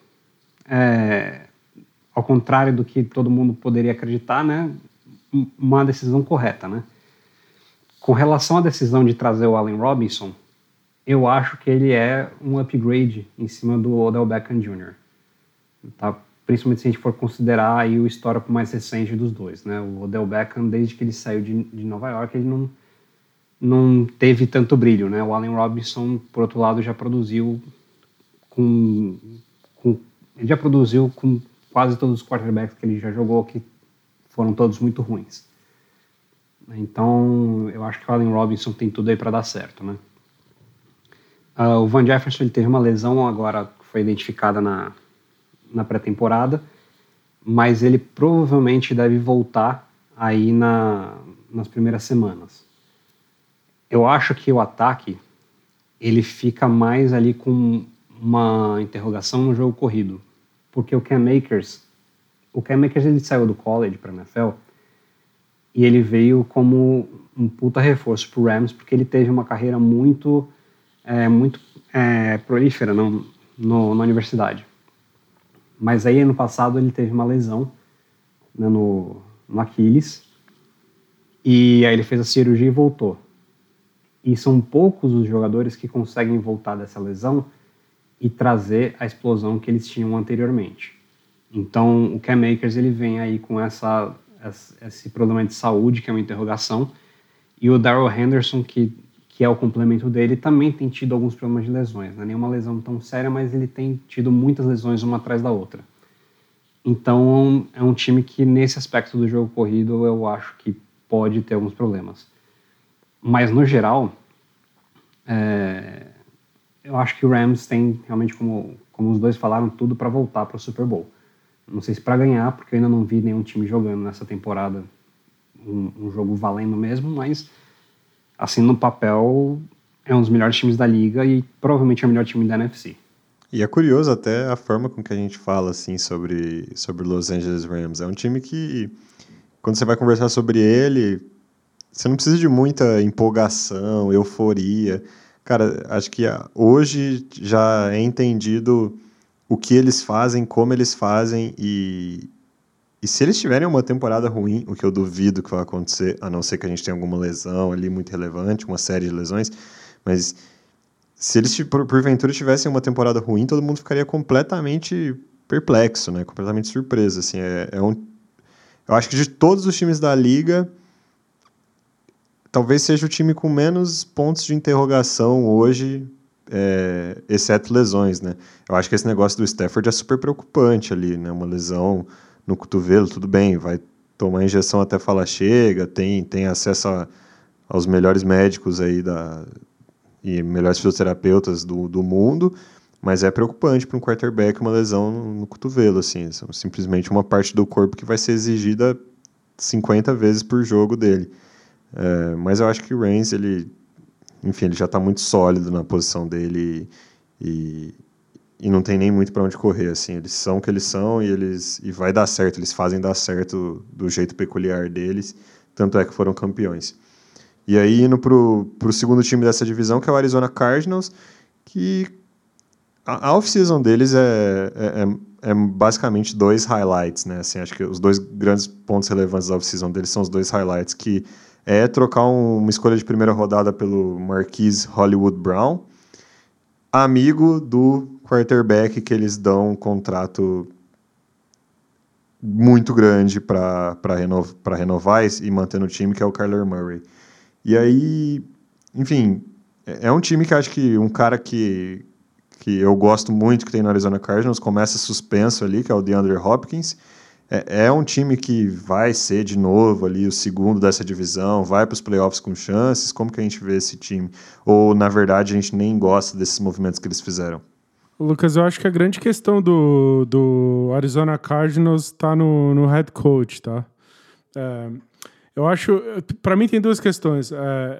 ao contrário do que todo mundo poderia acreditar, né? Uma decisão correta, né? Com relação à decisão de trazer o Allen Robinson, eu acho que ele é um upgrade em cima do Odell Beckham Jr., tá? Principalmente se a gente for considerar aí o histórico mais recente dos dois, né? O Odell Beckham, desde que ele saiu de Nova York, ele não teve tanto brilho, né? O Allen Robinson, por outro lado, já produziu ele já produziu com quase todos os quarterbacks que ele já jogou, que foram todos muito ruins. Então, eu acho que o Allen Robinson tem tudo aí para dar certo, né? O Van Jefferson, ele teve uma lesão agora que foi identificada na pré-temporada, mas ele provavelmente deve voltar aí nas primeiras semanas. Eu acho que o ataque ele fica mais ali com uma interrogação no jogo corrido, porque o Cam Akers ele saiu do college para a NFL e ele veio como um puta reforço pro Rams, porque ele teve uma carreira muito prolífera na universidade. Mas aí, ano passado, ele teve uma lesão, né, no Aquiles, e aí ele fez a cirurgia e voltou. E são poucos os jogadores que conseguem voltar dessa lesão e trazer a explosão que eles tinham anteriormente. Então, o Cam Akers ele vem aí com esse problema de saúde, que é uma interrogação, e o Darrell Henderson, que é o complemento dele, também tem tido alguns problemas de lesões. Não é nenhuma lesão tão séria, mas ele tem tido muitas lesões uma atrás da outra. Então, é um time que, nesse aspecto do jogo corrido, eu acho que pode ter alguns problemas. Mas, no geral, eu acho que o Rams tem realmente, como os dois falaram, tudo para voltar para o Super Bowl. Não sei se para ganhar, porque eu ainda não vi nenhum time jogando nessa temporada um jogo valendo mesmo, mas assim, no papel, é um dos melhores times da liga e provavelmente é o melhor time da NFC. E é curioso até a forma com que a gente fala assim, sobre o Los Angeles Rams. É um time que, quando você vai conversar sobre ele, você não precisa de muita empolgação, euforia. Cara, acho que hoje já é entendido o que eles fazem, como eles fazem, e se eles tiverem uma temporada ruim, o que eu duvido que vai acontecer, a não ser que a gente tenha alguma lesão ali muito relevante, uma série de lesões, mas se eles porventura tivessem uma temporada ruim, todo mundo ficaria completamente perplexo, né? Completamente surpreso. Assim, eu acho que de todos os times da liga, talvez seja o time com menos pontos de interrogação hoje, exceto lesões, né? Eu acho que esse negócio do Stafford é super preocupante ali, né? Uma lesão no cotovelo, tudo bem, vai tomar injeção até falar chega, tem acesso aos melhores médicos aí e melhores fisioterapeutas do mundo, mas é preocupante para um quarterback uma lesão no cotovelo, assim, simplesmente uma parte do corpo que vai ser exigida 50 vezes por jogo dele. Mas eu acho que o Reigns, ele já está muito sólido na posição dele e não tem nem muito para onde correr, assim, eles são o que eles são e vai dar certo, eles fazem dar certo do jeito peculiar deles, tanto é que foram campeões. E aí indo pro segundo time dessa divisão, que é o Arizona Cardinals, que a off-season deles é basicamente 2 highlights, né, assim, acho que os 2 grandes pontos relevantes da off-season deles são os 2 highlights, que é trocar uma escolha de primeira rodada pelo Marquise Hollywood Brown, amigo do quarterback que eles dão um contrato muito grande para renovar e manter no time, que é o Kyler Murray. E aí, enfim, é um time que acho que um cara que eu gosto muito que tem no Arizona Cardinals, começa suspenso ali, que é o DeAndre Hopkins. É um time que vai ser de novo ali o segundo dessa divisão, vai para os playoffs com chances. Como que a gente vê esse time? Ou, na verdade, a gente nem gosta desses movimentos que eles fizeram? Lucas, eu acho que a grande questão do Arizona Cardinals está no head coach, tá? Eu acho... Para mim tem 2 questões.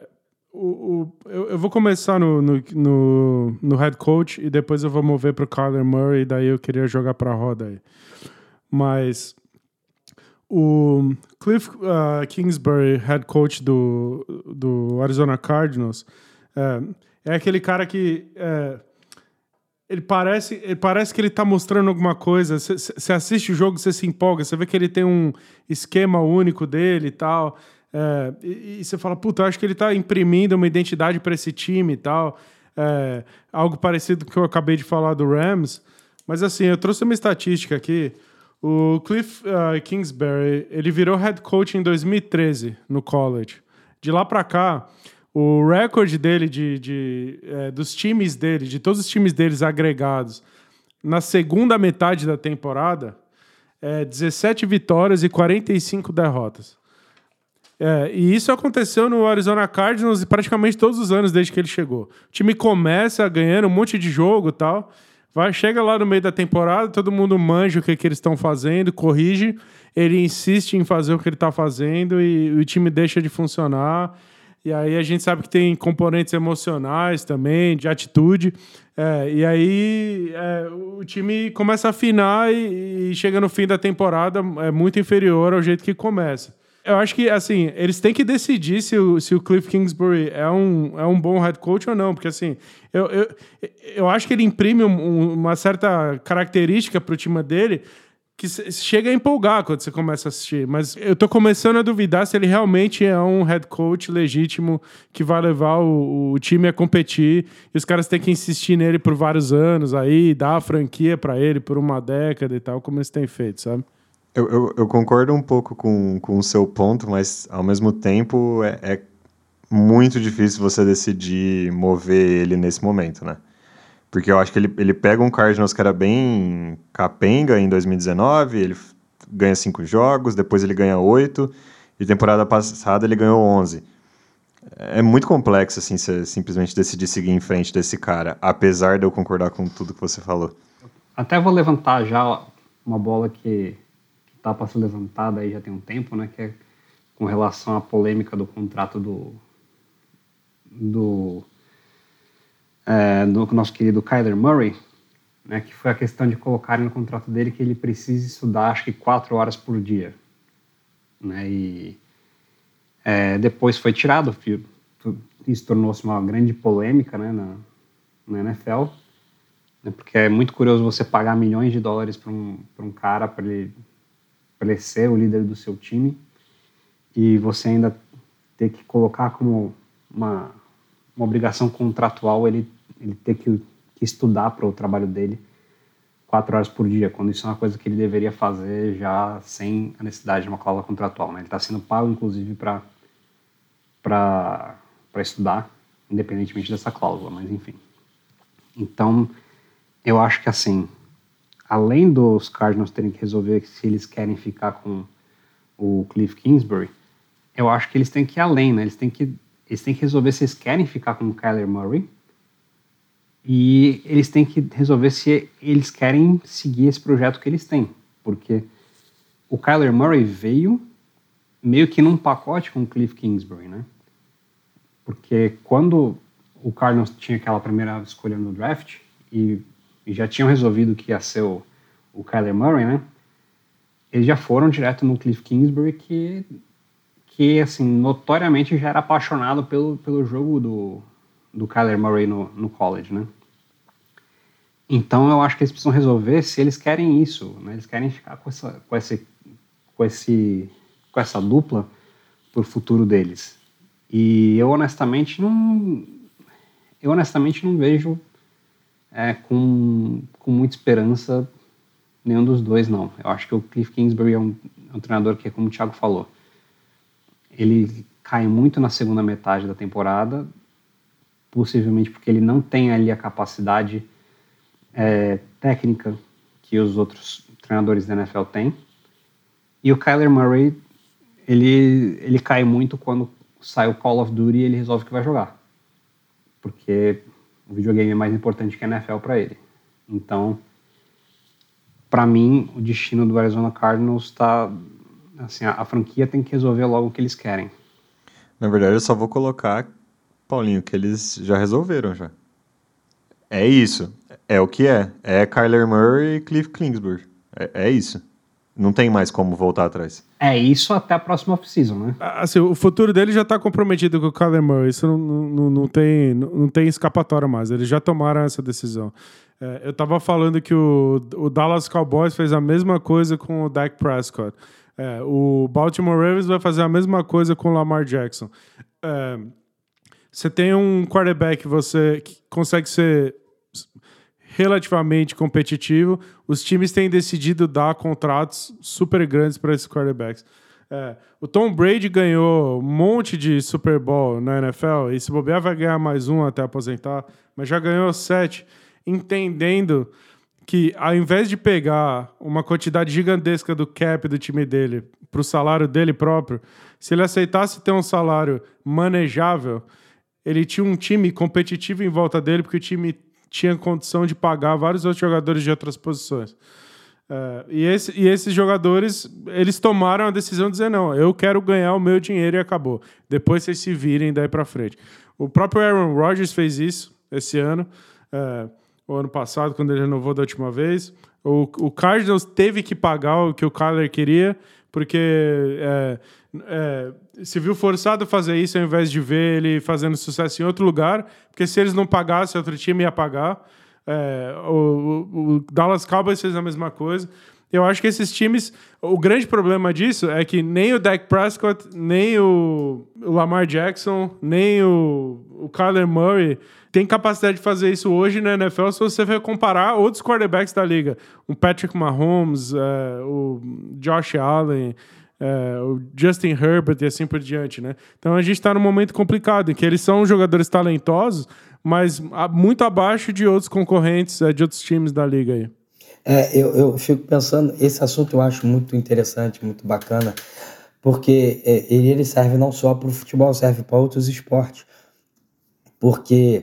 Eu vou começar no head coach e depois eu vou mover para o Kyler Murray, e daí eu queria jogar para a roda aí. Mas o Cliff Kingsbury, head coach do Arizona Cardinals, é aquele cara que ele parece que ele está mostrando alguma coisa. Você assiste o jogo, você se empolga, você vê que ele tem um esquema único dele e tal, e você fala, puta, eu acho que ele está imprimindo uma identidade para esse time e tal, algo parecido com o que eu acabei de falar do Rams. Mas assim, eu trouxe uma estatística aqui. O Cliff Kingsbury, ele virou head coach em 2013 no college. De lá para cá, o recorde dele dos times dele, de todos os times deles agregados, na segunda metade da temporada, 17 vitórias e 45 derrotas. E isso aconteceu no Arizona Cardinals praticamente todos os anos desde que ele chegou. O time começa ganhando um monte de jogo e tal... Chega lá no meio da temporada, todo mundo manja o que eles estão fazendo, corrige, ele insiste em fazer o que ele está fazendo e o time deixa de funcionar. E aí a gente sabe que tem componentes emocionais também, de atitude. E aí o time começa a afinar e chega no fim da temporada muito inferior ao jeito que começa. Eu acho que, assim, eles têm que decidir se o Cliff Kingsbury é um bom head coach ou não, porque, assim, eu acho que ele imprime uma certa característica para o time dele que chega a empolgar quando você começa a assistir. Mas eu tô começando a duvidar se ele realmente é um head coach legítimo que vai levar o time a competir e os caras têm que insistir nele por vários anos aí, dar a franquia pra ele por uma década e tal, como eles têm feito, sabe? Eu concordo um pouco com o seu ponto, mas ao mesmo tempo é muito difícil você decidir mover ele nesse momento, né? Porque eu acho que ele pega um Cardinals que era bem capenga em 2019, ele ganha 5 jogos, depois ele ganha 8, e temporada passada ele ganhou 11. É muito complexo, assim, você simplesmente decidir seguir em frente desse cara, apesar de eu concordar com tudo que você falou. Até vou levantar já uma bola que tá para ser levantada aí já tem um tempo, né, que é com relação à polêmica do contrato do nosso querido Kyler Murray, né, que foi a questão de colocarem no contrato dele que ele precisa estudar, acho que 4 horas por dia. Né, e depois foi tirado, isso tornou-se uma grande polêmica, né, na NFL, né, porque é muito curioso você pagar milhões de dólares para um cara para ele ser o líder do seu time e você ainda ter que colocar como uma obrigação contratual ele ter que estudar para o trabalho dele 4 horas por dia, quando isso é uma coisa que ele deveria fazer já sem a necessidade de uma cláusula contratual. Né? Ele está sendo pago, inclusive, para estudar, independentemente dessa cláusula, mas enfim. Então, eu acho que assim, além dos Cardinals terem que resolver se eles querem ficar com o Cliff Kingsbury, eu acho que eles têm que ir além, né? Eles têm que resolver se eles querem ficar com o Kyler Murray e eles têm que resolver se eles querem seguir esse projeto que eles têm, porque o Kyler Murray veio meio que num pacote com o Cliff Kingsbury, né? Porque quando o Cardinals tinha aquela primeira escolha no draft e já tinham resolvido que ia ser o Kyler Murray, né? Eles já foram direto no Cliff Kingsbury que assim, notoriamente já era apaixonado pelo jogo do Kyler Murray no college, né? Então eu acho que eles precisam resolver se eles querem isso, né? Eles querem ficar com essa dupla pro futuro deles. E eu honestamente não vejo com muita esperança nenhum dos dois, não. Eu acho que o Cliff Kingsbury é um treinador que, como o Thiago falou, ele cai muito na segunda metade da temporada, possivelmente porque ele não tem ali a capacidade técnica que os outros treinadores da NFL têm. E o Kyler Murray, ele cai muito quando sai o Call of Duty e ele resolve que vai jogar. Porque o videogame é mais importante que a NFL para ele. Então, para mim, o destino do Arizona Cardinals está... Assim, a franquia tem que resolver logo o que eles querem. Na verdade, eu só vou colocar, Paulinho, que eles já resolveram já. É isso. É o que é. É Kyler Murray e Cliff Kingsbury. É isso. Não tem mais como voltar atrás. É isso até a próxima off-season, né? Assim, o futuro dele já está comprometido com o Kyler Murray. Isso não tem escapatória mais. Eles já tomaram essa decisão. Eu estava falando que o Dallas Cowboys fez a mesma coisa com o Dak Prescott. O Baltimore Ravens vai fazer a mesma coisa com o Lamar Jackson. Você tem um quarterback que consegue ser relativamente competitivo. Os times têm decidido dar contratos super grandes para esses quarterbacks. O Tom Brady ganhou um monte de Super Bowl na NFL e se bobear vai ganhar mais um até aposentar, mas já ganhou 7, entendendo que ao invés de pegar uma quantidade gigantesca do cap do time dele para o salário dele próprio, se ele aceitasse ter um salário manejável, ele tinha um time competitivo em volta dele, porque o time tinha condição de pagar vários outros jogadores de outras posições. E esses jogadores, eles tomaram a decisão de dizer, não, eu quero ganhar o meu dinheiro e acabou. Depois vocês se virem daí para frente. O próprio Aaron Rodgers fez isso esse ano. O ano passado, quando ele renovou da última vez. O Cardinals teve que pagar o que o Kyler queria, porque se viu forçado a fazer isso ao invés de ver ele fazendo sucesso em outro lugar, porque se eles não pagassem, outro time ia pagar. O Dallas Cowboys fez a mesma coisa. Eu acho que esses times... O grande problema disso é que nem o Dak Prescott, nem o Lamar Jackson, nem o Kyler Murray tem capacidade de fazer isso hoje na NFL se você for comparar outros quarterbacks da liga. O Patrick Mahomes, o Josh Allen, o Justin Herbert e assim por diante, né? Então a gente está num momento complicado, em que eles são jogadores talentosos, mas muito abaixo de outros concorrentes, de outros times da liga aí. Eu fico pensando, esse assunto eu acho muito interessante, muito bacana, porque ele serve não só para o futebol, serve para outros esportes. Porque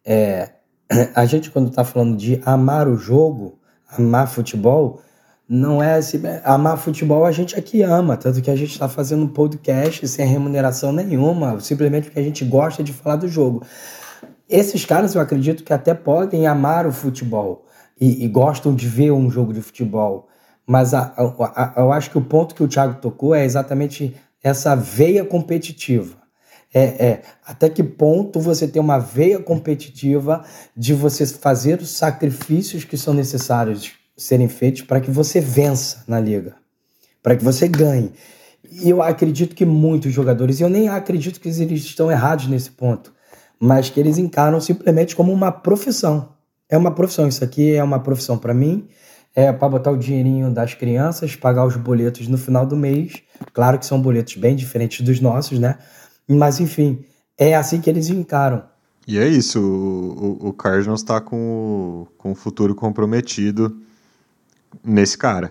a gente, quando está falando de amar o jogo, amar futebol, não é assim, amar futebol a gente aqui ama, tanto que a gente está fazendo um podcast sem remuneração nenhuma, simplesmente porque a gente gosta de falar do jogo. Esses caras eu acredito que até podem amar o futebol e gostam de ver um jogo de futebol, mas eu acho que o ponto que o Thiago tocou é exatamente essa veia competitiva. Até que ponto você tem uma veia competitiva de você fazer os sacrifícios que são necessários serem feitos para que você vença na liga, para que você ganhe. E eu acredito que muitos jogadores, e eu nem acredito que eles estão errados nesse ponto, mas que eles encaram simplesmente como uma profissão. É uma profissão, isso aqui é uma profissão para mim, para botar o dinheirinho das crianças, pagar os boletos no final do mês. Claro que são boletos bem diferentes dos nossos, né? Mas, enfim, é assim que eles encaram. E é isso, o Cardinals está com o futuro comprometido nesse cara.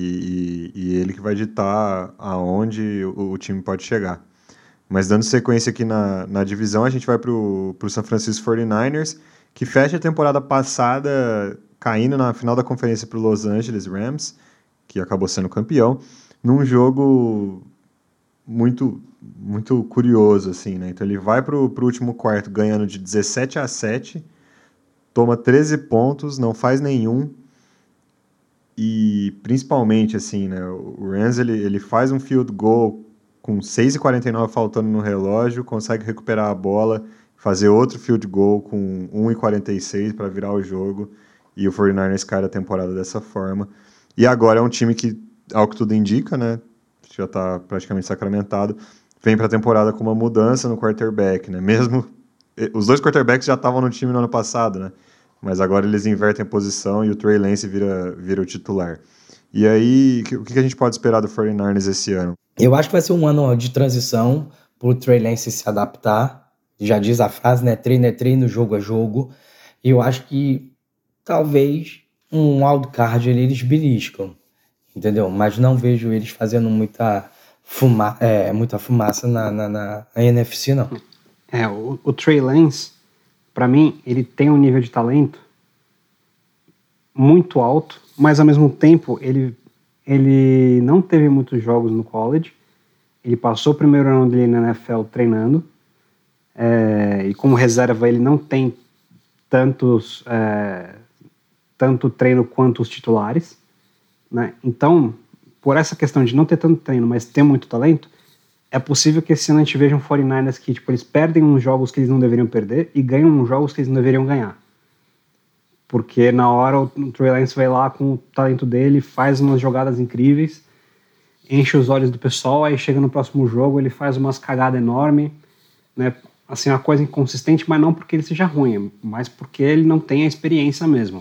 E ele que vai ditar aonde o time pode chegar. Mas dando sequência aqui na divisão, a gente vai para o San Francisco 49ers, que fecha a temporada passada caindo na final da conferência para o Los Angeles Rams, que acabou sendo campeão, num jogo muito, muito curioso, assim, né? Então ele vai para o último quarto ganhando de 17-7, toma 13 pontos, não faz nenhum, e principalmente, assim, né? O Rams, ele faz um field goal com 6:49 faltando no relógio, consegue recuperar a bola, fazer outro field goal com 1:46 para virar o jogo, e o 49ers cai da temporada dessa forma. E agora é um time que, ao que tudo indica, né, já está praticamente sacramentado, vem para a temporada com uma mudança no quarterback, né? Mesmo os dois quarterbacks já estavam no time no ano passado, né? Mas agora eles invertem a posição e o Trey Lance vira o titular. E aí, o que a gente pode esperar do 49ers esse ano? Eu acho que vai ser um ano de transição para o Trey Lance se adaptar. Já diz a frase, né? Treino é treino, jogo é jogo. E eu acho que talvez um wildcard eles beliscam, entendeu? Mas não vejo eles fazendo muita fumaça na NFC, não. O Trey Lance, para mim, ele tem um nível de talento muito alto, mas ao mesmo tempo ele não teve muitos jogos no college. Ele passou o primeiro ano dele na NFL treinando, e como reserva ele não tem tanto treino quanto os titulares, né? Então, por essa questão de não ter tanto treino, mas ter muito talento, é possível que esse ano a gente veja um 49ers que eles perdem uns jogos que eles não deveriam perder e ganham uns jogos que eles não deveriam ganhar. Porque na hora o Trey Lance vai lá com o talento dele, faz umas jogadas incríveis, enche os olhos do pessoal, aí chega no próximo jogo, ele faz umas cagadas enormes, né? Assim, uma coisa inconsistente, mas não porque ele seja ruim, mas porque ele não tem a experiência mesmo.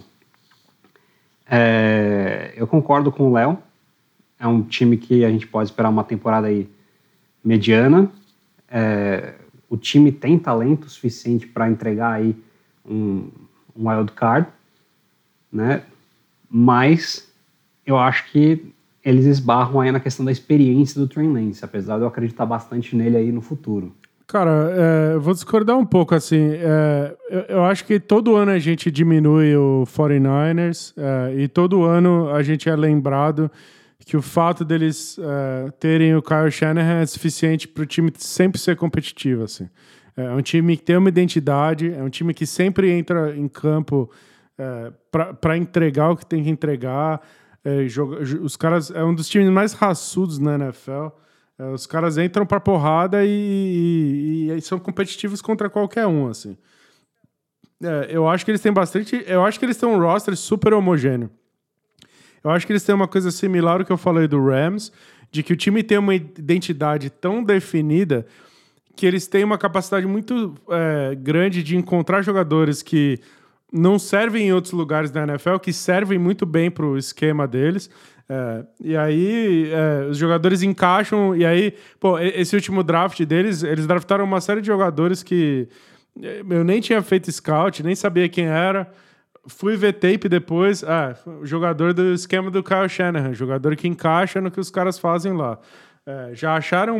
Eu concordo com o Léo, é um time que a gente pode esperar uma temporada aí mediana. O time tem talento suficiente para entregar aí um wild card, né? Mas eu acho que eles esbarram aí na questão da experiência do Trey Lance, apesar de eu acreditar bastante nele aí no futuro. Cara, eu vou discordar um pouco, assim, eu acho que todo ano a gente diminui o 49ers, e todo ano a gente é lembrado que o fato deles terem o Kyle Shanahan é suficiente para o time sempre ser competitivo, assim. É um time que tem uma identidade, é um time que sempre entra em campo para entregar o que tem que entregar. Os caras é um dos times mais raçudos na NFL. Os caras entram pra porrada e são competitivos contra qualquer um, assim. Eu acho que eles têm bastante... Eu acho que eles têm um roster super homogêneo. Eu acho que eles têm uma coisa similar ao que eu falei do Rams, de que o time tem uma identidade tão definida que eles têm uma capacidade muito grande de encontrar jogadores que não servem em outros lugares da NFL, que servem muito bem para o esquema deles. E aí os jogadores encaixam. E aí, esse último draft deles, eles draftaram uma série de jogadores que eu nem tinha feito scout, nem sabia quem era. Fui ver tape depois. Jogador do esquema do Kyle Shanahan, jogador que encaixa no que os caras fazem lá. Já acharam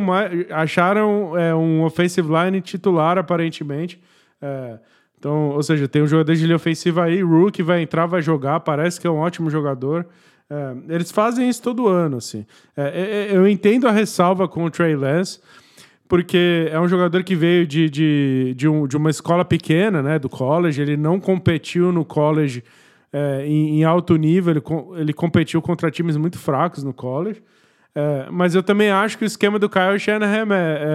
um offensive line titular, aparentemente. Então, ou seja, tem um jogador de linha ofensiva aí, Rookie, vai entrar, vai jogar, parece que é um ótimo jogador. Eles fazem isso todo ano, assim. Eu entendo a ressalva com o Trey Lance, porque é um jogador que veio de uma escola pequena, né, do college. Ele não competiu no college em alto nível, ele competiu contra times muito fracos no college. Mas eu também acho que o esquema do Kyle Shanahan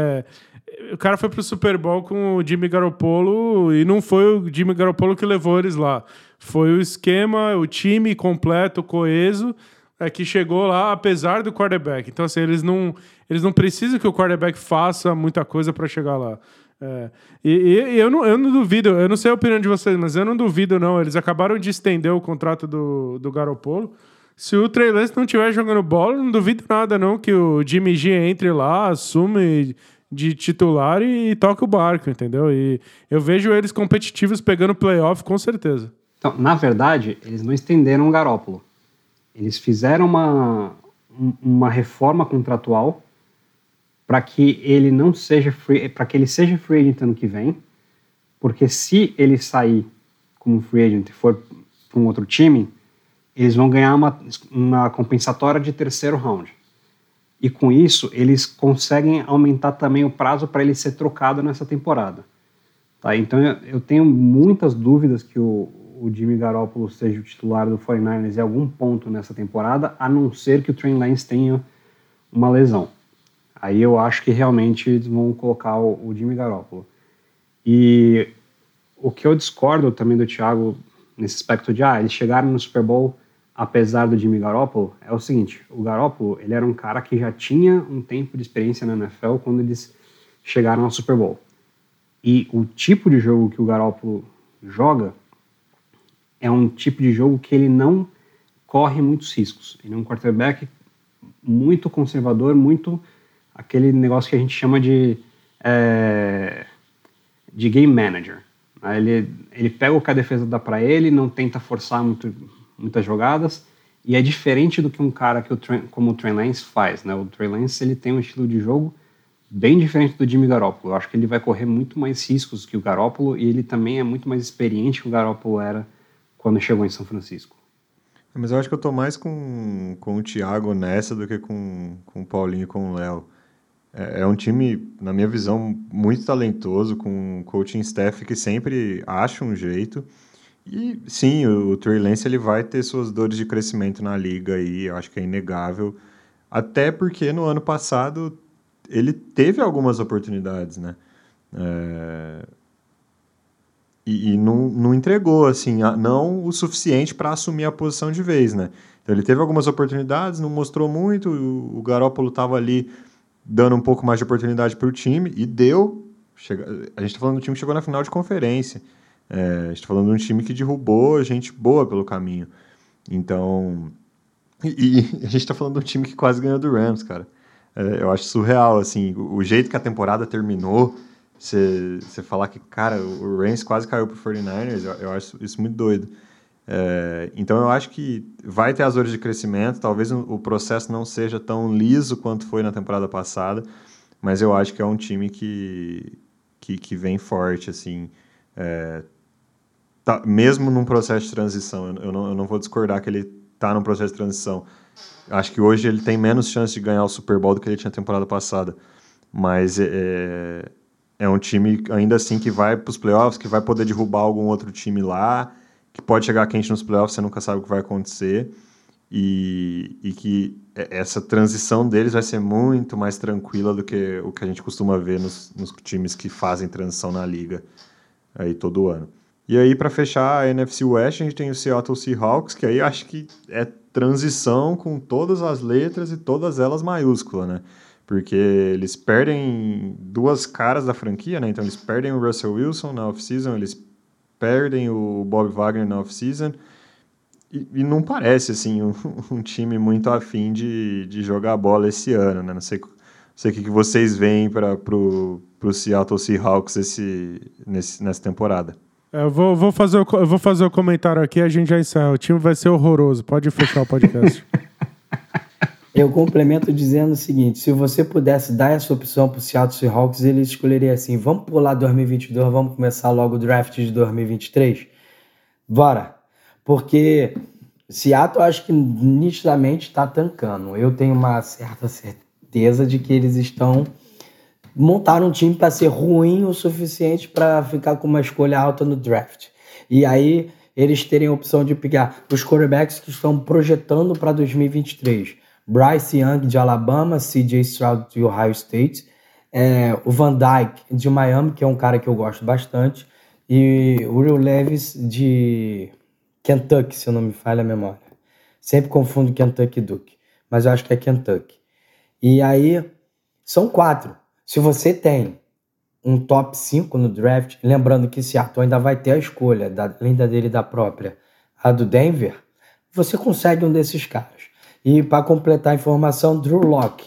o cara foi pro Super Bowl com o Jimmy Garoppolo e não foi o Jimmy Garoppolo que levou eles lá. Foi o esquema, o time completo, coeso, que chegou lá apesar do quarterback. Então, assim, eles não precisam que o quarterback faça muita coisa para chegar lá. Eu não duvido, eu não sei a opinião de vocês, mas eu não duvido, não. Eles acabaram de estender o contrato do Garoppolo. Se o Trey Lance não estiver jogando bola, não duvido nada, não, que o Jimmy G entre lá, assume de titular e toca o barco, entendeu? E eu vejo eles competitivos pegando playoff, com certeza. Então, na verdade, eles não estenderam o Garoppolo. Eles fizeram uma reforma contratual para que ele não seja para que ele seja free agent ano que vem, porque se ele sair como free agent e for para um outro time, eles vão ganhar uma compensatória de terceiro round. E com isso, eles conseguem aumentar também o prazo para ele ser trocado nessa temporada. Tá? Então, eu tenho muitas dúvidas que o Jimmy Garoppolo seja o titular do 49ers em algum ponto nessa temporada, a não ser que o Trey Lance tenha uma lesão. Aí eu acho que realmente eles vão colocar o Jimmy Garoppolo. E o que eu discordo também do Thiago nesse aspecto de eles chegaram no Super Bowl apesar do Jimmy Garoppolo, é o seguinte: o Garoppolo, ele era um cara que já tinha um tempo de experiência na NFL quando eles chegaram ao Super Bowl. E o tipo de jogo que o Garoppolo joga é um tipo de jogo que ele não corre muitos riscos. Ele é um quarterback muito conservador, muito aquele negócio que a gente chama de game manager. Ele pega o que a defesa dá para ele, não tenta forçar muitas jogadas, e é diferente do que um cara como o Trey Lance faz, né? O Trey Lance, ele tem um estilo de jogo bem diferente do Jimmy Garoppolo. Eu acho que ele vai correr muito mais riscos que o Garoppolo, e ele também é muito mais experiente que o Garoppolo era quando chegou em São Francisco. Mas eu acho que eu tô mais com o Thiago nessa do que com o Paulinho e com o Léo. É um time, na minha visão, muito talentoso, com um coaching staff que sempre acha um jeito. E sim, o Trey Lance ele vai ter suas dores de crescimento na liga aí, eu acho que é inegável. Até porque no ano passado ele teve algumas oportunidades, né? E não entregou, assim, não o suficiente para assumir a posição de vez, né? Então ele teve algumas oportunidades, não mostrou muito, o Garoppolo estava ali dando um pouco mais de oportunidade para o time, e deu. A gente está falando do time que chegou na final de conferência. A gente está falando de um time que derrubou gente boa pelo caminho. Então, e a gente está falando de um time que quase ganhou do Rams, cara. Eu acho surreal, assim, o jeito que a temporada terminou, você falar que, cara, o Rams quase caiu pro 49ers, eu acho isso muito doido. Então eu acho que vai ter as dores de crescimento, talvez o processo não seja tão liso quanto foi na temporada passada, mas eu acho que é um time que vem forte, assim, mesmo num processo de transição. Eu não vou discordar que ele está num processo de transição. Acho que hoje ele tem menos chance de ganhar o Super Bowl do que ele tinha na temporada passada, mas é um time ainda assim que vai para os playoffs, que vai poder derrubar algum outro time lá, que pode chegar quente nos playoffs, você nunca sabe o que vai acontecer, e que essa transição deles vai ser muito mais tranquila do que o que a gente costuma ver nos times que fazem transição na liga aí todo ano. E aí, para fechar a NFC West, a gente tem o Seattle Seahawks, que aí acho que é transição com todas as letras e todas elas maiúsculas, né? Porque eles perdem duas caras da franquia, né? Então eles perdem o Russell Wilson na off-season, eles perdem o Bob Wagner na off-season, e não parece, assim, um time muito afim de jogar bola esse ano, né? Não sei o que vocês veem para pro Seattle Seahawks nessa temporada. Eu vou fazer o comentário aqui e a gente já encerra. O time vai ser horroroso. Pode fechar o podcast. Eu complemento dizendo o seguinte: se você pudesse dar essa opção para o Seattle Seahawks, ele escolheria assim: vamos pular 2022, vamos começar logo o draft de 2023? Bora! Porque Seattle, acho que nitidamente está tancando. Eu tenho uma certa certeza de que eles montaram um time para ser ruim o suficiente para ficar com uma escolha alta no draft. E aí eles terem a opção de pegar os quarterbacks que estão projetando para 2023. Bryce Young, de Alabama, CJ Stroud, de Ohio State, o Van Dyke, de Miami, que é um cara que eu gosto bastante, e o Will Levis, de Kentucky, se eu não me falha a memória. Sempre confundo Kentucky e Duke, mas eu acho que é Kentucky. E aí, são 4. Se você tem um top 5 no draft, lembrando que Seattle ainda vai ter a escolha, além da dele e da própria, a do Denver, você consegue um desses caras. E para completar a informação, Drew Lock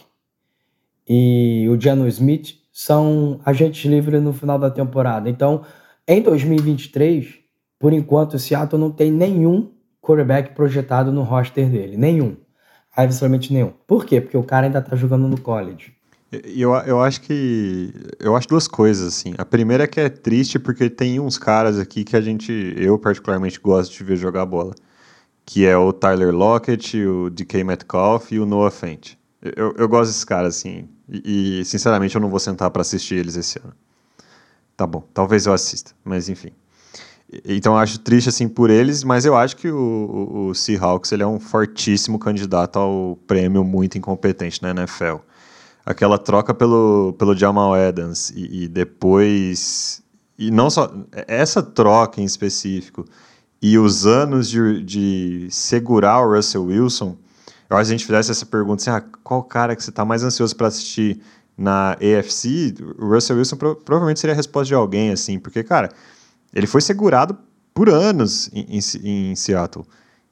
e o Geno Smith são agentes livres no final da temporada. Então, em 2023, por enquanto, o Seattle não tem nenhum quarterback projetado no roster dele. Nenhum. Absolutamente nenhum. Por quê? Porque o cara ainda está jogando no college. Eu acho duas coisas, assim. A primeira é que é triste porque tem uns caras aqui que eu particularmente gosto de ver jogar bola, que é o Tyler Lockett, o DK Metcalf e o Noah Fant. Eu gosto desses caras, assim, e sinceramente eu não vou sentar para assistir eles esse ano. Tá bom, talvez eu assista, mas enfim. Então eu acho triste, assim, por eles, mas eu acho que o Seahawks ele é um fortíssimo candidato ao prêmio muito incompetente na NFL. Aquela troca pelo Jamal Adams e depois... E não só... Essa troca em específico e os anos de segurar o Russell Wilson, eu acho que se a gente fizesse essa pergunta assim, qual cara que você está mais ansioso para assistir na AFC, o Russell Wilson provavelmente seria a resposta de alguém, assim, porque, cara, ele foi segurado por anos em Seattle.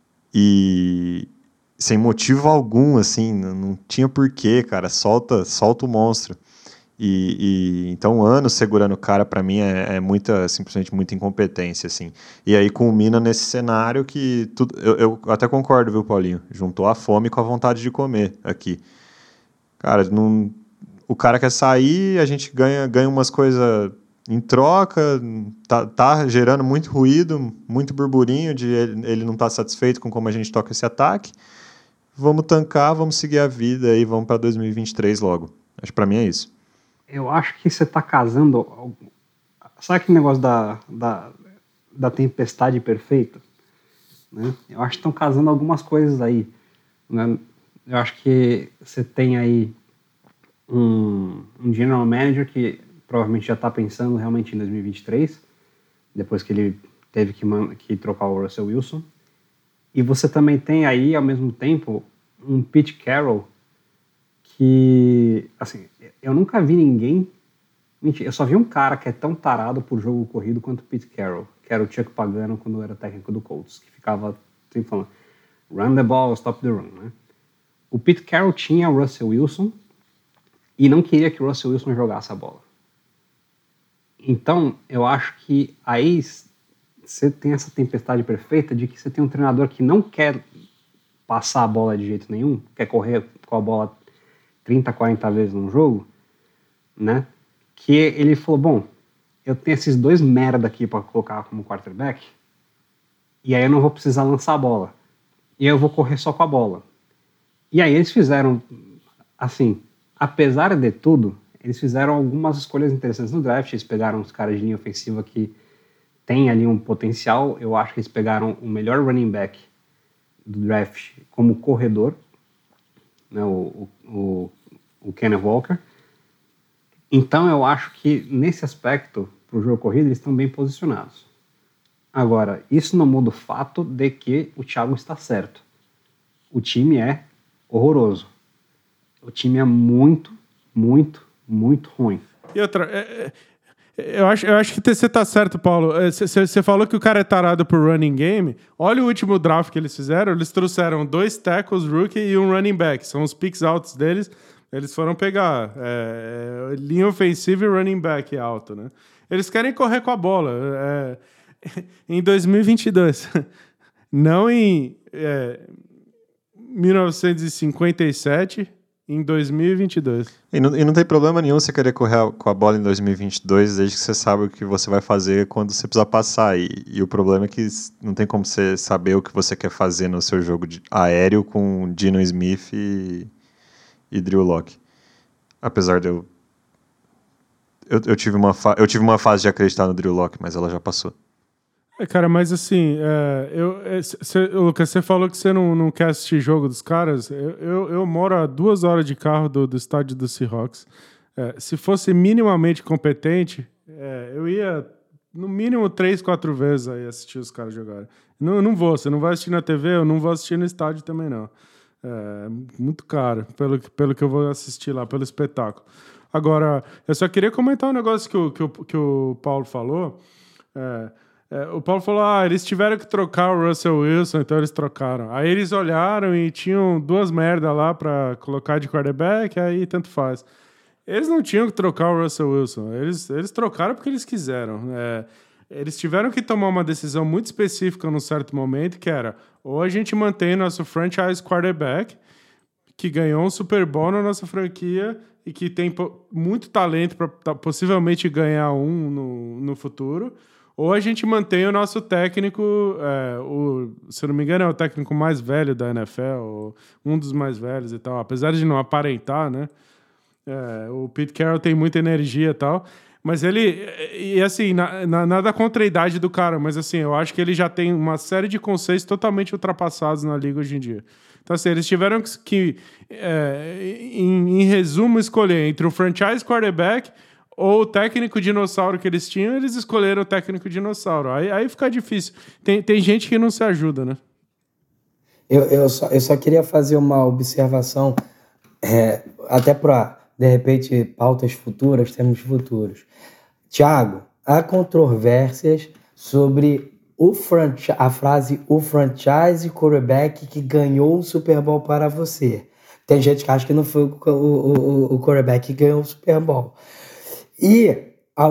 E sem motivo algum, assim, não tinha porquê, cara, solta o monstro. Então, anos segurando o cara, pra mim, simplesmente muita incompetência, assim. E aí culmina nesse cenário que... Eu até concordo, viu, Paulinho? Juntou a fome com a vontade de comer aqui. Cara, o cara quer sair, a gente ganha umas coisas em troca, tá gerando muito ruído, muito burburinho, de ele não tá satisfeito com como a gente toca esse ataque. Vamos tancar, vamos seguir a vida e vamos pra 2023 logo. Acho que pra mim é isso. Eu acho que você está casando... Sabe aquele negócio da tempestade perfeita? Né? Eu acho que estão casando algumas coisas aí. Né? Eu acho que você tem aí um general manager que provavelmente já está pensando realmente em 2023, depois que ele teve que trocar o Russell Wilson. E você também tem aí, ao mesmo tempo, um Pete Carroll que, assim, eu nunca vi ninguém... Mentira, eu só vi um cara que é tão tarado por jogo corrido quanto o Pete Carroll, que era o Chuck Pagano quando era técnico do Colts, que ficava sempre falando run the ball, stop the run, né? O Pete Carroll tinha o Russell Wilson e não queria que o Russell Wilson jogasse a bola. Então, eu acho que aí você tem essa tempestade perfeita de que você tem um treinador que não quer passar a bola de jeito nenhum, quer correr com a bola 30, 40 vezes num jogo, né? Que ele falou, bom, eu tenho esses dois merda aqui para colocar como quarterback, e aí eu não vou precisar lançar a bola. E aí eu vou correr só com a bola. E aí eles fizeram, assim, apesar de tudo, eles fizeram algumas escolhas interessantes no draft. Eles pegaram os caras de linha ofensiva que tem ali um potencial. Eu acho que eles pegaram o melhor running back do draft como corredor, né, o Kenneth Walker. Então eu acho que nesse aspecto, para o jogo corrido, eles estão bem posicionados. Agora, isso não muda o fato de que o Thiago está certo. O time é horroroso. O time é muito, muito, muito ruim. E outra, eu acho que você tá certo, Paulo. Você falou que o cara é tarado por running game. Olha o último draft que eles fizeram. Eles trouxeram 2 tackles rookie e um running back. São os picks altos deles. Eles foram pegar linha ofensiva e running back alto, né? Eles querem correr com a bola. Em 2022. Não em 1957, em 2022. E não tem problema nenhum você querer correr com a bola em 2022, desde que você sabe o que você vai fazer quando você precisar passar. E o problema é que não tem como você saber o que você quer fazer no seu jogo aéreo com Geno Smith e Drew Lock. Apesar de eu tive uma fase de acreditar no Drew Lock, mas ela já passou. Cara, mas assim, Lucas, você falou que você não quer assistir jogo dos caras. Eu moro a 2 horas de carro do estádio do Seahawks. Se fosse minimamente competente, eu ia no mínimo 3, 4 vezes aí assistir os caras jogarem. Não vou, você não vai assistir na TV, eu não vou assistir no estádio também não. Muito caro, pelo que eu vou assistir lá, pelo espetáculo. Agora, eu só queria comentar um negócio que o Paulo falou. O Paulo falou, eles tiveram que trocar o Russell Wilson, então eles trocaram. Aí eles olharam e tinham 2 merdas lá pra colocar de quarterback, aí tanto faz. Eles não tinham que trocar o Russell Wilson, eles trocaram porque eles quiseram. Eles tiveram que tomar uma decisão muito específica num certo momento, que era, ou a gente mantém nosso franchise quarterback, que ganhou um Super Bowl na nossa franquia e que tem muito talento para possivelmente ganhar no futuro, ou a gente mantém o nosso técnico, se eu não me engano, é o técnico mais velho da NFL, um dos mais velhos e tal, apesar de não aparentar, né? O Pete Carroll tem muita energia e tal, mas ele, e assim, nada contra a idade do cara, mas assim, eu acho que ele já tem uma série de conceitos totalmente ultrapassados na liga hoje em dia. Então assim, eles tiveram que em resumo, escolher entre o franchise quarterback ou o técnico dinossauro que eles tinham, eles escolheram o técnico dinossauro. Aí fica difícil. Tem gente que não se ajuda, né? Eu só queria fazer uma observação, até para, de repente, pautas futuras, temas futuros. Thiago, há controvérsias sobre a frase "o franchise quarterback que ganhou o Super Bowl para você". Tem gente que acha que não foi o quarterback que ganhou o Super Bowl. E a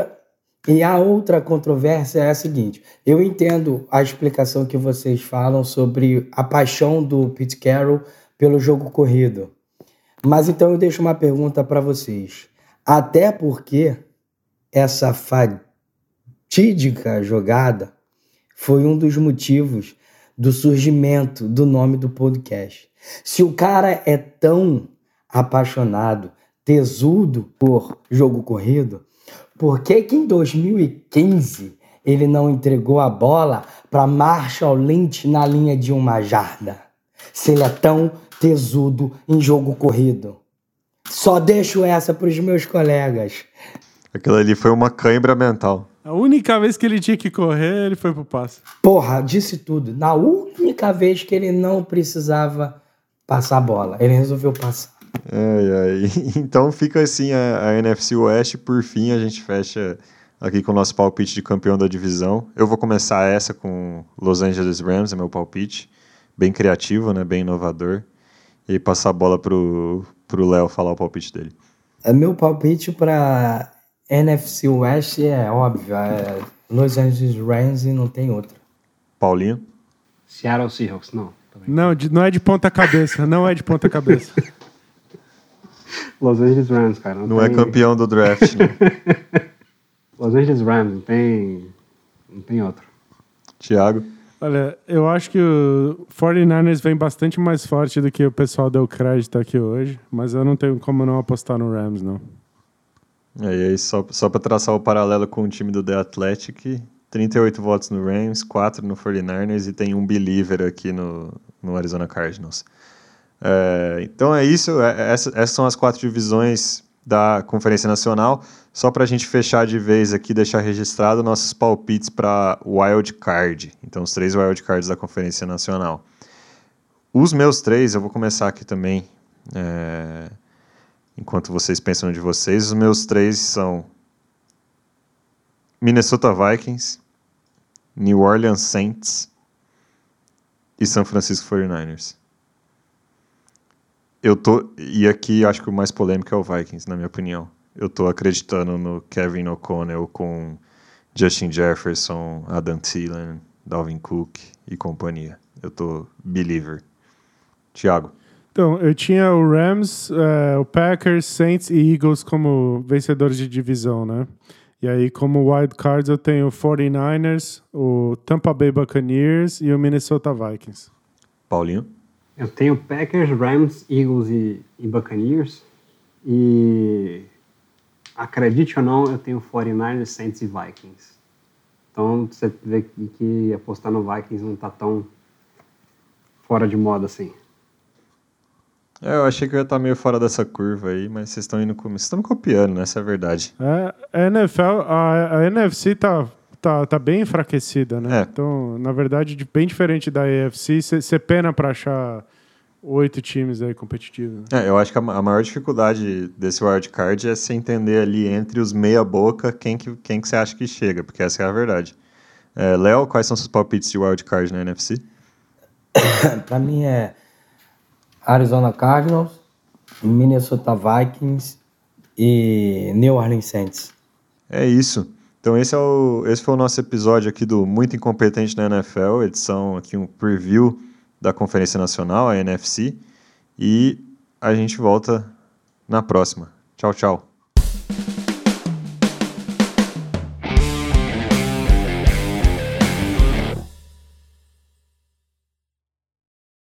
outra controvérsia é a seguinte: eu entendo a explicação que vocês falam sobre a paixão do Pete Carroll pelo jogo corrido. Mas então eu deixo uma pergunta para vocês. Até porque essa fatídica jogada foi um dos motivos do surgimento do nome do podcast. Se o cara é tão apaixonado, tesudo por jogo corrido, por que em 2015 ele não entregou a bola para Marshall Lynch na linha de 1 jarda? Se ele é tão tesudo em jogo corrido. Só deixo essa para os meus colegas. Aquilo ali foi uma cãibra mental. A única vez que ele tinha que correr, ele foi pro passe. Porra, disse tudo. Na única vez que ele não precisava passar a bola, ele resolveu passar. Então fica assim a NFC West. Por fim, a gente fecha aqui com o nosso palpite de campeão da divisão. Eu vou começar essa com Los Angeles Rams, é meu palpite. Bem criativo, né? Bem inovador. E passar a bola pro Léo falar o palpite dele. Meu palpite para NFC West é óbvio. Los Angeles Rams e não tem outra. Paulinho? Seattle Seahawks, não. Não é de ponta cabeça. Não é de ponta cabeça. Los Angeles Rams, cara. Não é campeão do draft, né? Los Angeles Rams, não tem outro. Thiago? Olha, eu acho que o 49ers vem bastante mais forte do que o pessoal deu crédito aqui hoje, mas eu não tenho como não apostar no Rams, não. E aí, só para traçar o paralelo com o time do The Athletic, 38 votos no Rams, 4 no 49ers e tem um believer aqui no Arizona Cardinals. Então é isso, essas são as 4 divisões da Conferência Nacional. Só para a gente fechar de vez aqui, deixar registrado nossos palpites para Wild Card. Então, os 3 Wild Cards da Conferência Nacional. Os meus 3, eu vou começar aqui também, enquanto vocês pensam no de vocês. Os meus 3 são Minnesota Vikings, New Orleans Saints e San Francisco 49ers. E aqui acho que o mais polêmico é o Vikings, na minha opinião. Eu tô acreditando no Kevin O'Connell com Justin Jefferson, Adam Thielen, Dalvin Cook e companhia. Eu tô believer. Thiago. Então, eu tinha o Rams, o Packers, Saints e Eagles como vencedores de divisão, né? E aí, como wild cards, eu tenho o 49ers, o Tampa Bay Buccaneers e o Minnesota Vikings. Paulinho? Eu tenho Packers, Rams, Eagles e Buccaneers. E, acredite ou não, eu tenho 49ers, Saints e Vikings. Então, você vê que apostar no Vikings não tá tão fora de moda assim. Eu achei que eu ia estar meio fora dessa curva aí, mas vocês estão indo vocês estão me copiando, né? Essa é a verdade. A NFL, a NFC tá bem enfraquecida, né? É. Então, na verdade, bem diferente da AFC, você pena pra achar 8 times aí competitivos. Eu acho que a maior dificuldade desse wildcard é se entender ali entre os meia-boca quem que você acha que chega, porque essa é a verdade. Léo, quais são seus palpites de wildcard na NFC? Pra mim é Arizona Cardinals, Minnesota Vikings e New Orleans Saints. É isso. Então esse foi o nosso episódio aqui do Muito Incompetente na NFL, edição aqui um preview da Conferência Nacional, a NFC, e a gente volta na próxima. Tchau, tchau.